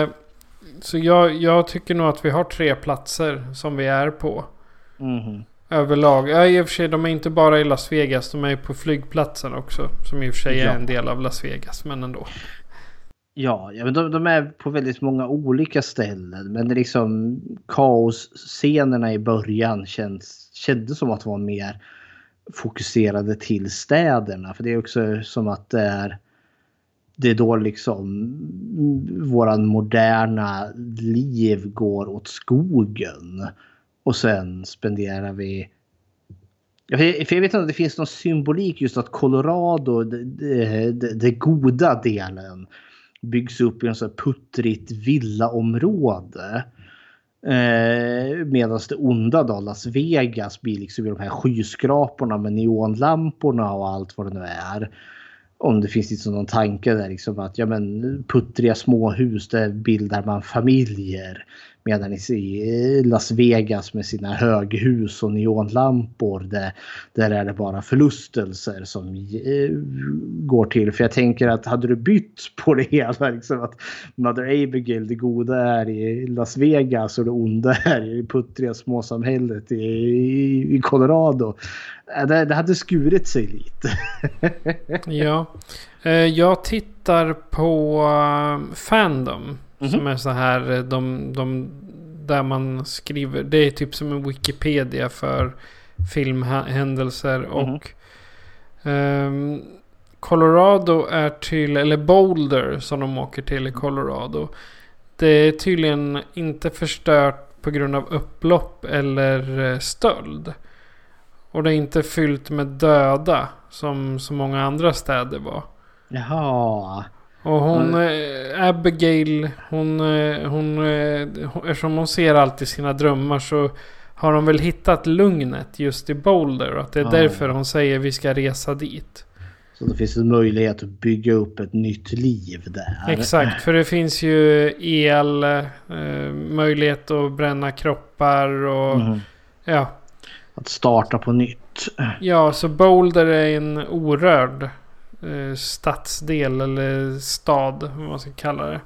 Så jag tycker nog att vi har 3 platser som vi är på. överlag. Ja, i och för sig, de är inte bara i Las Vegas. De är på flygplatsen också. Som i och för sig är en del av Las Vegas, men ändå. Ja, men de är på väldigt många olika ställen. Men det liksom kaosscenerna i början kändes som att de var mer fokuserade till städerna. För det är också som att det är då liksom våran moderna liv går åt skogen. Och sen spenderar vi... För jag vet inte om det finns någon symbolik just att Colorado, det goda delen, byggs upp i en så här puttrigt villaområde. Medan det onda då, Las Vegas, blir liksom i de här skyskraporna med neonlamporna och allt vad det nu är. Om det finns liksom någon tanke där liksom att puttriga småhus, där bildar man familjer. Medan i Las Vegas med sina höghus och neonlampor, där är det bara förlustelser som går till. För jag tänker att hade du bytt på det hela, liksom att Mother Abigail, det goda är i Las Vegas och det onda är i puttriga småsamhället i Colorado. Det hade skurit sig lite. Ja, jag tittar på Fandom. Som är så här, de där man skriver, det är typ som en Wikipedia för filmhändelser. Och Colorado är eller Boulder som de åker till i Colorado. Det är tydligen inte förstört på grund av upplopp eller stöld. Och det är inte fyllt med döda som så många andra städer var. Jaha. Och hon, Abigail, hon eftersom hon ser alltid sina drömmar, så har hon väl hittat lugnet just i Boulder. Och att det är därför hon säger vi ska resa dit. Så det finns en möjlighet att bygga upp ett nytt liv där. Exakt, för det finns ju möjlighet att bränna kroppar och att starta på nytt. Ja, så Boulder är en orörd stadsdel eller stad, vad man ska kalla det.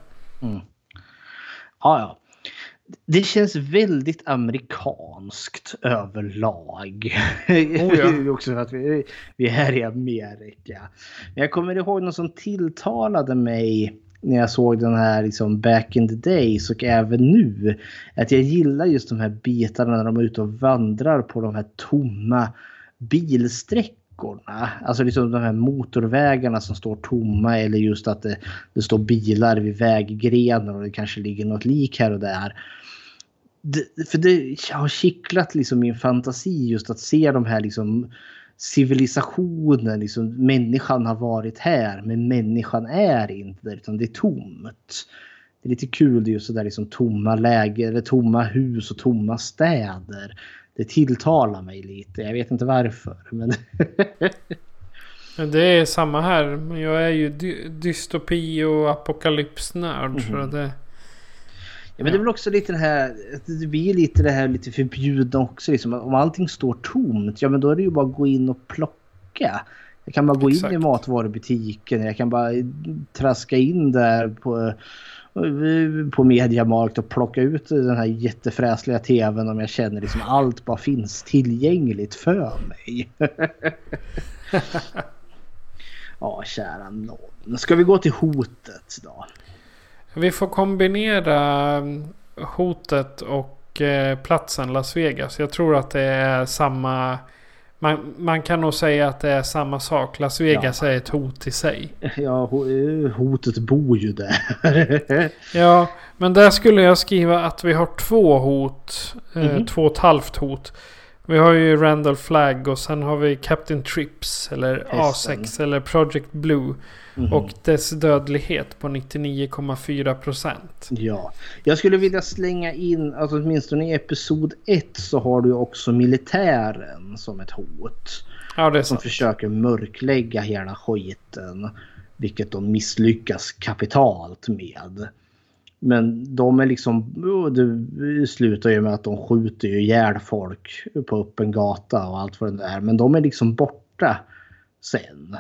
Ja. Det känns väldigt amerikanskt överlag. Också för att vi är här i Amerika. Men jag kommer ihåg något som tilltalade mig när jag såg den här liksom back in the days och även nu. Att jag gillar just de här bitarna när de är ute och vandrar på de här tomma bilsträckorna. Alltså liksom de här motorvägarna som står tomma, eller just att det står bilar vid väggrenar och det kanske ligger något lik här och där. För det har kittlat liksom min fantasi just att se de här liksom civilisationen, liksom människan har varit här men människan är inte där utan det är tomt. Det är lite kul just så där liksom tomma läger eller tomma hus och tomma städer. Det tilltalar mig lite. Jag vet inte varför. Men det är samma här. Men jag är ju dystopi och apokalypsnörd. Så det... Ja, men det är väl också lite det här. Det blir lite det här lite förbjudna också. Liksom. Om allting står tomt. Ja, men då är det ju bara att gå in och plocka. Jag kan bara gå in i matvarubutiken. Jag kan bara traska in där på Mediamarkt och plocka ut den här jättefräsliga tvn om jag känner liksom allt bara finns tillgängligt för mig. Ja, kära någon. Ska vi gå till hotet då? Vi får kombinera hotet och platsen Las Vegas. Jag tror att det är samma... Man kan nog säga att det är samma sak. Las Vegas är ett hot i sig. Ja, hotet bor ju där. Ja, men där skulle jag skriva att vi har 2 hot. 2,5 hot. Vi har ju Randall Flagg och sen har vi Captain Trips eller A6 eller Project Blue. Och dess dödlighet på 99,4%. Ja, jag skulle vilja slänga in, alltså åtminstone i episod 1 så har du också militären som ett hot. Ja, det är som försöker mörklägga hela skiten, vilket de misslyckas kapitalt med. Men de är liksom, det slutar ju med att de skjuter ju ihjäl folk på öppen gata och allt vad det är. Men de är liksom borta sen.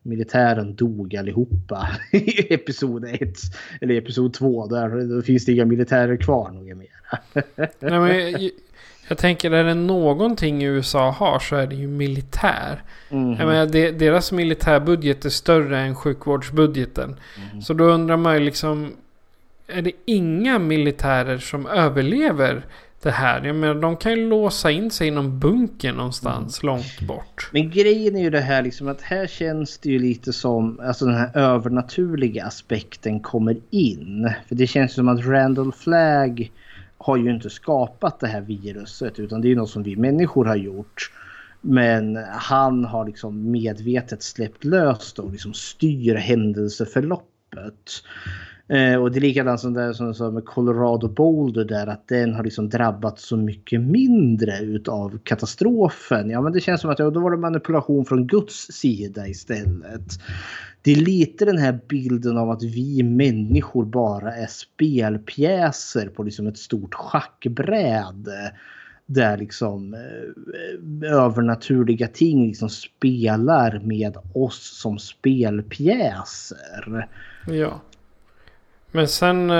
militären dog allihopa i episod 1 eller episod 2. Där finns det inga militärer kvar något mer. Nej, men jag tänker, är det någonting USA har så är det ju militär. Jag menar, deras militärbudget är större än sjukvårdsbudgeten. Så då undrar man ju liksom, är det inga militärer som överlever det här? Jag menar, de kan ju låsa in sig i någon bunker någonstans långt bort. Men grejen är ju det här liksom, att här känns det ju lite som, alltså den här övernaturliga aspekten kommer in. För det känns som att Randall Flagg har ju inte skapat det här viruset, utan det är något som vi människor har gjort. Men han har liksom medvetet släppt löst och liksom styr händelseförloppet. Och det är likadant som det som med Colorado Boulder där, att den har liksom drabbat så mycket mindre utav katastrofen. Ja, men det känns som att då var det manipulation från Guds sida istället. Det är lite den här bilden av att vi människor bara är spelpjäser på liksom ett stort schackbräde. Där liksom övernaturliga ting liksom spelar med oss som spelpjäser. Ja. Men sen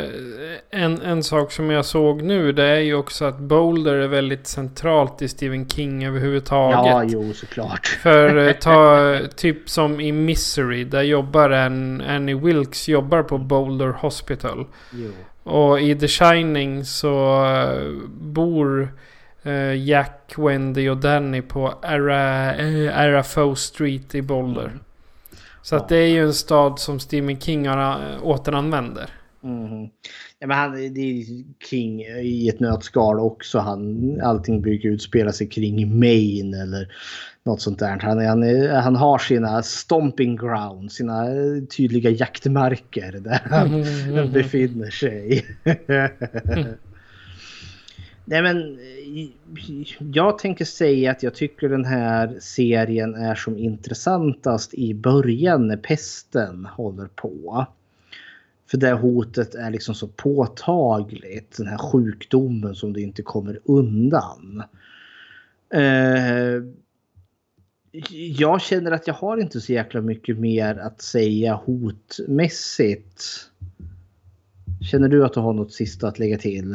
en sak som jag såg nu, det är ju också att Boulder är väldigt centralt i Stephen King överhuvudtaget. Ja, jo, såklart. För typ som i Misery, där jobbar Annie Wilkes jobbar på Boulder Hospital. Jo. Och i The Shining så bor Jack, Wendy och Danny på Arapahoe Street i Boulder. Så att det är ju en stad som Stephen King återanvänder. Ja, men det är King i ett nötskal också. Allting brukar utspela sig kring Maine eller något sånt där. Han har sina stomping grounds, sina tydliga jaktmarker där han befinner sig. Nej, men jag tänker säga att jag tycker den här serien är som intressantast i början när pesten håller på. För det hotet är liksom så påtagligt. Den här sjukdomen som du inte kommer undan. Jag känner att jag har inte så jäkla mycket mer att säga hotmässigt. Känner du att du har något sista att lägga till?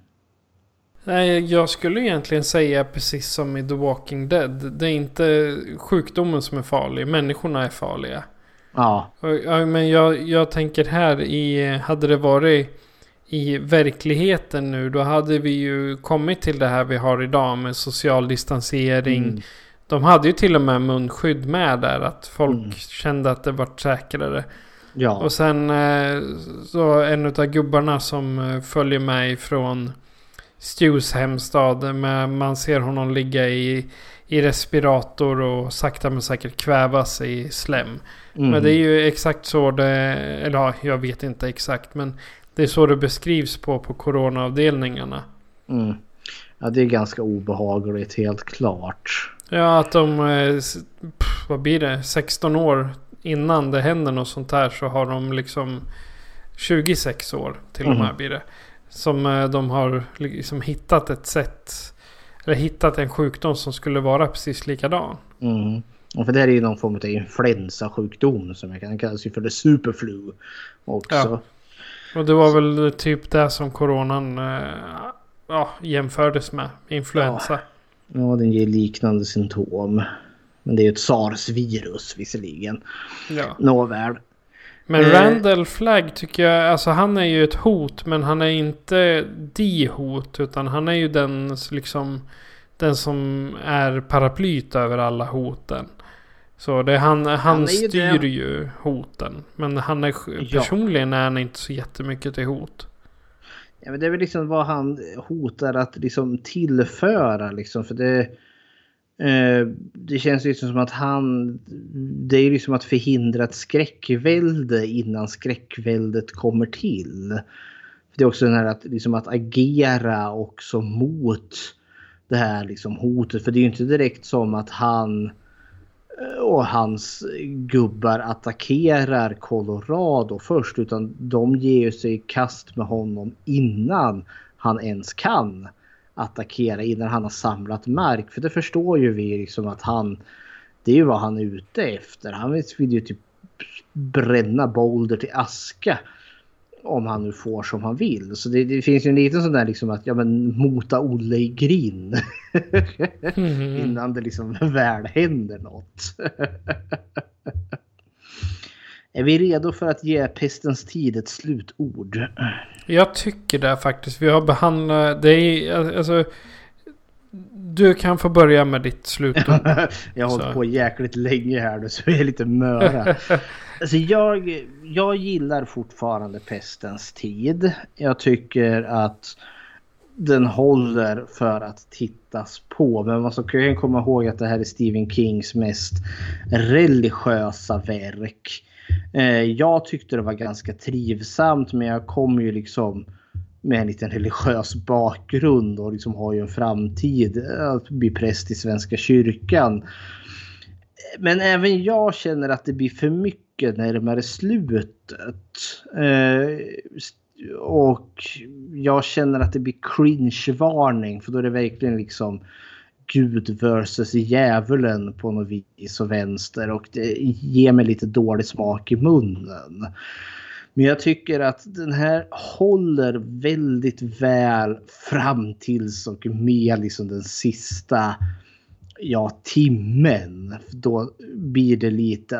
Nej, jag skulle egentligen säga precis som i The Walking Dead. Det är inte sjukdomen som är farlig. Människorna är farliga. Ja. Men jag tänker här hade det varit i verkligheten nu, då hade vi ju kommit till det här vi har idag med social distansering. De hade ju till och med munskydd med där, att folk kände att det var säkrare. Ja. Och sen så en av gubbarna som följer mig från Stews hemstad, man ser honom ligga i respirator och sakta men säkert kvävas i slem. Men det är ju exakt så det, eller ja, jag vet inte exakt, men det är så det beskrivs på coronaavdelningarna. Ja, det är ganska obehagligt, helt klart. Ja, att de vad blir det, 16 år innan det händer något sånt här så har de liksom 26 år till och med blir det. Som de har liksom hittat ett sätt, eller hittat en sjukdom som skulle vara precis likadan. Och för det är ju någon form av influensa-sjukdom som jag kan kalla sig för det superflu också. Ja. Och det var väl typ det som coronan jämfördes med. Influensa. Ja, den ger liknande symptom. Men det är ju ett SARS-virus visserligen. Ja. Nåväl. Men Randall Flagg tycker jag, alltså han är ju ett hot, men han är inte hot, utan han är ju den som är paraplyt över alla hoten. Så det han styr ju hoten, men han är personligen är han inte så jättemycket till hot. Ja, men det är väl liksom vad han hotar att liksom tillföra liksom, för det känns liksom som att det är liksom att förhindra ett skräckvälde innan skräckväldet kommer till. Det är också den här att agera också mot det här liksom hotet, för det är ju inte direkt som att han och hans gubbar attackerar Colorado först, utan de ger sig i kast med honom innan han ens kan attackera, innan han har samlat mark. För det förstår ju vi liksom att han Det är ju vad han är ute efter. Han vill ju typ bränna Boulder till aska om han nu får som han vill. Så det finns ju en liten sån där liksom att mota Olle i grin innan det liksom väl händer något. Är vi redo för att ge Pestens tid ett slutord? Jag tycker det faktiskt. Vi har behandlat det alltså du kan få börja med ditt slutord. Jag har hållit på jäkligt länge här nu, så jag är lite möra. Alltså jag gillar fortfarande Pestens tid. Jag tycker att den håller för att tittas på. Men man ska ju komma ihåg att det här är Stephen Kings mest religiösa verk. Jag tyckte det var ganska trivsamt, men jag kom ju liksom med en liten religiös bakgrund och liksom har ju en framtid att bli präst i Svenska kyrkan. Men även jag känner att det blir för mycket närmare slutet. Och jag känner att det blir cringe-varning, för då är det verkligen liksom Gud versus djävulen på något vis och vänster, och det ger mig lite dålig smak i munnen. Men jag tycker att den här håller väldigt väl fram tills och med liksom den sista timmen. Då blir det lite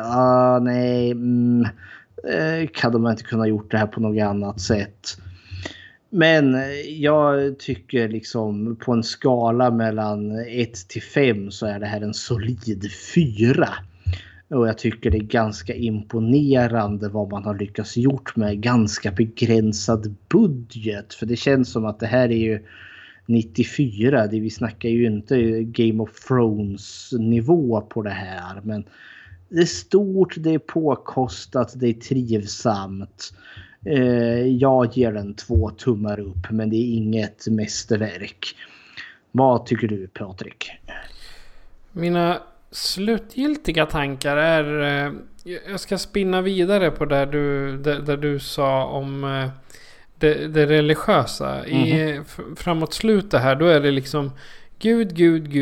kan de inte kunna gjort det här på något annat sätt. Men jag tycker liksom på en skala mellan 1 till 5 så är det här en solid 4. Och jag tycker det är ganska imponerande vad man har lyckats gjort med ganska begränsad budget. För det känns som att det här är ju 94. Vi snackar ju inte Game of Thrones nivå på det här. Men det är stort, det är påkostat, det är trivsamt. Jag ger den 2 tummar upp, men det är inget mästerverk. Vad tycker du, Patrik? Mina slutgiltiga tankar är... jag ska spinna vidare på där du sa om det religiösa. Framåt slutet här, då är det liksom Gud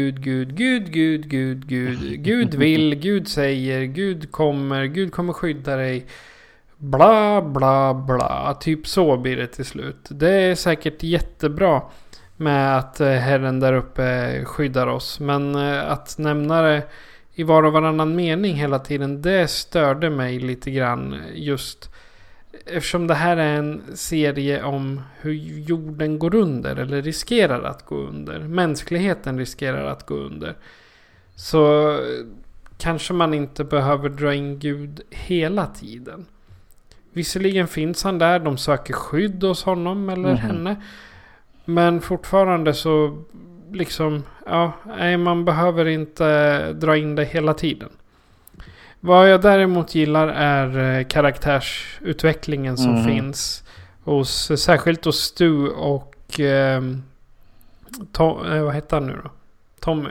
vill, Gud säger, Gud kommer skydda dig. Bla bla bla. Typ så blir det till slut. Det är säkert jättebra med att Herren där uppe skyddar oss. Men att nämna det i var och varannan mening hela tiden, det störde mig lite grann, just eftersom det här är en serie om hur jorden går under eller riskerar att gå under. Mänskligheten riskerar att gå under. Så kanske man inte behöver dra in Gud hela tiden. Visserligen finns han där, de söker skydd hos honom eller henne. Men fortfarande så liksom, man behöver inte dra in det hela tiden. Vad jag däremot gillar är karaktärsutvecklingen som finns särskilt hos Stu och vad heter han nu då? Tommy.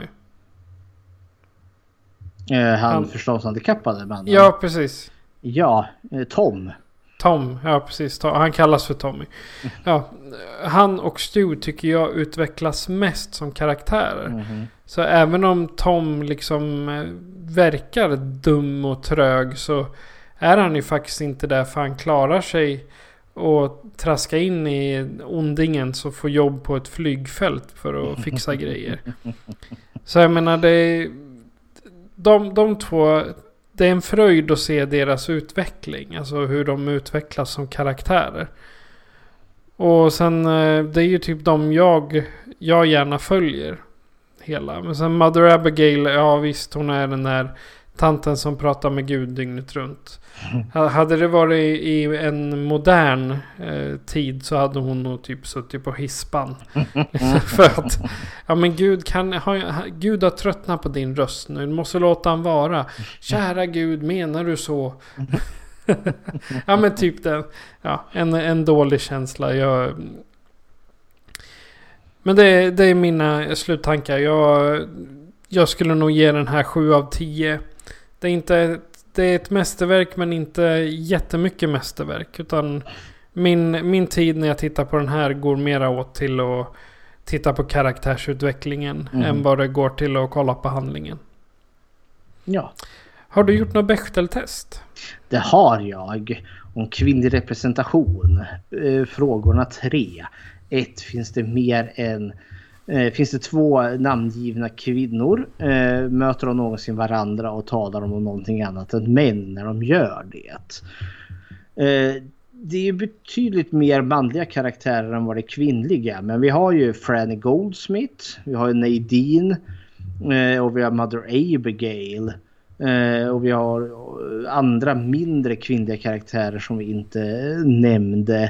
Han förståshandikappade man. Ja, precis. Ja, Tom, ja precis. Han kallas för Tommy. Ja, han och Stu tycker jag utvecklas mest som karaktärer. Så även om Tom liksom verkar dum och trög, så är han ju faktiskt inte där, för han klarar sig och traska in i ondingen så får jobb på ett flygfält för att fixa grejer. Så jag menar, de två, det är en fröjd att se deras utveckling, alltså hur de utvecklas som karaktärer. Och sen det är ju typ de jag gärna följer hela. Men sen Mother Abigail, ja visst, hon är den där tanten som pratar med Gud dygnet runt. Hade det varit i en modern tid så hade hon nog typ suttit på hispan. För att, men Gud har tröttnat på din röst nu. Du måste låta han vara. Kära Gud, menar du så? Ja, men typ det. Ja, en dålig känsla. Men det är mina sluttankar. Jag skulle nog ge den här 7 av 10. Det är ett mästerverk, men inte jättemycket mästerverk. Utan min tid när jag tittar på den här går mera åt till att titta på karaktärsutvecklingen än vad det går till att kolla på handlingen. Ja. Har du gjort något Bechdel-test? Det har jag. Om kvinnlig representation. Frågorna 3. 1. Finns det 2 namngivna kvinnor? Möter de någonsin varandra och talar om någonting annat än män när de gör det? Det är betydligt mer manliga karaktärer än vad det är kvinnliga. Men vi har ju Franny Goldsmith, vi har Nadine och vi har Mother Abigail. Och vi har andra mindre kvinnliga karaktärer som vi inte nämnde.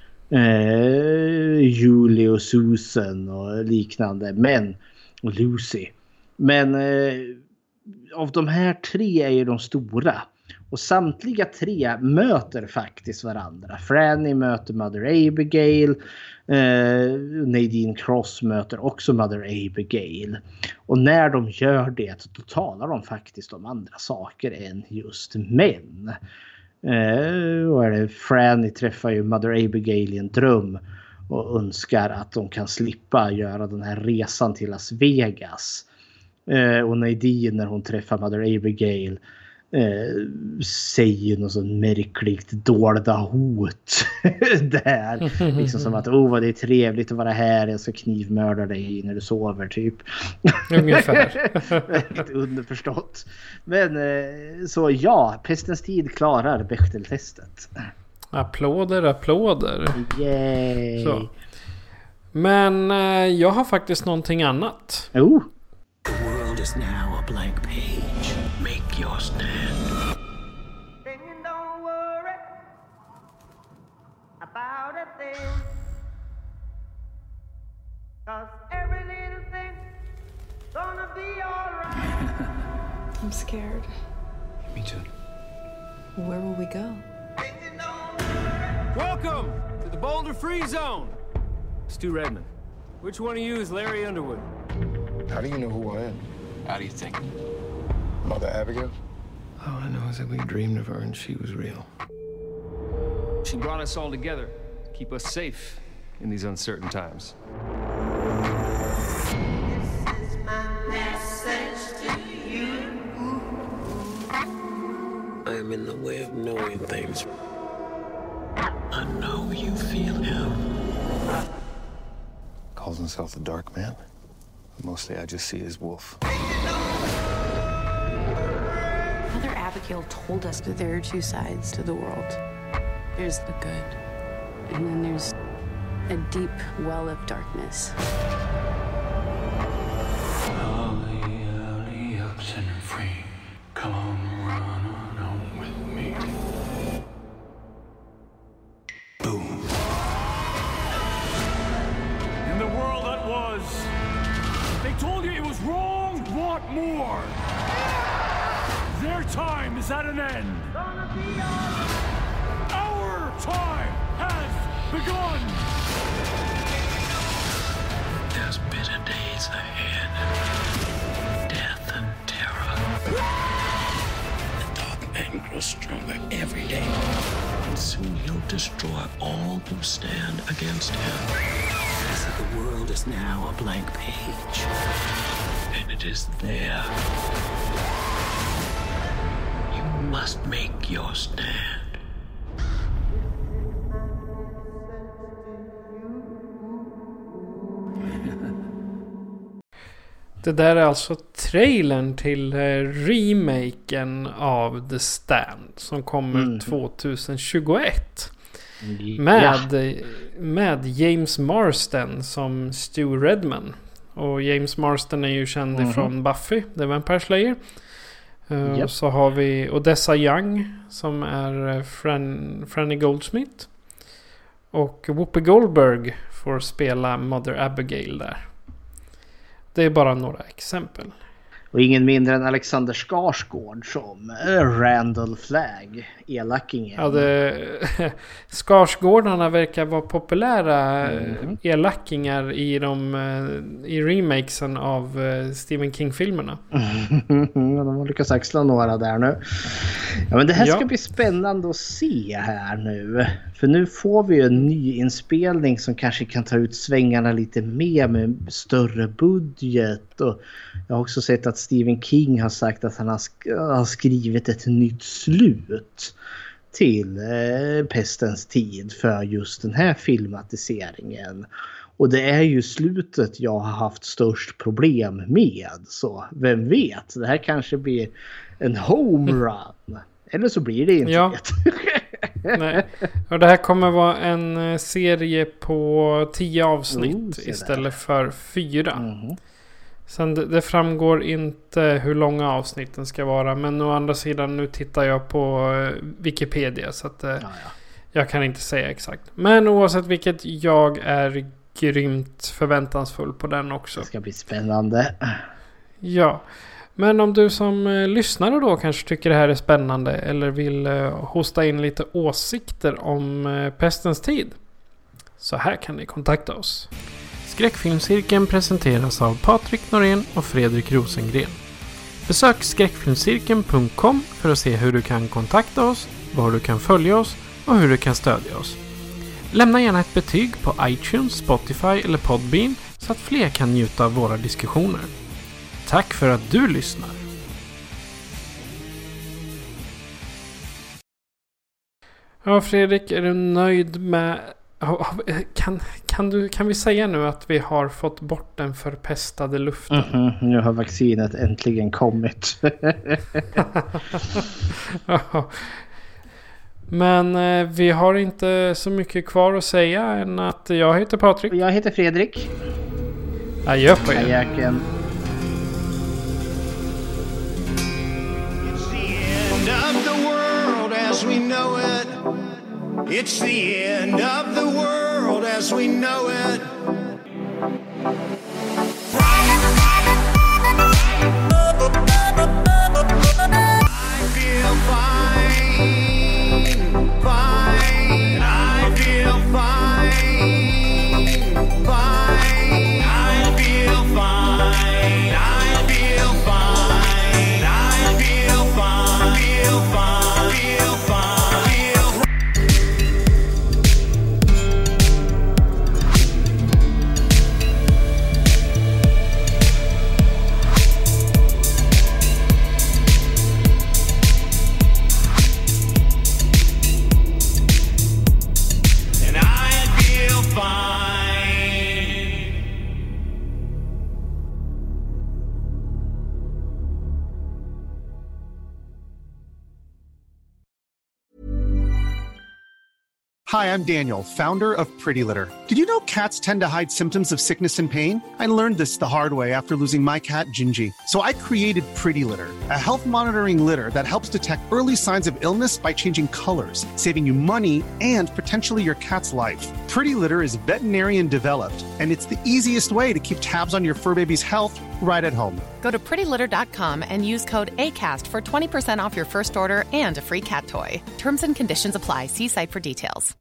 Julie och Susan och liknande. Och Lucy. Men av de här 3 är ju de stora. Och samtliga 3 möter faktiskt varandra. Franny möter Mother Abigail. Nadine Cross möter också Mother Abigail. Och när de gör det då talar de faktiskt om andra saker än just män. Franny träffar ju Mother Abigail i en dröm och önskar att de kan slippa göra den här resan till Las Vegas. Och Nadine, när hon träffar Mother Abigail, säger något så märkligt dolda hot där. Liksom som att vad det är trevligt att vara här, jag ska knivmörda dig när du sover typ. Ungefär. Lite underförstått. Men så ja, Pestens tid klarar Bechdel-testet. Applåder. Yay. Så. Men jag har faktiskt någonting annat. Oh. The world is now a blank page. Make your stand. Then you don't worry about a thing. 'Cause every little thing gonna be alright. I'm scared. Me too. Where will we go? Welcome to the Boulder Free Zone. Stu Redman. Which one of you is Larry Underwood? How do you know who I am? How do you think? Mother Abigail? All I know is that we dreamed of her and she was real. She brought us all together to keep us safe in these uncertain times. This is my message to you. I am in the way of knowing things. I know you feel him. Calls himself the Dark Man. Mostly I just see his wolf. Mother Abigail told us that there are 2 sides to the world. There's the good, and then there's a deep well of darkness. Ollie, up, set her free. Come on, run on home with me. Boom. In the world that was, they told you it was wrong. Want more? Their time is at an end. Our time has begun. There's bitter days ahead. Death and terror. The Dark Man grows stronger every day. And soon he'll destroy all who stand against him. So the world is now a blank page. And it is there. You must make your stand. Det där är alltså trailern till remaken av The Stand som kommer 2021. Med James Marsden som Stu Redman. Och James Marsden är ju känd från Buffy, The Vampire Slayer. Så har vi Odessa Young som är Franny Goldsmith. Och Whoopi Goldberg får spela Mother Abigail där. Det är bara några exempel. Och ingen mindre än Alexander Skarsgård som Randall Flagg, elakingen. Ja, Skarsgårdarna verkar vara populära elakingar i remakesen av Stephen King-filmerna. De har lyckats axla några där nu. Ja, men det här ska bli spännande att se här nu. För nu får vi en ny inspelning som kanske kan ta ut svängarna lite mer med större budget. Och jag har också sett att Stephen King har sagt att han har skrivit ett nytt slut till Pestens tid för just den här filmatiseringen. Och det är ju slutet jag har haft störst problem med. Så vem vet, det här kanske blir en home run. Eller så blir det inte. Ja. Nej. Och det här kommer vara en serie på 10 avsnitt istället för 4. Sen det framgår inte hur långa avsnitten ska vara. Men å andra sidan, nu tittar jag på Wikipedia. Så att jag kan inte säga exakt. Men oavsett vilket, jag är grymt förväntansfull på den också. Det ska bli spännande. Ja. Men om du som lyssnare då kanske tycker det här är spännande eller vill hosta in lite åsikter om Pestens tid, så här kan ni kontakta oss. Skräckfilmscirkeln presenteras av Patrik Norén och Fredrik Rosengren. Besök skräckfilmscirkeln.com för att se hur du kan kontakta oss, var du kan följa oss och hur du kan stödja oss. Lämna gärna ett betyg på iTunes, Spotify eller Podbean så att fler kan njuta av våra diskussioner. Tack för att du lyssnar. Ja, Fredrik, är du nöjd med... Kan vi säga nu att vi har fått bort den förpestade luften? Nu har vaccinet äntligen kommit. Men vi har inte så mycket kvar att säga än att jag heter Patrik. Jag heter Fredrik. Adjö på er. Adjöken. Of the world as we know it. It's the end of the world as we know it. I feel fine, fine. I feel fine, fine. I feel fine. I feel fine. I feel fine. Feel fine. Feel fine. Feel. And I feel fine. Hi, I'm Daniel, founder of Pretty Litter. Did you know cats tend to hide symptoms of sickness and pain? I learned this the hard way after losing my cat, Gingy. So I created Pretty Litter, a health monitoring litter that helps detect early signs of illness by changing colors, saving you money and potentially your cat's life. Pretty Litter is veterinarian developed, and it's the easiest way to keep tabs on your fur baby's health right at home. Go to prettylitter.com and use code ACAST for 20% off your first order and a free cat toy. Terms and conditions apply. See site for details.